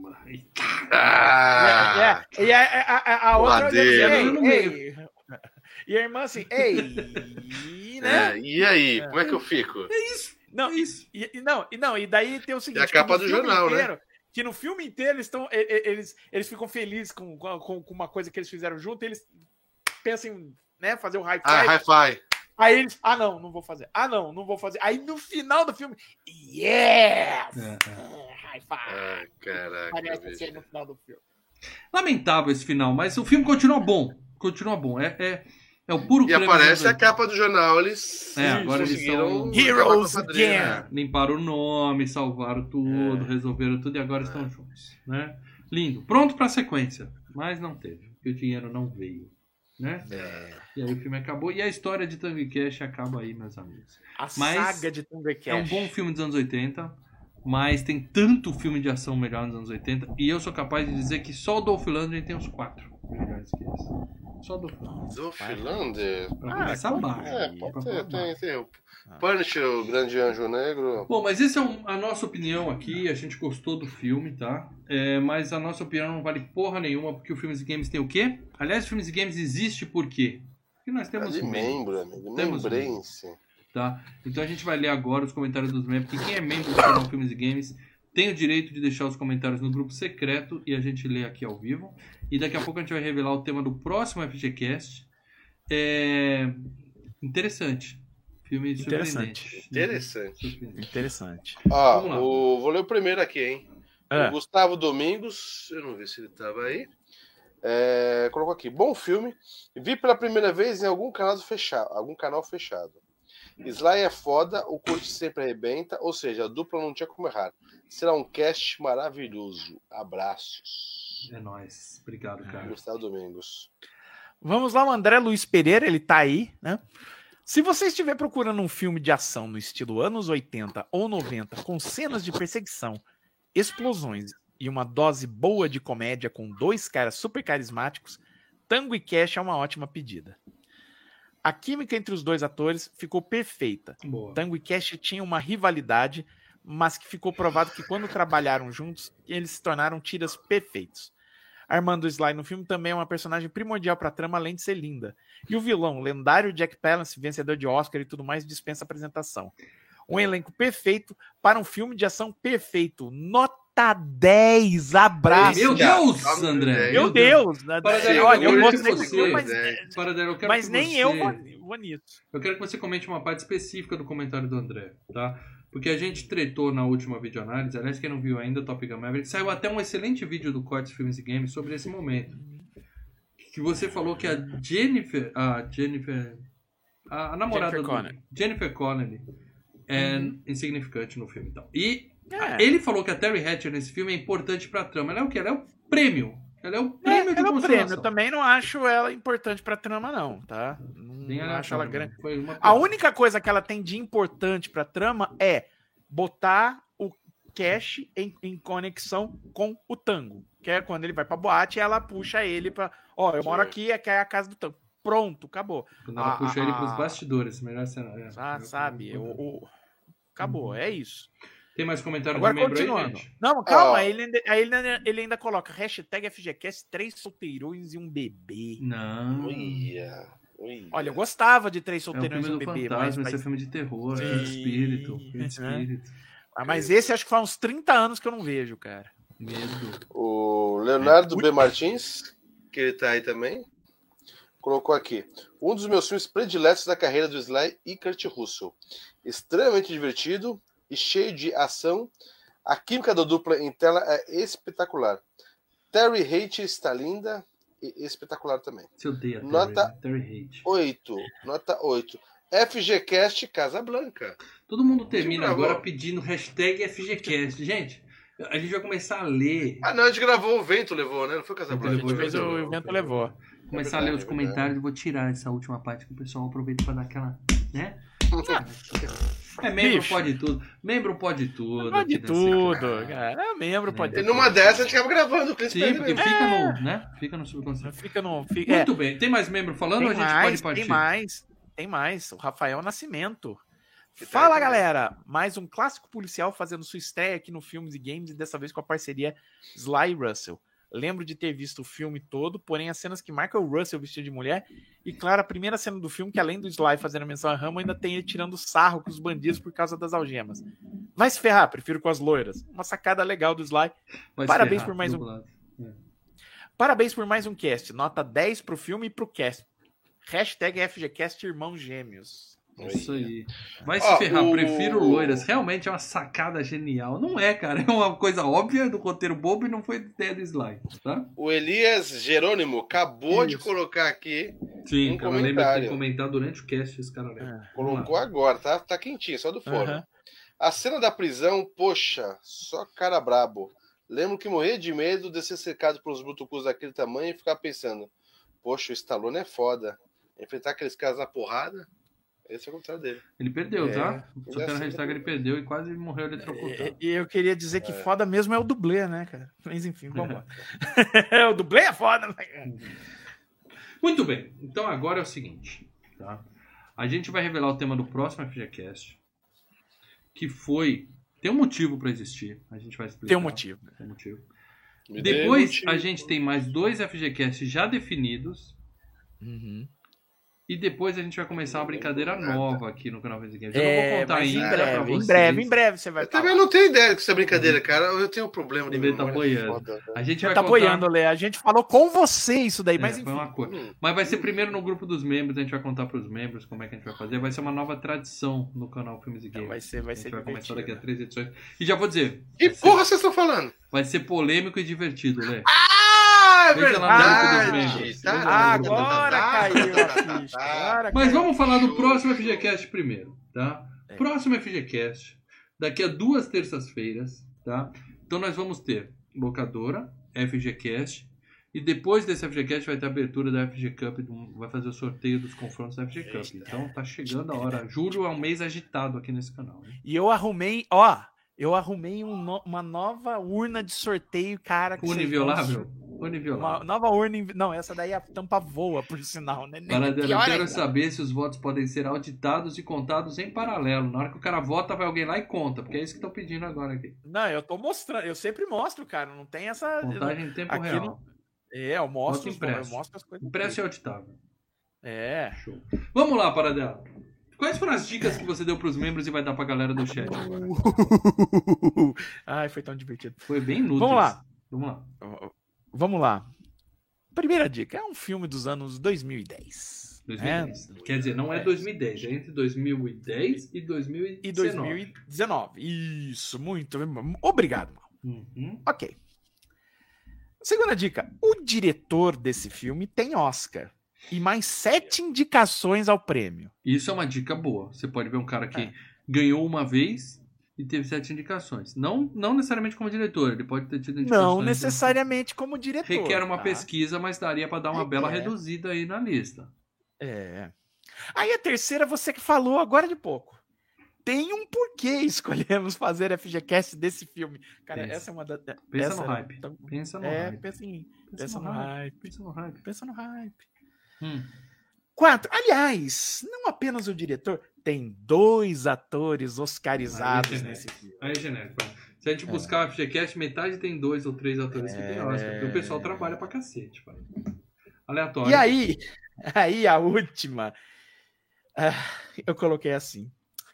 E a outra e a irmã assim, né? E aí, como é que eu fico? É isso. Não, isso. E daí tem o seguinte, é a capa do jornal, inteiro, né? Que no filme inteiro eles ficam felizes com uma coisa que eles fizeram junto, eles pensam em, né, fazer um high five. Hi-fi. Aí eles, não vou fazer. Não vou fazer. Aí no final do filme, yes! High five. Caraca. Parece ser no final do filme. Lamentável esse final, mas o filme continua bom. É o puro E aparece a capa do jornal, agora eles são Heroes Again. Limparam o nome, salvaram tudo, resolveram tudo e agora estão juntos, né? Lindo. Pronto pra sequência, mas não teve, porque o dinheiro não veio, né? E aí o filme acabou e a história de Tango e Cash acaba aí, meus amigos. Saga de Tango e Cash. É um bom filme dos anos 80, mas tem tanto filme de ação melhor nos anos 80 e eu sou capaz de dizer que só o Dolph Lundgren tem uns 4 melhores que esse. Só do Dolph Lundgren? Pra começar baixo. Tem o Punisher, o Grande Anjo Negro. Bom, mas essa é a nossa opinião aqui. A gente gostou do filme, tá? Mas a nossa opinião não vale porra nenhuma, porque o Filmes e Games tem o quê? Aliás, o Filmes e Games existe por quê? Porque nós temos membro, amigo. Membrense. Tá? Então a gente vai ler agora os comentários dos membros. Porque quem é membro do canal Filmes e Games tem o direito de deixar os comentários no grupo secreto e a gente lê aqui ao vivo. E daqui a pouco a gente vai revelar o tema do próximo FGCast. Interessante. Filme surpreendente. Interessante. Interessante. Vou ler o primeiro aqui, hein? O Gustavo Domingos, eu não vi se ele estava aí. Colocou aqui, bom filme. Vi pela primeira vez em algum canal fechado. Sly é foda, o Kurt sempre arrebenta, ou seja, a dupla não tinha como errar. Será um cast maravilhoso. Abraços. É nóis. Obrigado, cara. Gustavo Domingos. Vamos lá, o André Luiz Pereira, ele tá aí, né? Se você estiver procurando um filme de ação no estilo anos 80 ou 90, com cenas de perseguição, explosões e uma dose boa de comédia com dois caras super carismáticos, Tango e Cash é uma ótima pedida. A química entre os dois atores ficou perfeita. Boa. Tango e Cash tinham uma rivalidade, mas que ficou provado que quando trabalharam juntos, eles se tornaram tiras perfeitos. Armando Sly no filme também é uma personagem primordial para a trama, além de ser linda. E o vilão, lendário Jack Palance, vencedor de Oscar e tudo mais, dispensa apresentação. Um elenco perfeito para um filme de ação perfeito. Nota 10, abraço. Meu Deus, André. Meu Deus. Olha, eu mostrei você, mas nem eu vou nisso. Eu quero que você comente uma parte específica do comentário do André, tá? Porque a gente tretou na última videoanálise, aliás, quem não viu ainda, Top Gun Maverick, saiu até um excelente vídeo do Cortes Filmes e Games sobre esse momento. Que você falou que a namorada Jennifer Connelly é insignificante no filme. Então. E ele falou que a Terry Hatcher nesse filme é importante pra trama. Ela é o quê? Ela é o prêmio. Ela é o prêmio de consolação. Eu também não acho ela importante pra trama, não, tá? Nem não acho ela grande. A única coisa que ela tem de importante pra trama é botar o Cash em conexão com o Tango. Que é quando ele vai pra boate, ela puxa ele pra... eu moro aqui, aqui é a casa do Tango. Pronto, acabou. Quando ela puxa ele pros bastidores, melhor cena. Sabe? Acabou, é isso. Tem mais comentários agora, do membro continuando. aí, gente? Não, calma, ele ainda coloca hashtag FGCast, 3 solteirões e um bebê. Não. Olha, eu gostava de 3 solteirões e um bebê. Esse é filme de terror, de espírito. Mas esse acho que faz uns 30 anos que eu não vejo, cara. Medo. O Leonardo B. Martins, que ele tá aí também, colocou aqui. Um dos meus filmes prediletos da carreira do Sly e Kurt Russell. Extremamente divertido e cheio de ação. A química da dupla em tela é espetacular. Terry Hatcher está linda e espetacular também. Você odeia Nota Terry Hatcher. 8. Nota 8. FGCast Casablanca. Todo mundo termina agora pedindo hashtag FGCast. Gente, a gente vai começar a ler. Não, a gente gravou, o vento levou, né? Não foi Casablanca. O vento levou. Começar a ler os comentários. Eu vou tirar essa última parte que o pessoal aproveita para dar aquela, né? Membro pode tudo. Membro pode tudo. Pode tudo, cara. Membro pode tudo. E numa dessa a gente acaba gravando. Sim, porque fica no subconsciente. Muito bem. Tem mais membro falando ou a gente pode partir? Tem mais. O Rafael Nascimento. Fala, galera! Mais um clássico policial fazendo sua estreia aqui no Filmes e Games e dessa vez com a parceria Sly Russell. Lembro de ter visto o filme todo, porém as cenas que marcam o Russell vestido de mulher e, claro, a primeira cena do filme, que além do Sly fazendo menção a Rambo, ainda tem ele tirando sarro com os bandidos por causa das algemas. Vai se ferrar, prefiro com as loiras. Uma sacada legal do Sly. Parabéns por mais um... Parabéns por mais um cast. Nota 10 pro filme e pro cast. Hashtag FGCast Irmãos Gêmeos. Isso aí. Vai se ferrar, prefiro loiras. Realmente é uma sacada genial. Não é, cara. É uma coisa óbvia do roteiro bobo e não foi ideia do Sly, tá? O Elias Jerônimo acabou de colocar aqui um comentário. Lembra de comentar durante o cast esse cara. Colocou agora, tá? Tá quentinho, só do forno. A cena da prisão, poxa, só cara brabo. Lembro que morria de medo de ser cercado pelos brutucos daquele tamanho e ficar pensando, poxa, o Stallone é foda. Enfrentar aqueles caras na porrada... Esse é o contrário dele. Ele perdeu, tá? Só quero registrar que ele perdeu e quase morreu eletrocutado. E eu queria dizer que foda mesmo é o dublê, né, cara? Mas enfim, vamos lá. O dublê é foda, né? Muito bem. Então agora é o seguinte, tá? A gente vai revelar o tema do próximo FGCast, que foi... Tem um motivo pra existir. A gente vai explicar. Tem um motivo. Depois a gente tem mais 2 FGCasts já definidos. E depois a gente vai começar uma brincadeira nova aqui no canal Filmes e Games. Eu não vou contar ainda pra vocês. Em breve você vai falar. Eu também não tenho ideia dessa brincadeira, cara. Eu tenho um problema de memória. Tá apoiando. A gente vai contar... apoiando, Lê. A gente falou com você isso daí, mas enfim. Foi uma coisa. Mas vai ser primeiro no grupo dos membros, a gente vai contar pros membros como é que a gente vai fazer. Vai ser uma nova tradição no canal Filmes e Games. Vai ser a gente vai começar daqui a 3 edições. E já vou dizer. Que porra vocês estão falando? Vai ser polêmico e divertido, Lê. É verdade. Agora caiu a ficha. Mas vamos falar do próximo FGCast primeiro, tá? Próximo FGCast, daqui a 2 terças-feiras, tá? Então nós vamos ter locadora, FGCast, e depois desse FGCast vai ter a abertura da FG Cup, vai fazer o sorteio dos confrontos da FG Cup. Então tá chegando a hora. Julho é um mês agitado aqui nesse canal. Hein? E eu arrumei, uma nova urna de sorteio, cara. Univiolável? Uma nova urna. Não, essa daí a tampa voa, por sinal, né? Eu quero saber se os votos podem ser auditados e contados em paralelo. Na hora que o cara vota, vai alguém lá e conta, porque é isso que estão pedindo agora aqui. Não, eu tô mostrando, eu sempre mostro, cara. Não tem essa. Contagem em tempo real. Eu mostro impresso. Eu mostro as coisas. Impresso e auditável. Show. Vamos lá, Paradela. Quais foram as dicas que você deu pros membros e vai dar pra galera do chat agora? Ai, foi tão divertido. Foi bem inútil. Vamos lá. Primeira dica, é um filme dos anos 2010. 2010. Quer dizer, não é 2010, é entre 2010 e 2019. E 2019. Isso, muito. Obrigado, Mal. Ok. Segunda dica, o diretor desse filme tem Oscar. E mais 7 indicações ao prêmio. Isso é uma dica boa. Você pode ver um cara que ganhou uma vez e teve 7 indicações. Não necessariamente como diretor, ele pode ter tido indicações. Não necessariamente como diretor. Requer uma pesquisa, mas daria para dar uma bela reduzida aí na lista. Aí a terceira, você que falou agora de pouco. Tem um porquê escolhemos fazer FGCast desse filme. Cara, essa é uma da... Pensa no hype. Pensa no hype. Pensa no hype. 4. Aliás, não apenas o diretor, tem 2 atores oscarizados nesse filme. Aí é genérico. Se a gente buscar o FGCast, metade tem 2 ou 3 atores que tem Oscar. Porque o pessoal trabalha pra cacete. Pai. Aleatório. E aí a última, eu coloquei assim.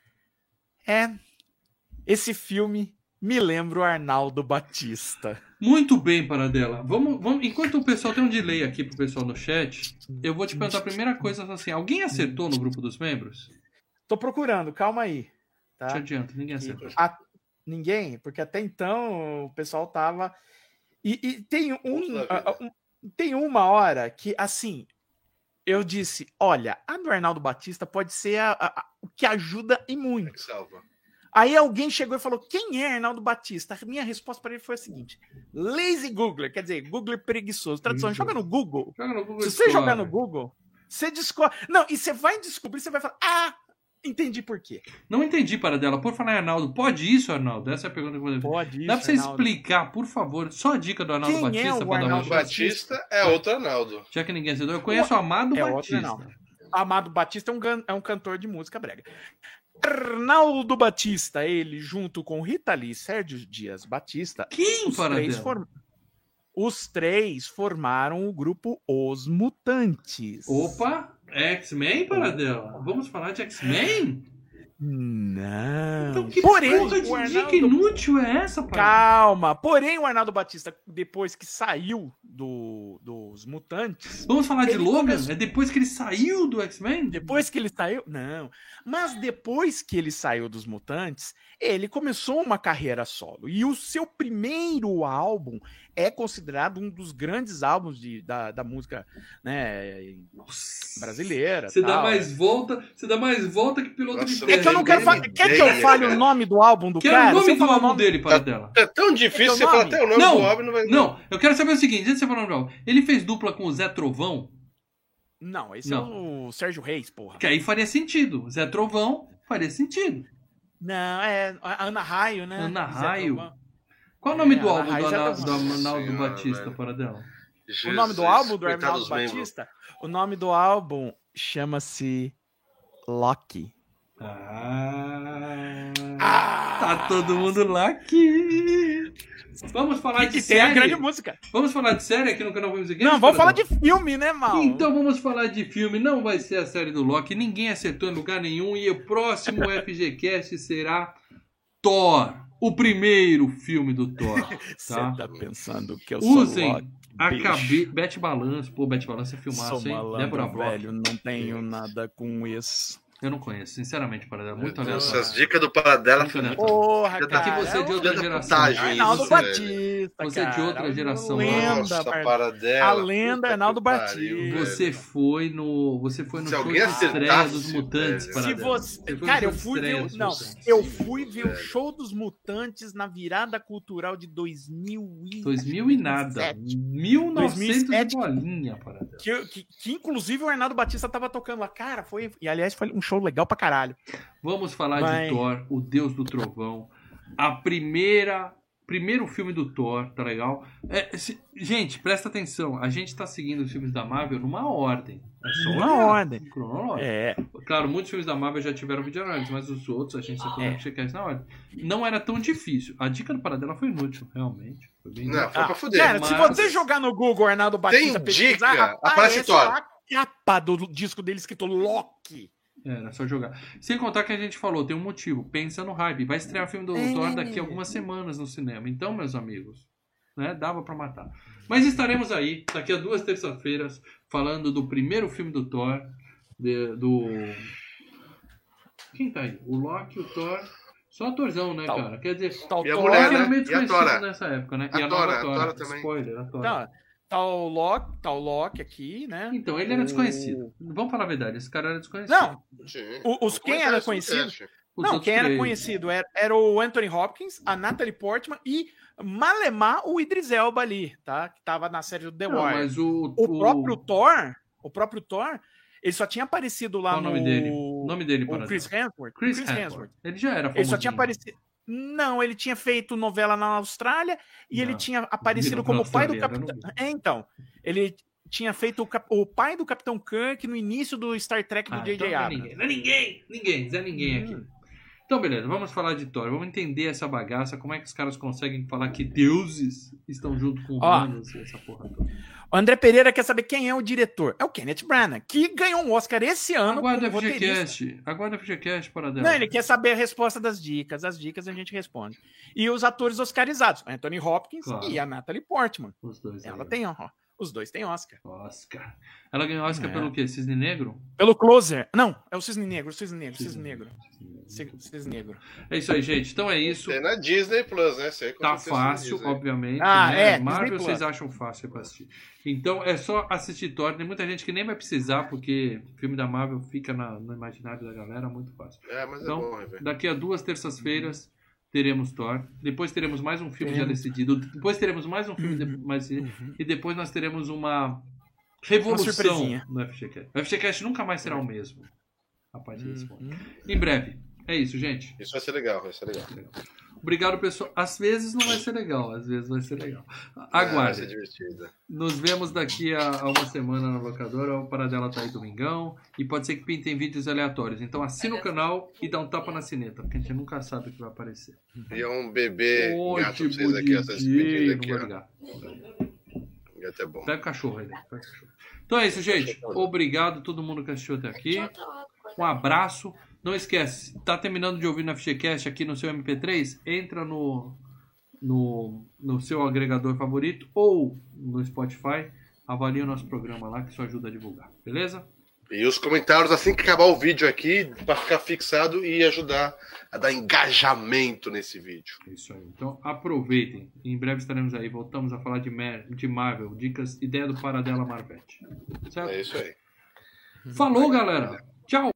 Esse filme me lembra o Arnaldo Batista. Muito bem, Paradela. Vamos, enquanto o pessoal tem um delay aqui pro pessoal no chat, eu vou te perguntar a primeira coisa assim. Alguém acertou no grupo dos membros? Tô procurando, calma aí. Tá? Te adianto, ninguém acertou. Ninguém? Porque até então o pessoal tava... E tem uma hora que, assim, eu disse, olha, a do Arnaldo Batista pode ser o que ajuda e muito. Salva. Aí alguém chegou e falou, quem é Arnaldo Batista? A minha resposta para ele foi a seguinte, lazy Googler, quer dizer, Googler preguiçoso. Tradução, joga no Google. Se você jogar no Google, você descobre... Não, e você vai descobrir, você vai falar, entendi por quê. Não entendi, Paradela. Por falar em Arnaldo, pode isso, Arnaldo? Essa é a pergunta que eu vou fazer. Pode isso, dá pra você explicar, por favor, só a dica do Arnaldo Batista? Quem é o Arnaldo Batista? É outro Arnaldo. Já que ninguém acertou, eu conheço o Amado Batista. Amado Batista é um cantor de música brega. Arnaldo Batista, ele junto com Rita Lee e Sérgio Dias Batista, os três formaram o grupo Os Mutantes. Opa, X-Men, Paradela? Vamos falar de X-Men? Não. Então que porra de dica inútil é essa, Paradela? Calma, porém o Arnaldo Batista, depois que saiu dos Mutantes... Vamos falar de Logan? É depois que ele saiu do X-Men? Depois que ele saiu? Não. Mas depois que ele saiu dos Mutantes, ele começou uma carreira solo. E o seu primeiro álbum é considerado um dos grandes álbuns da música, né, brasileira. Você dá mais volta que piloto de ferro. É que eu não quero falar. Quer que eu fale o nome do álbum do cara? Quero o nome do álbum dele, Paradela. É tão difícil você falar até o nome do álbum. Não, eu quero saber o seguinte, antes de você falar o nome do álbum. Ele fez dupla com o Zé Trovão? Não, esse é o Sérgio Reis, porra. Que aí faria sentido. Zé Trovão faria sentido. Não, é a Ana Raio, né? Ana Raio. Qual o nome do álbum do Arnaldo Batista, Paradela? O nome do álbum do Arnaldo Batista? O nome do álbum chama-se Loki. Tá todo mundo Loki. Vamos falar de série. Tem a grande música. Vamos falar de série aqui no canal Filmes e Games? Não, vamos falar de filme, né, Mal? Então vamos falar de filme. Não vai ser a série do Loki. Ninguém acertou em lugar nenhum. E o próximo FGCast será Thor. O primeiro filme do Thor. Você tá pensando que eu sou Loki? Acabei. Bete Balanço. Pô, Bete Balanço é filmaço, sou hein? Malandro, Débora Bloch. velho, não tenho nada com isso. Eu não conheço, sinceramente, Paradela. Muito aleatório. Essas dicas do Paradela. Porra, É que você é de outra geração. Arnaldo Batista, você é de outra geração. Lenda, Paradela. A lenda é Arnaldo Batista. Você foi no show de estreia dos Mutantes, Paradela. Cara, eu fui ver... Não, eu fui ver o show dos Mutantes na virada cultural de 2000 e nada. 1900 bolinha, Paradela. Que inclusive o Arnaldo Batista tava tocando lá. Cara, foi... E aliás, foi um show legal pra caralho. Vamos falar de Thor, o Deus do Trovão. Primeiro filme do Thor, tá legal? Gente, presta atenção. A gente tá seguindo os filmes da Marvel numa ordem. Uma ordem. Cronológica. Claro, muitos filmes da Marvel já tiveram videoanálise, mas os outros a gente só pode checar isso na ordem. Não era tão difícil. A dica do Paradela foi inútil, realmente. Foi bem inútil. Não, foi pra fuder. Cara, se você jogar no Google Arnaldo Batista, tem dica, aparece Thor. A capa do disco dele escrito Loki. Era só jogar. Sem contar que a gente falou, tem um motivo. Pensa no hype. Vai estrear o filme do Thor daqui a algumas semanas no cinema. Então, meus amigos, né, dava pra matar. Mas estaremos aí, daqui a 2 terças-feiras, falando do primeiro filme do Thor. Quem tá aí? O Loki, o Thor. Só atorzão, né, cara? Quer dizer, e a mulher, era né? meio desconhecido nessa época, né? A Tora também. Spoiler, a Tora. Tá. Tá o Loki aqui, né? Então, ele era desconhecido. Vamos falar a verdade, esse cara era desconhecido. Não, quem era conhecido... Quem era conhecido era o Anthony Hopkins, a Natalie Portman e Malemar o Idris Elba ali, tá? Que tava na série do The Wire. Mas o próprio Thor, ele só tinha aparecido lá no... O nome dele, o Chris Hemsworth. Chris Hemsworth. Ele já era famosinho. Ele só tinha aparecido... Não, ele tinha feito novela na Austrália e ele tinha aparecido como pai do Capitão... Então, ele tinha feito o pai do Capitão Kirk no início do Star Trek do J.J. Abrams. Não é ninguém aqui. Então, beleza, vamos falar de Thor. Vamos entender essa bagaça, como é que os caras conseguem falar que deuses estão junto com humanos e essa porra toda. O André Pereira quer saber quem é o diretor. É o Kenneth Branagh, que ganhou um Oscar esse ano. Aguarda o FGCast para dela. Não, ele quer saber a resposta das dicas. As dicas a gente responde. E os atores oscarizados, Anthony Hopkins e a Natalie Portman. Os dois. Ela tem, os dois têm Oscar. Ela ganhou Oscar pelo quê? Cisne Negro? Pelo Closer. Não, é o Cisne Negro. Cisne Negro. É isso aí, gente. Então é isso. Tem na Disney Plus, né? Tá fácil, obviamente. Marvel vocês acham fácil pra assistir. Então é só assistir Thor. Tem muita gente que nem vai precisar, porque o filme da Marvel fica no imaginário da galera muito fácil. Mas então, é bom, daqui a 2 terças-feiras teremos Thor. Depois teremos mais um filme já decidido. Depois teremos mais um filme mais decidido. E depois nós teremos uma revolução no FGCast. O FGCast nunca mais será o mesmo a partir desse ponto. Em breve. É isso, gente. Isso vai ser legal, Obrigado, pessoal. Às vezes não vai ser legal, às vezes vai ser legal. Aguarde. Vai ser divertido. Nos vemos daqui a uma semana na locadora. O Paradela tá aí domingão. E pode ser que pintem vídeos aleatórios. Então assina o canal e dá um tapa na sineta, porque a gente nunca sabe o que vai aparecer. E é um bebê gato pra vocês aqui, essa despedida aqui. Gato é bom. Pega o cachorro aí, Então é isso, gente. Obrigado a todo mundo que assistiu até aqui. Um abraço. Não esquece, tá terminando de ouvir no FGCast aqui no seu MP3? Entra no seu agregador favorito ou no Spotify, avalie o nosso programa lá, que isso ajuda a divulgar, beleza? E os comentários assim que acabar o vídeo aqui, para ficar fixado e ajudar a dar engajamento nesse vídeo. Isso aí, então aproveitem. Em breve estaremos aí, voltamos a falar de Marvel, dicas, ideia do Paradela Marvete. Certo? É isso aí. Falou, galera! Tchau!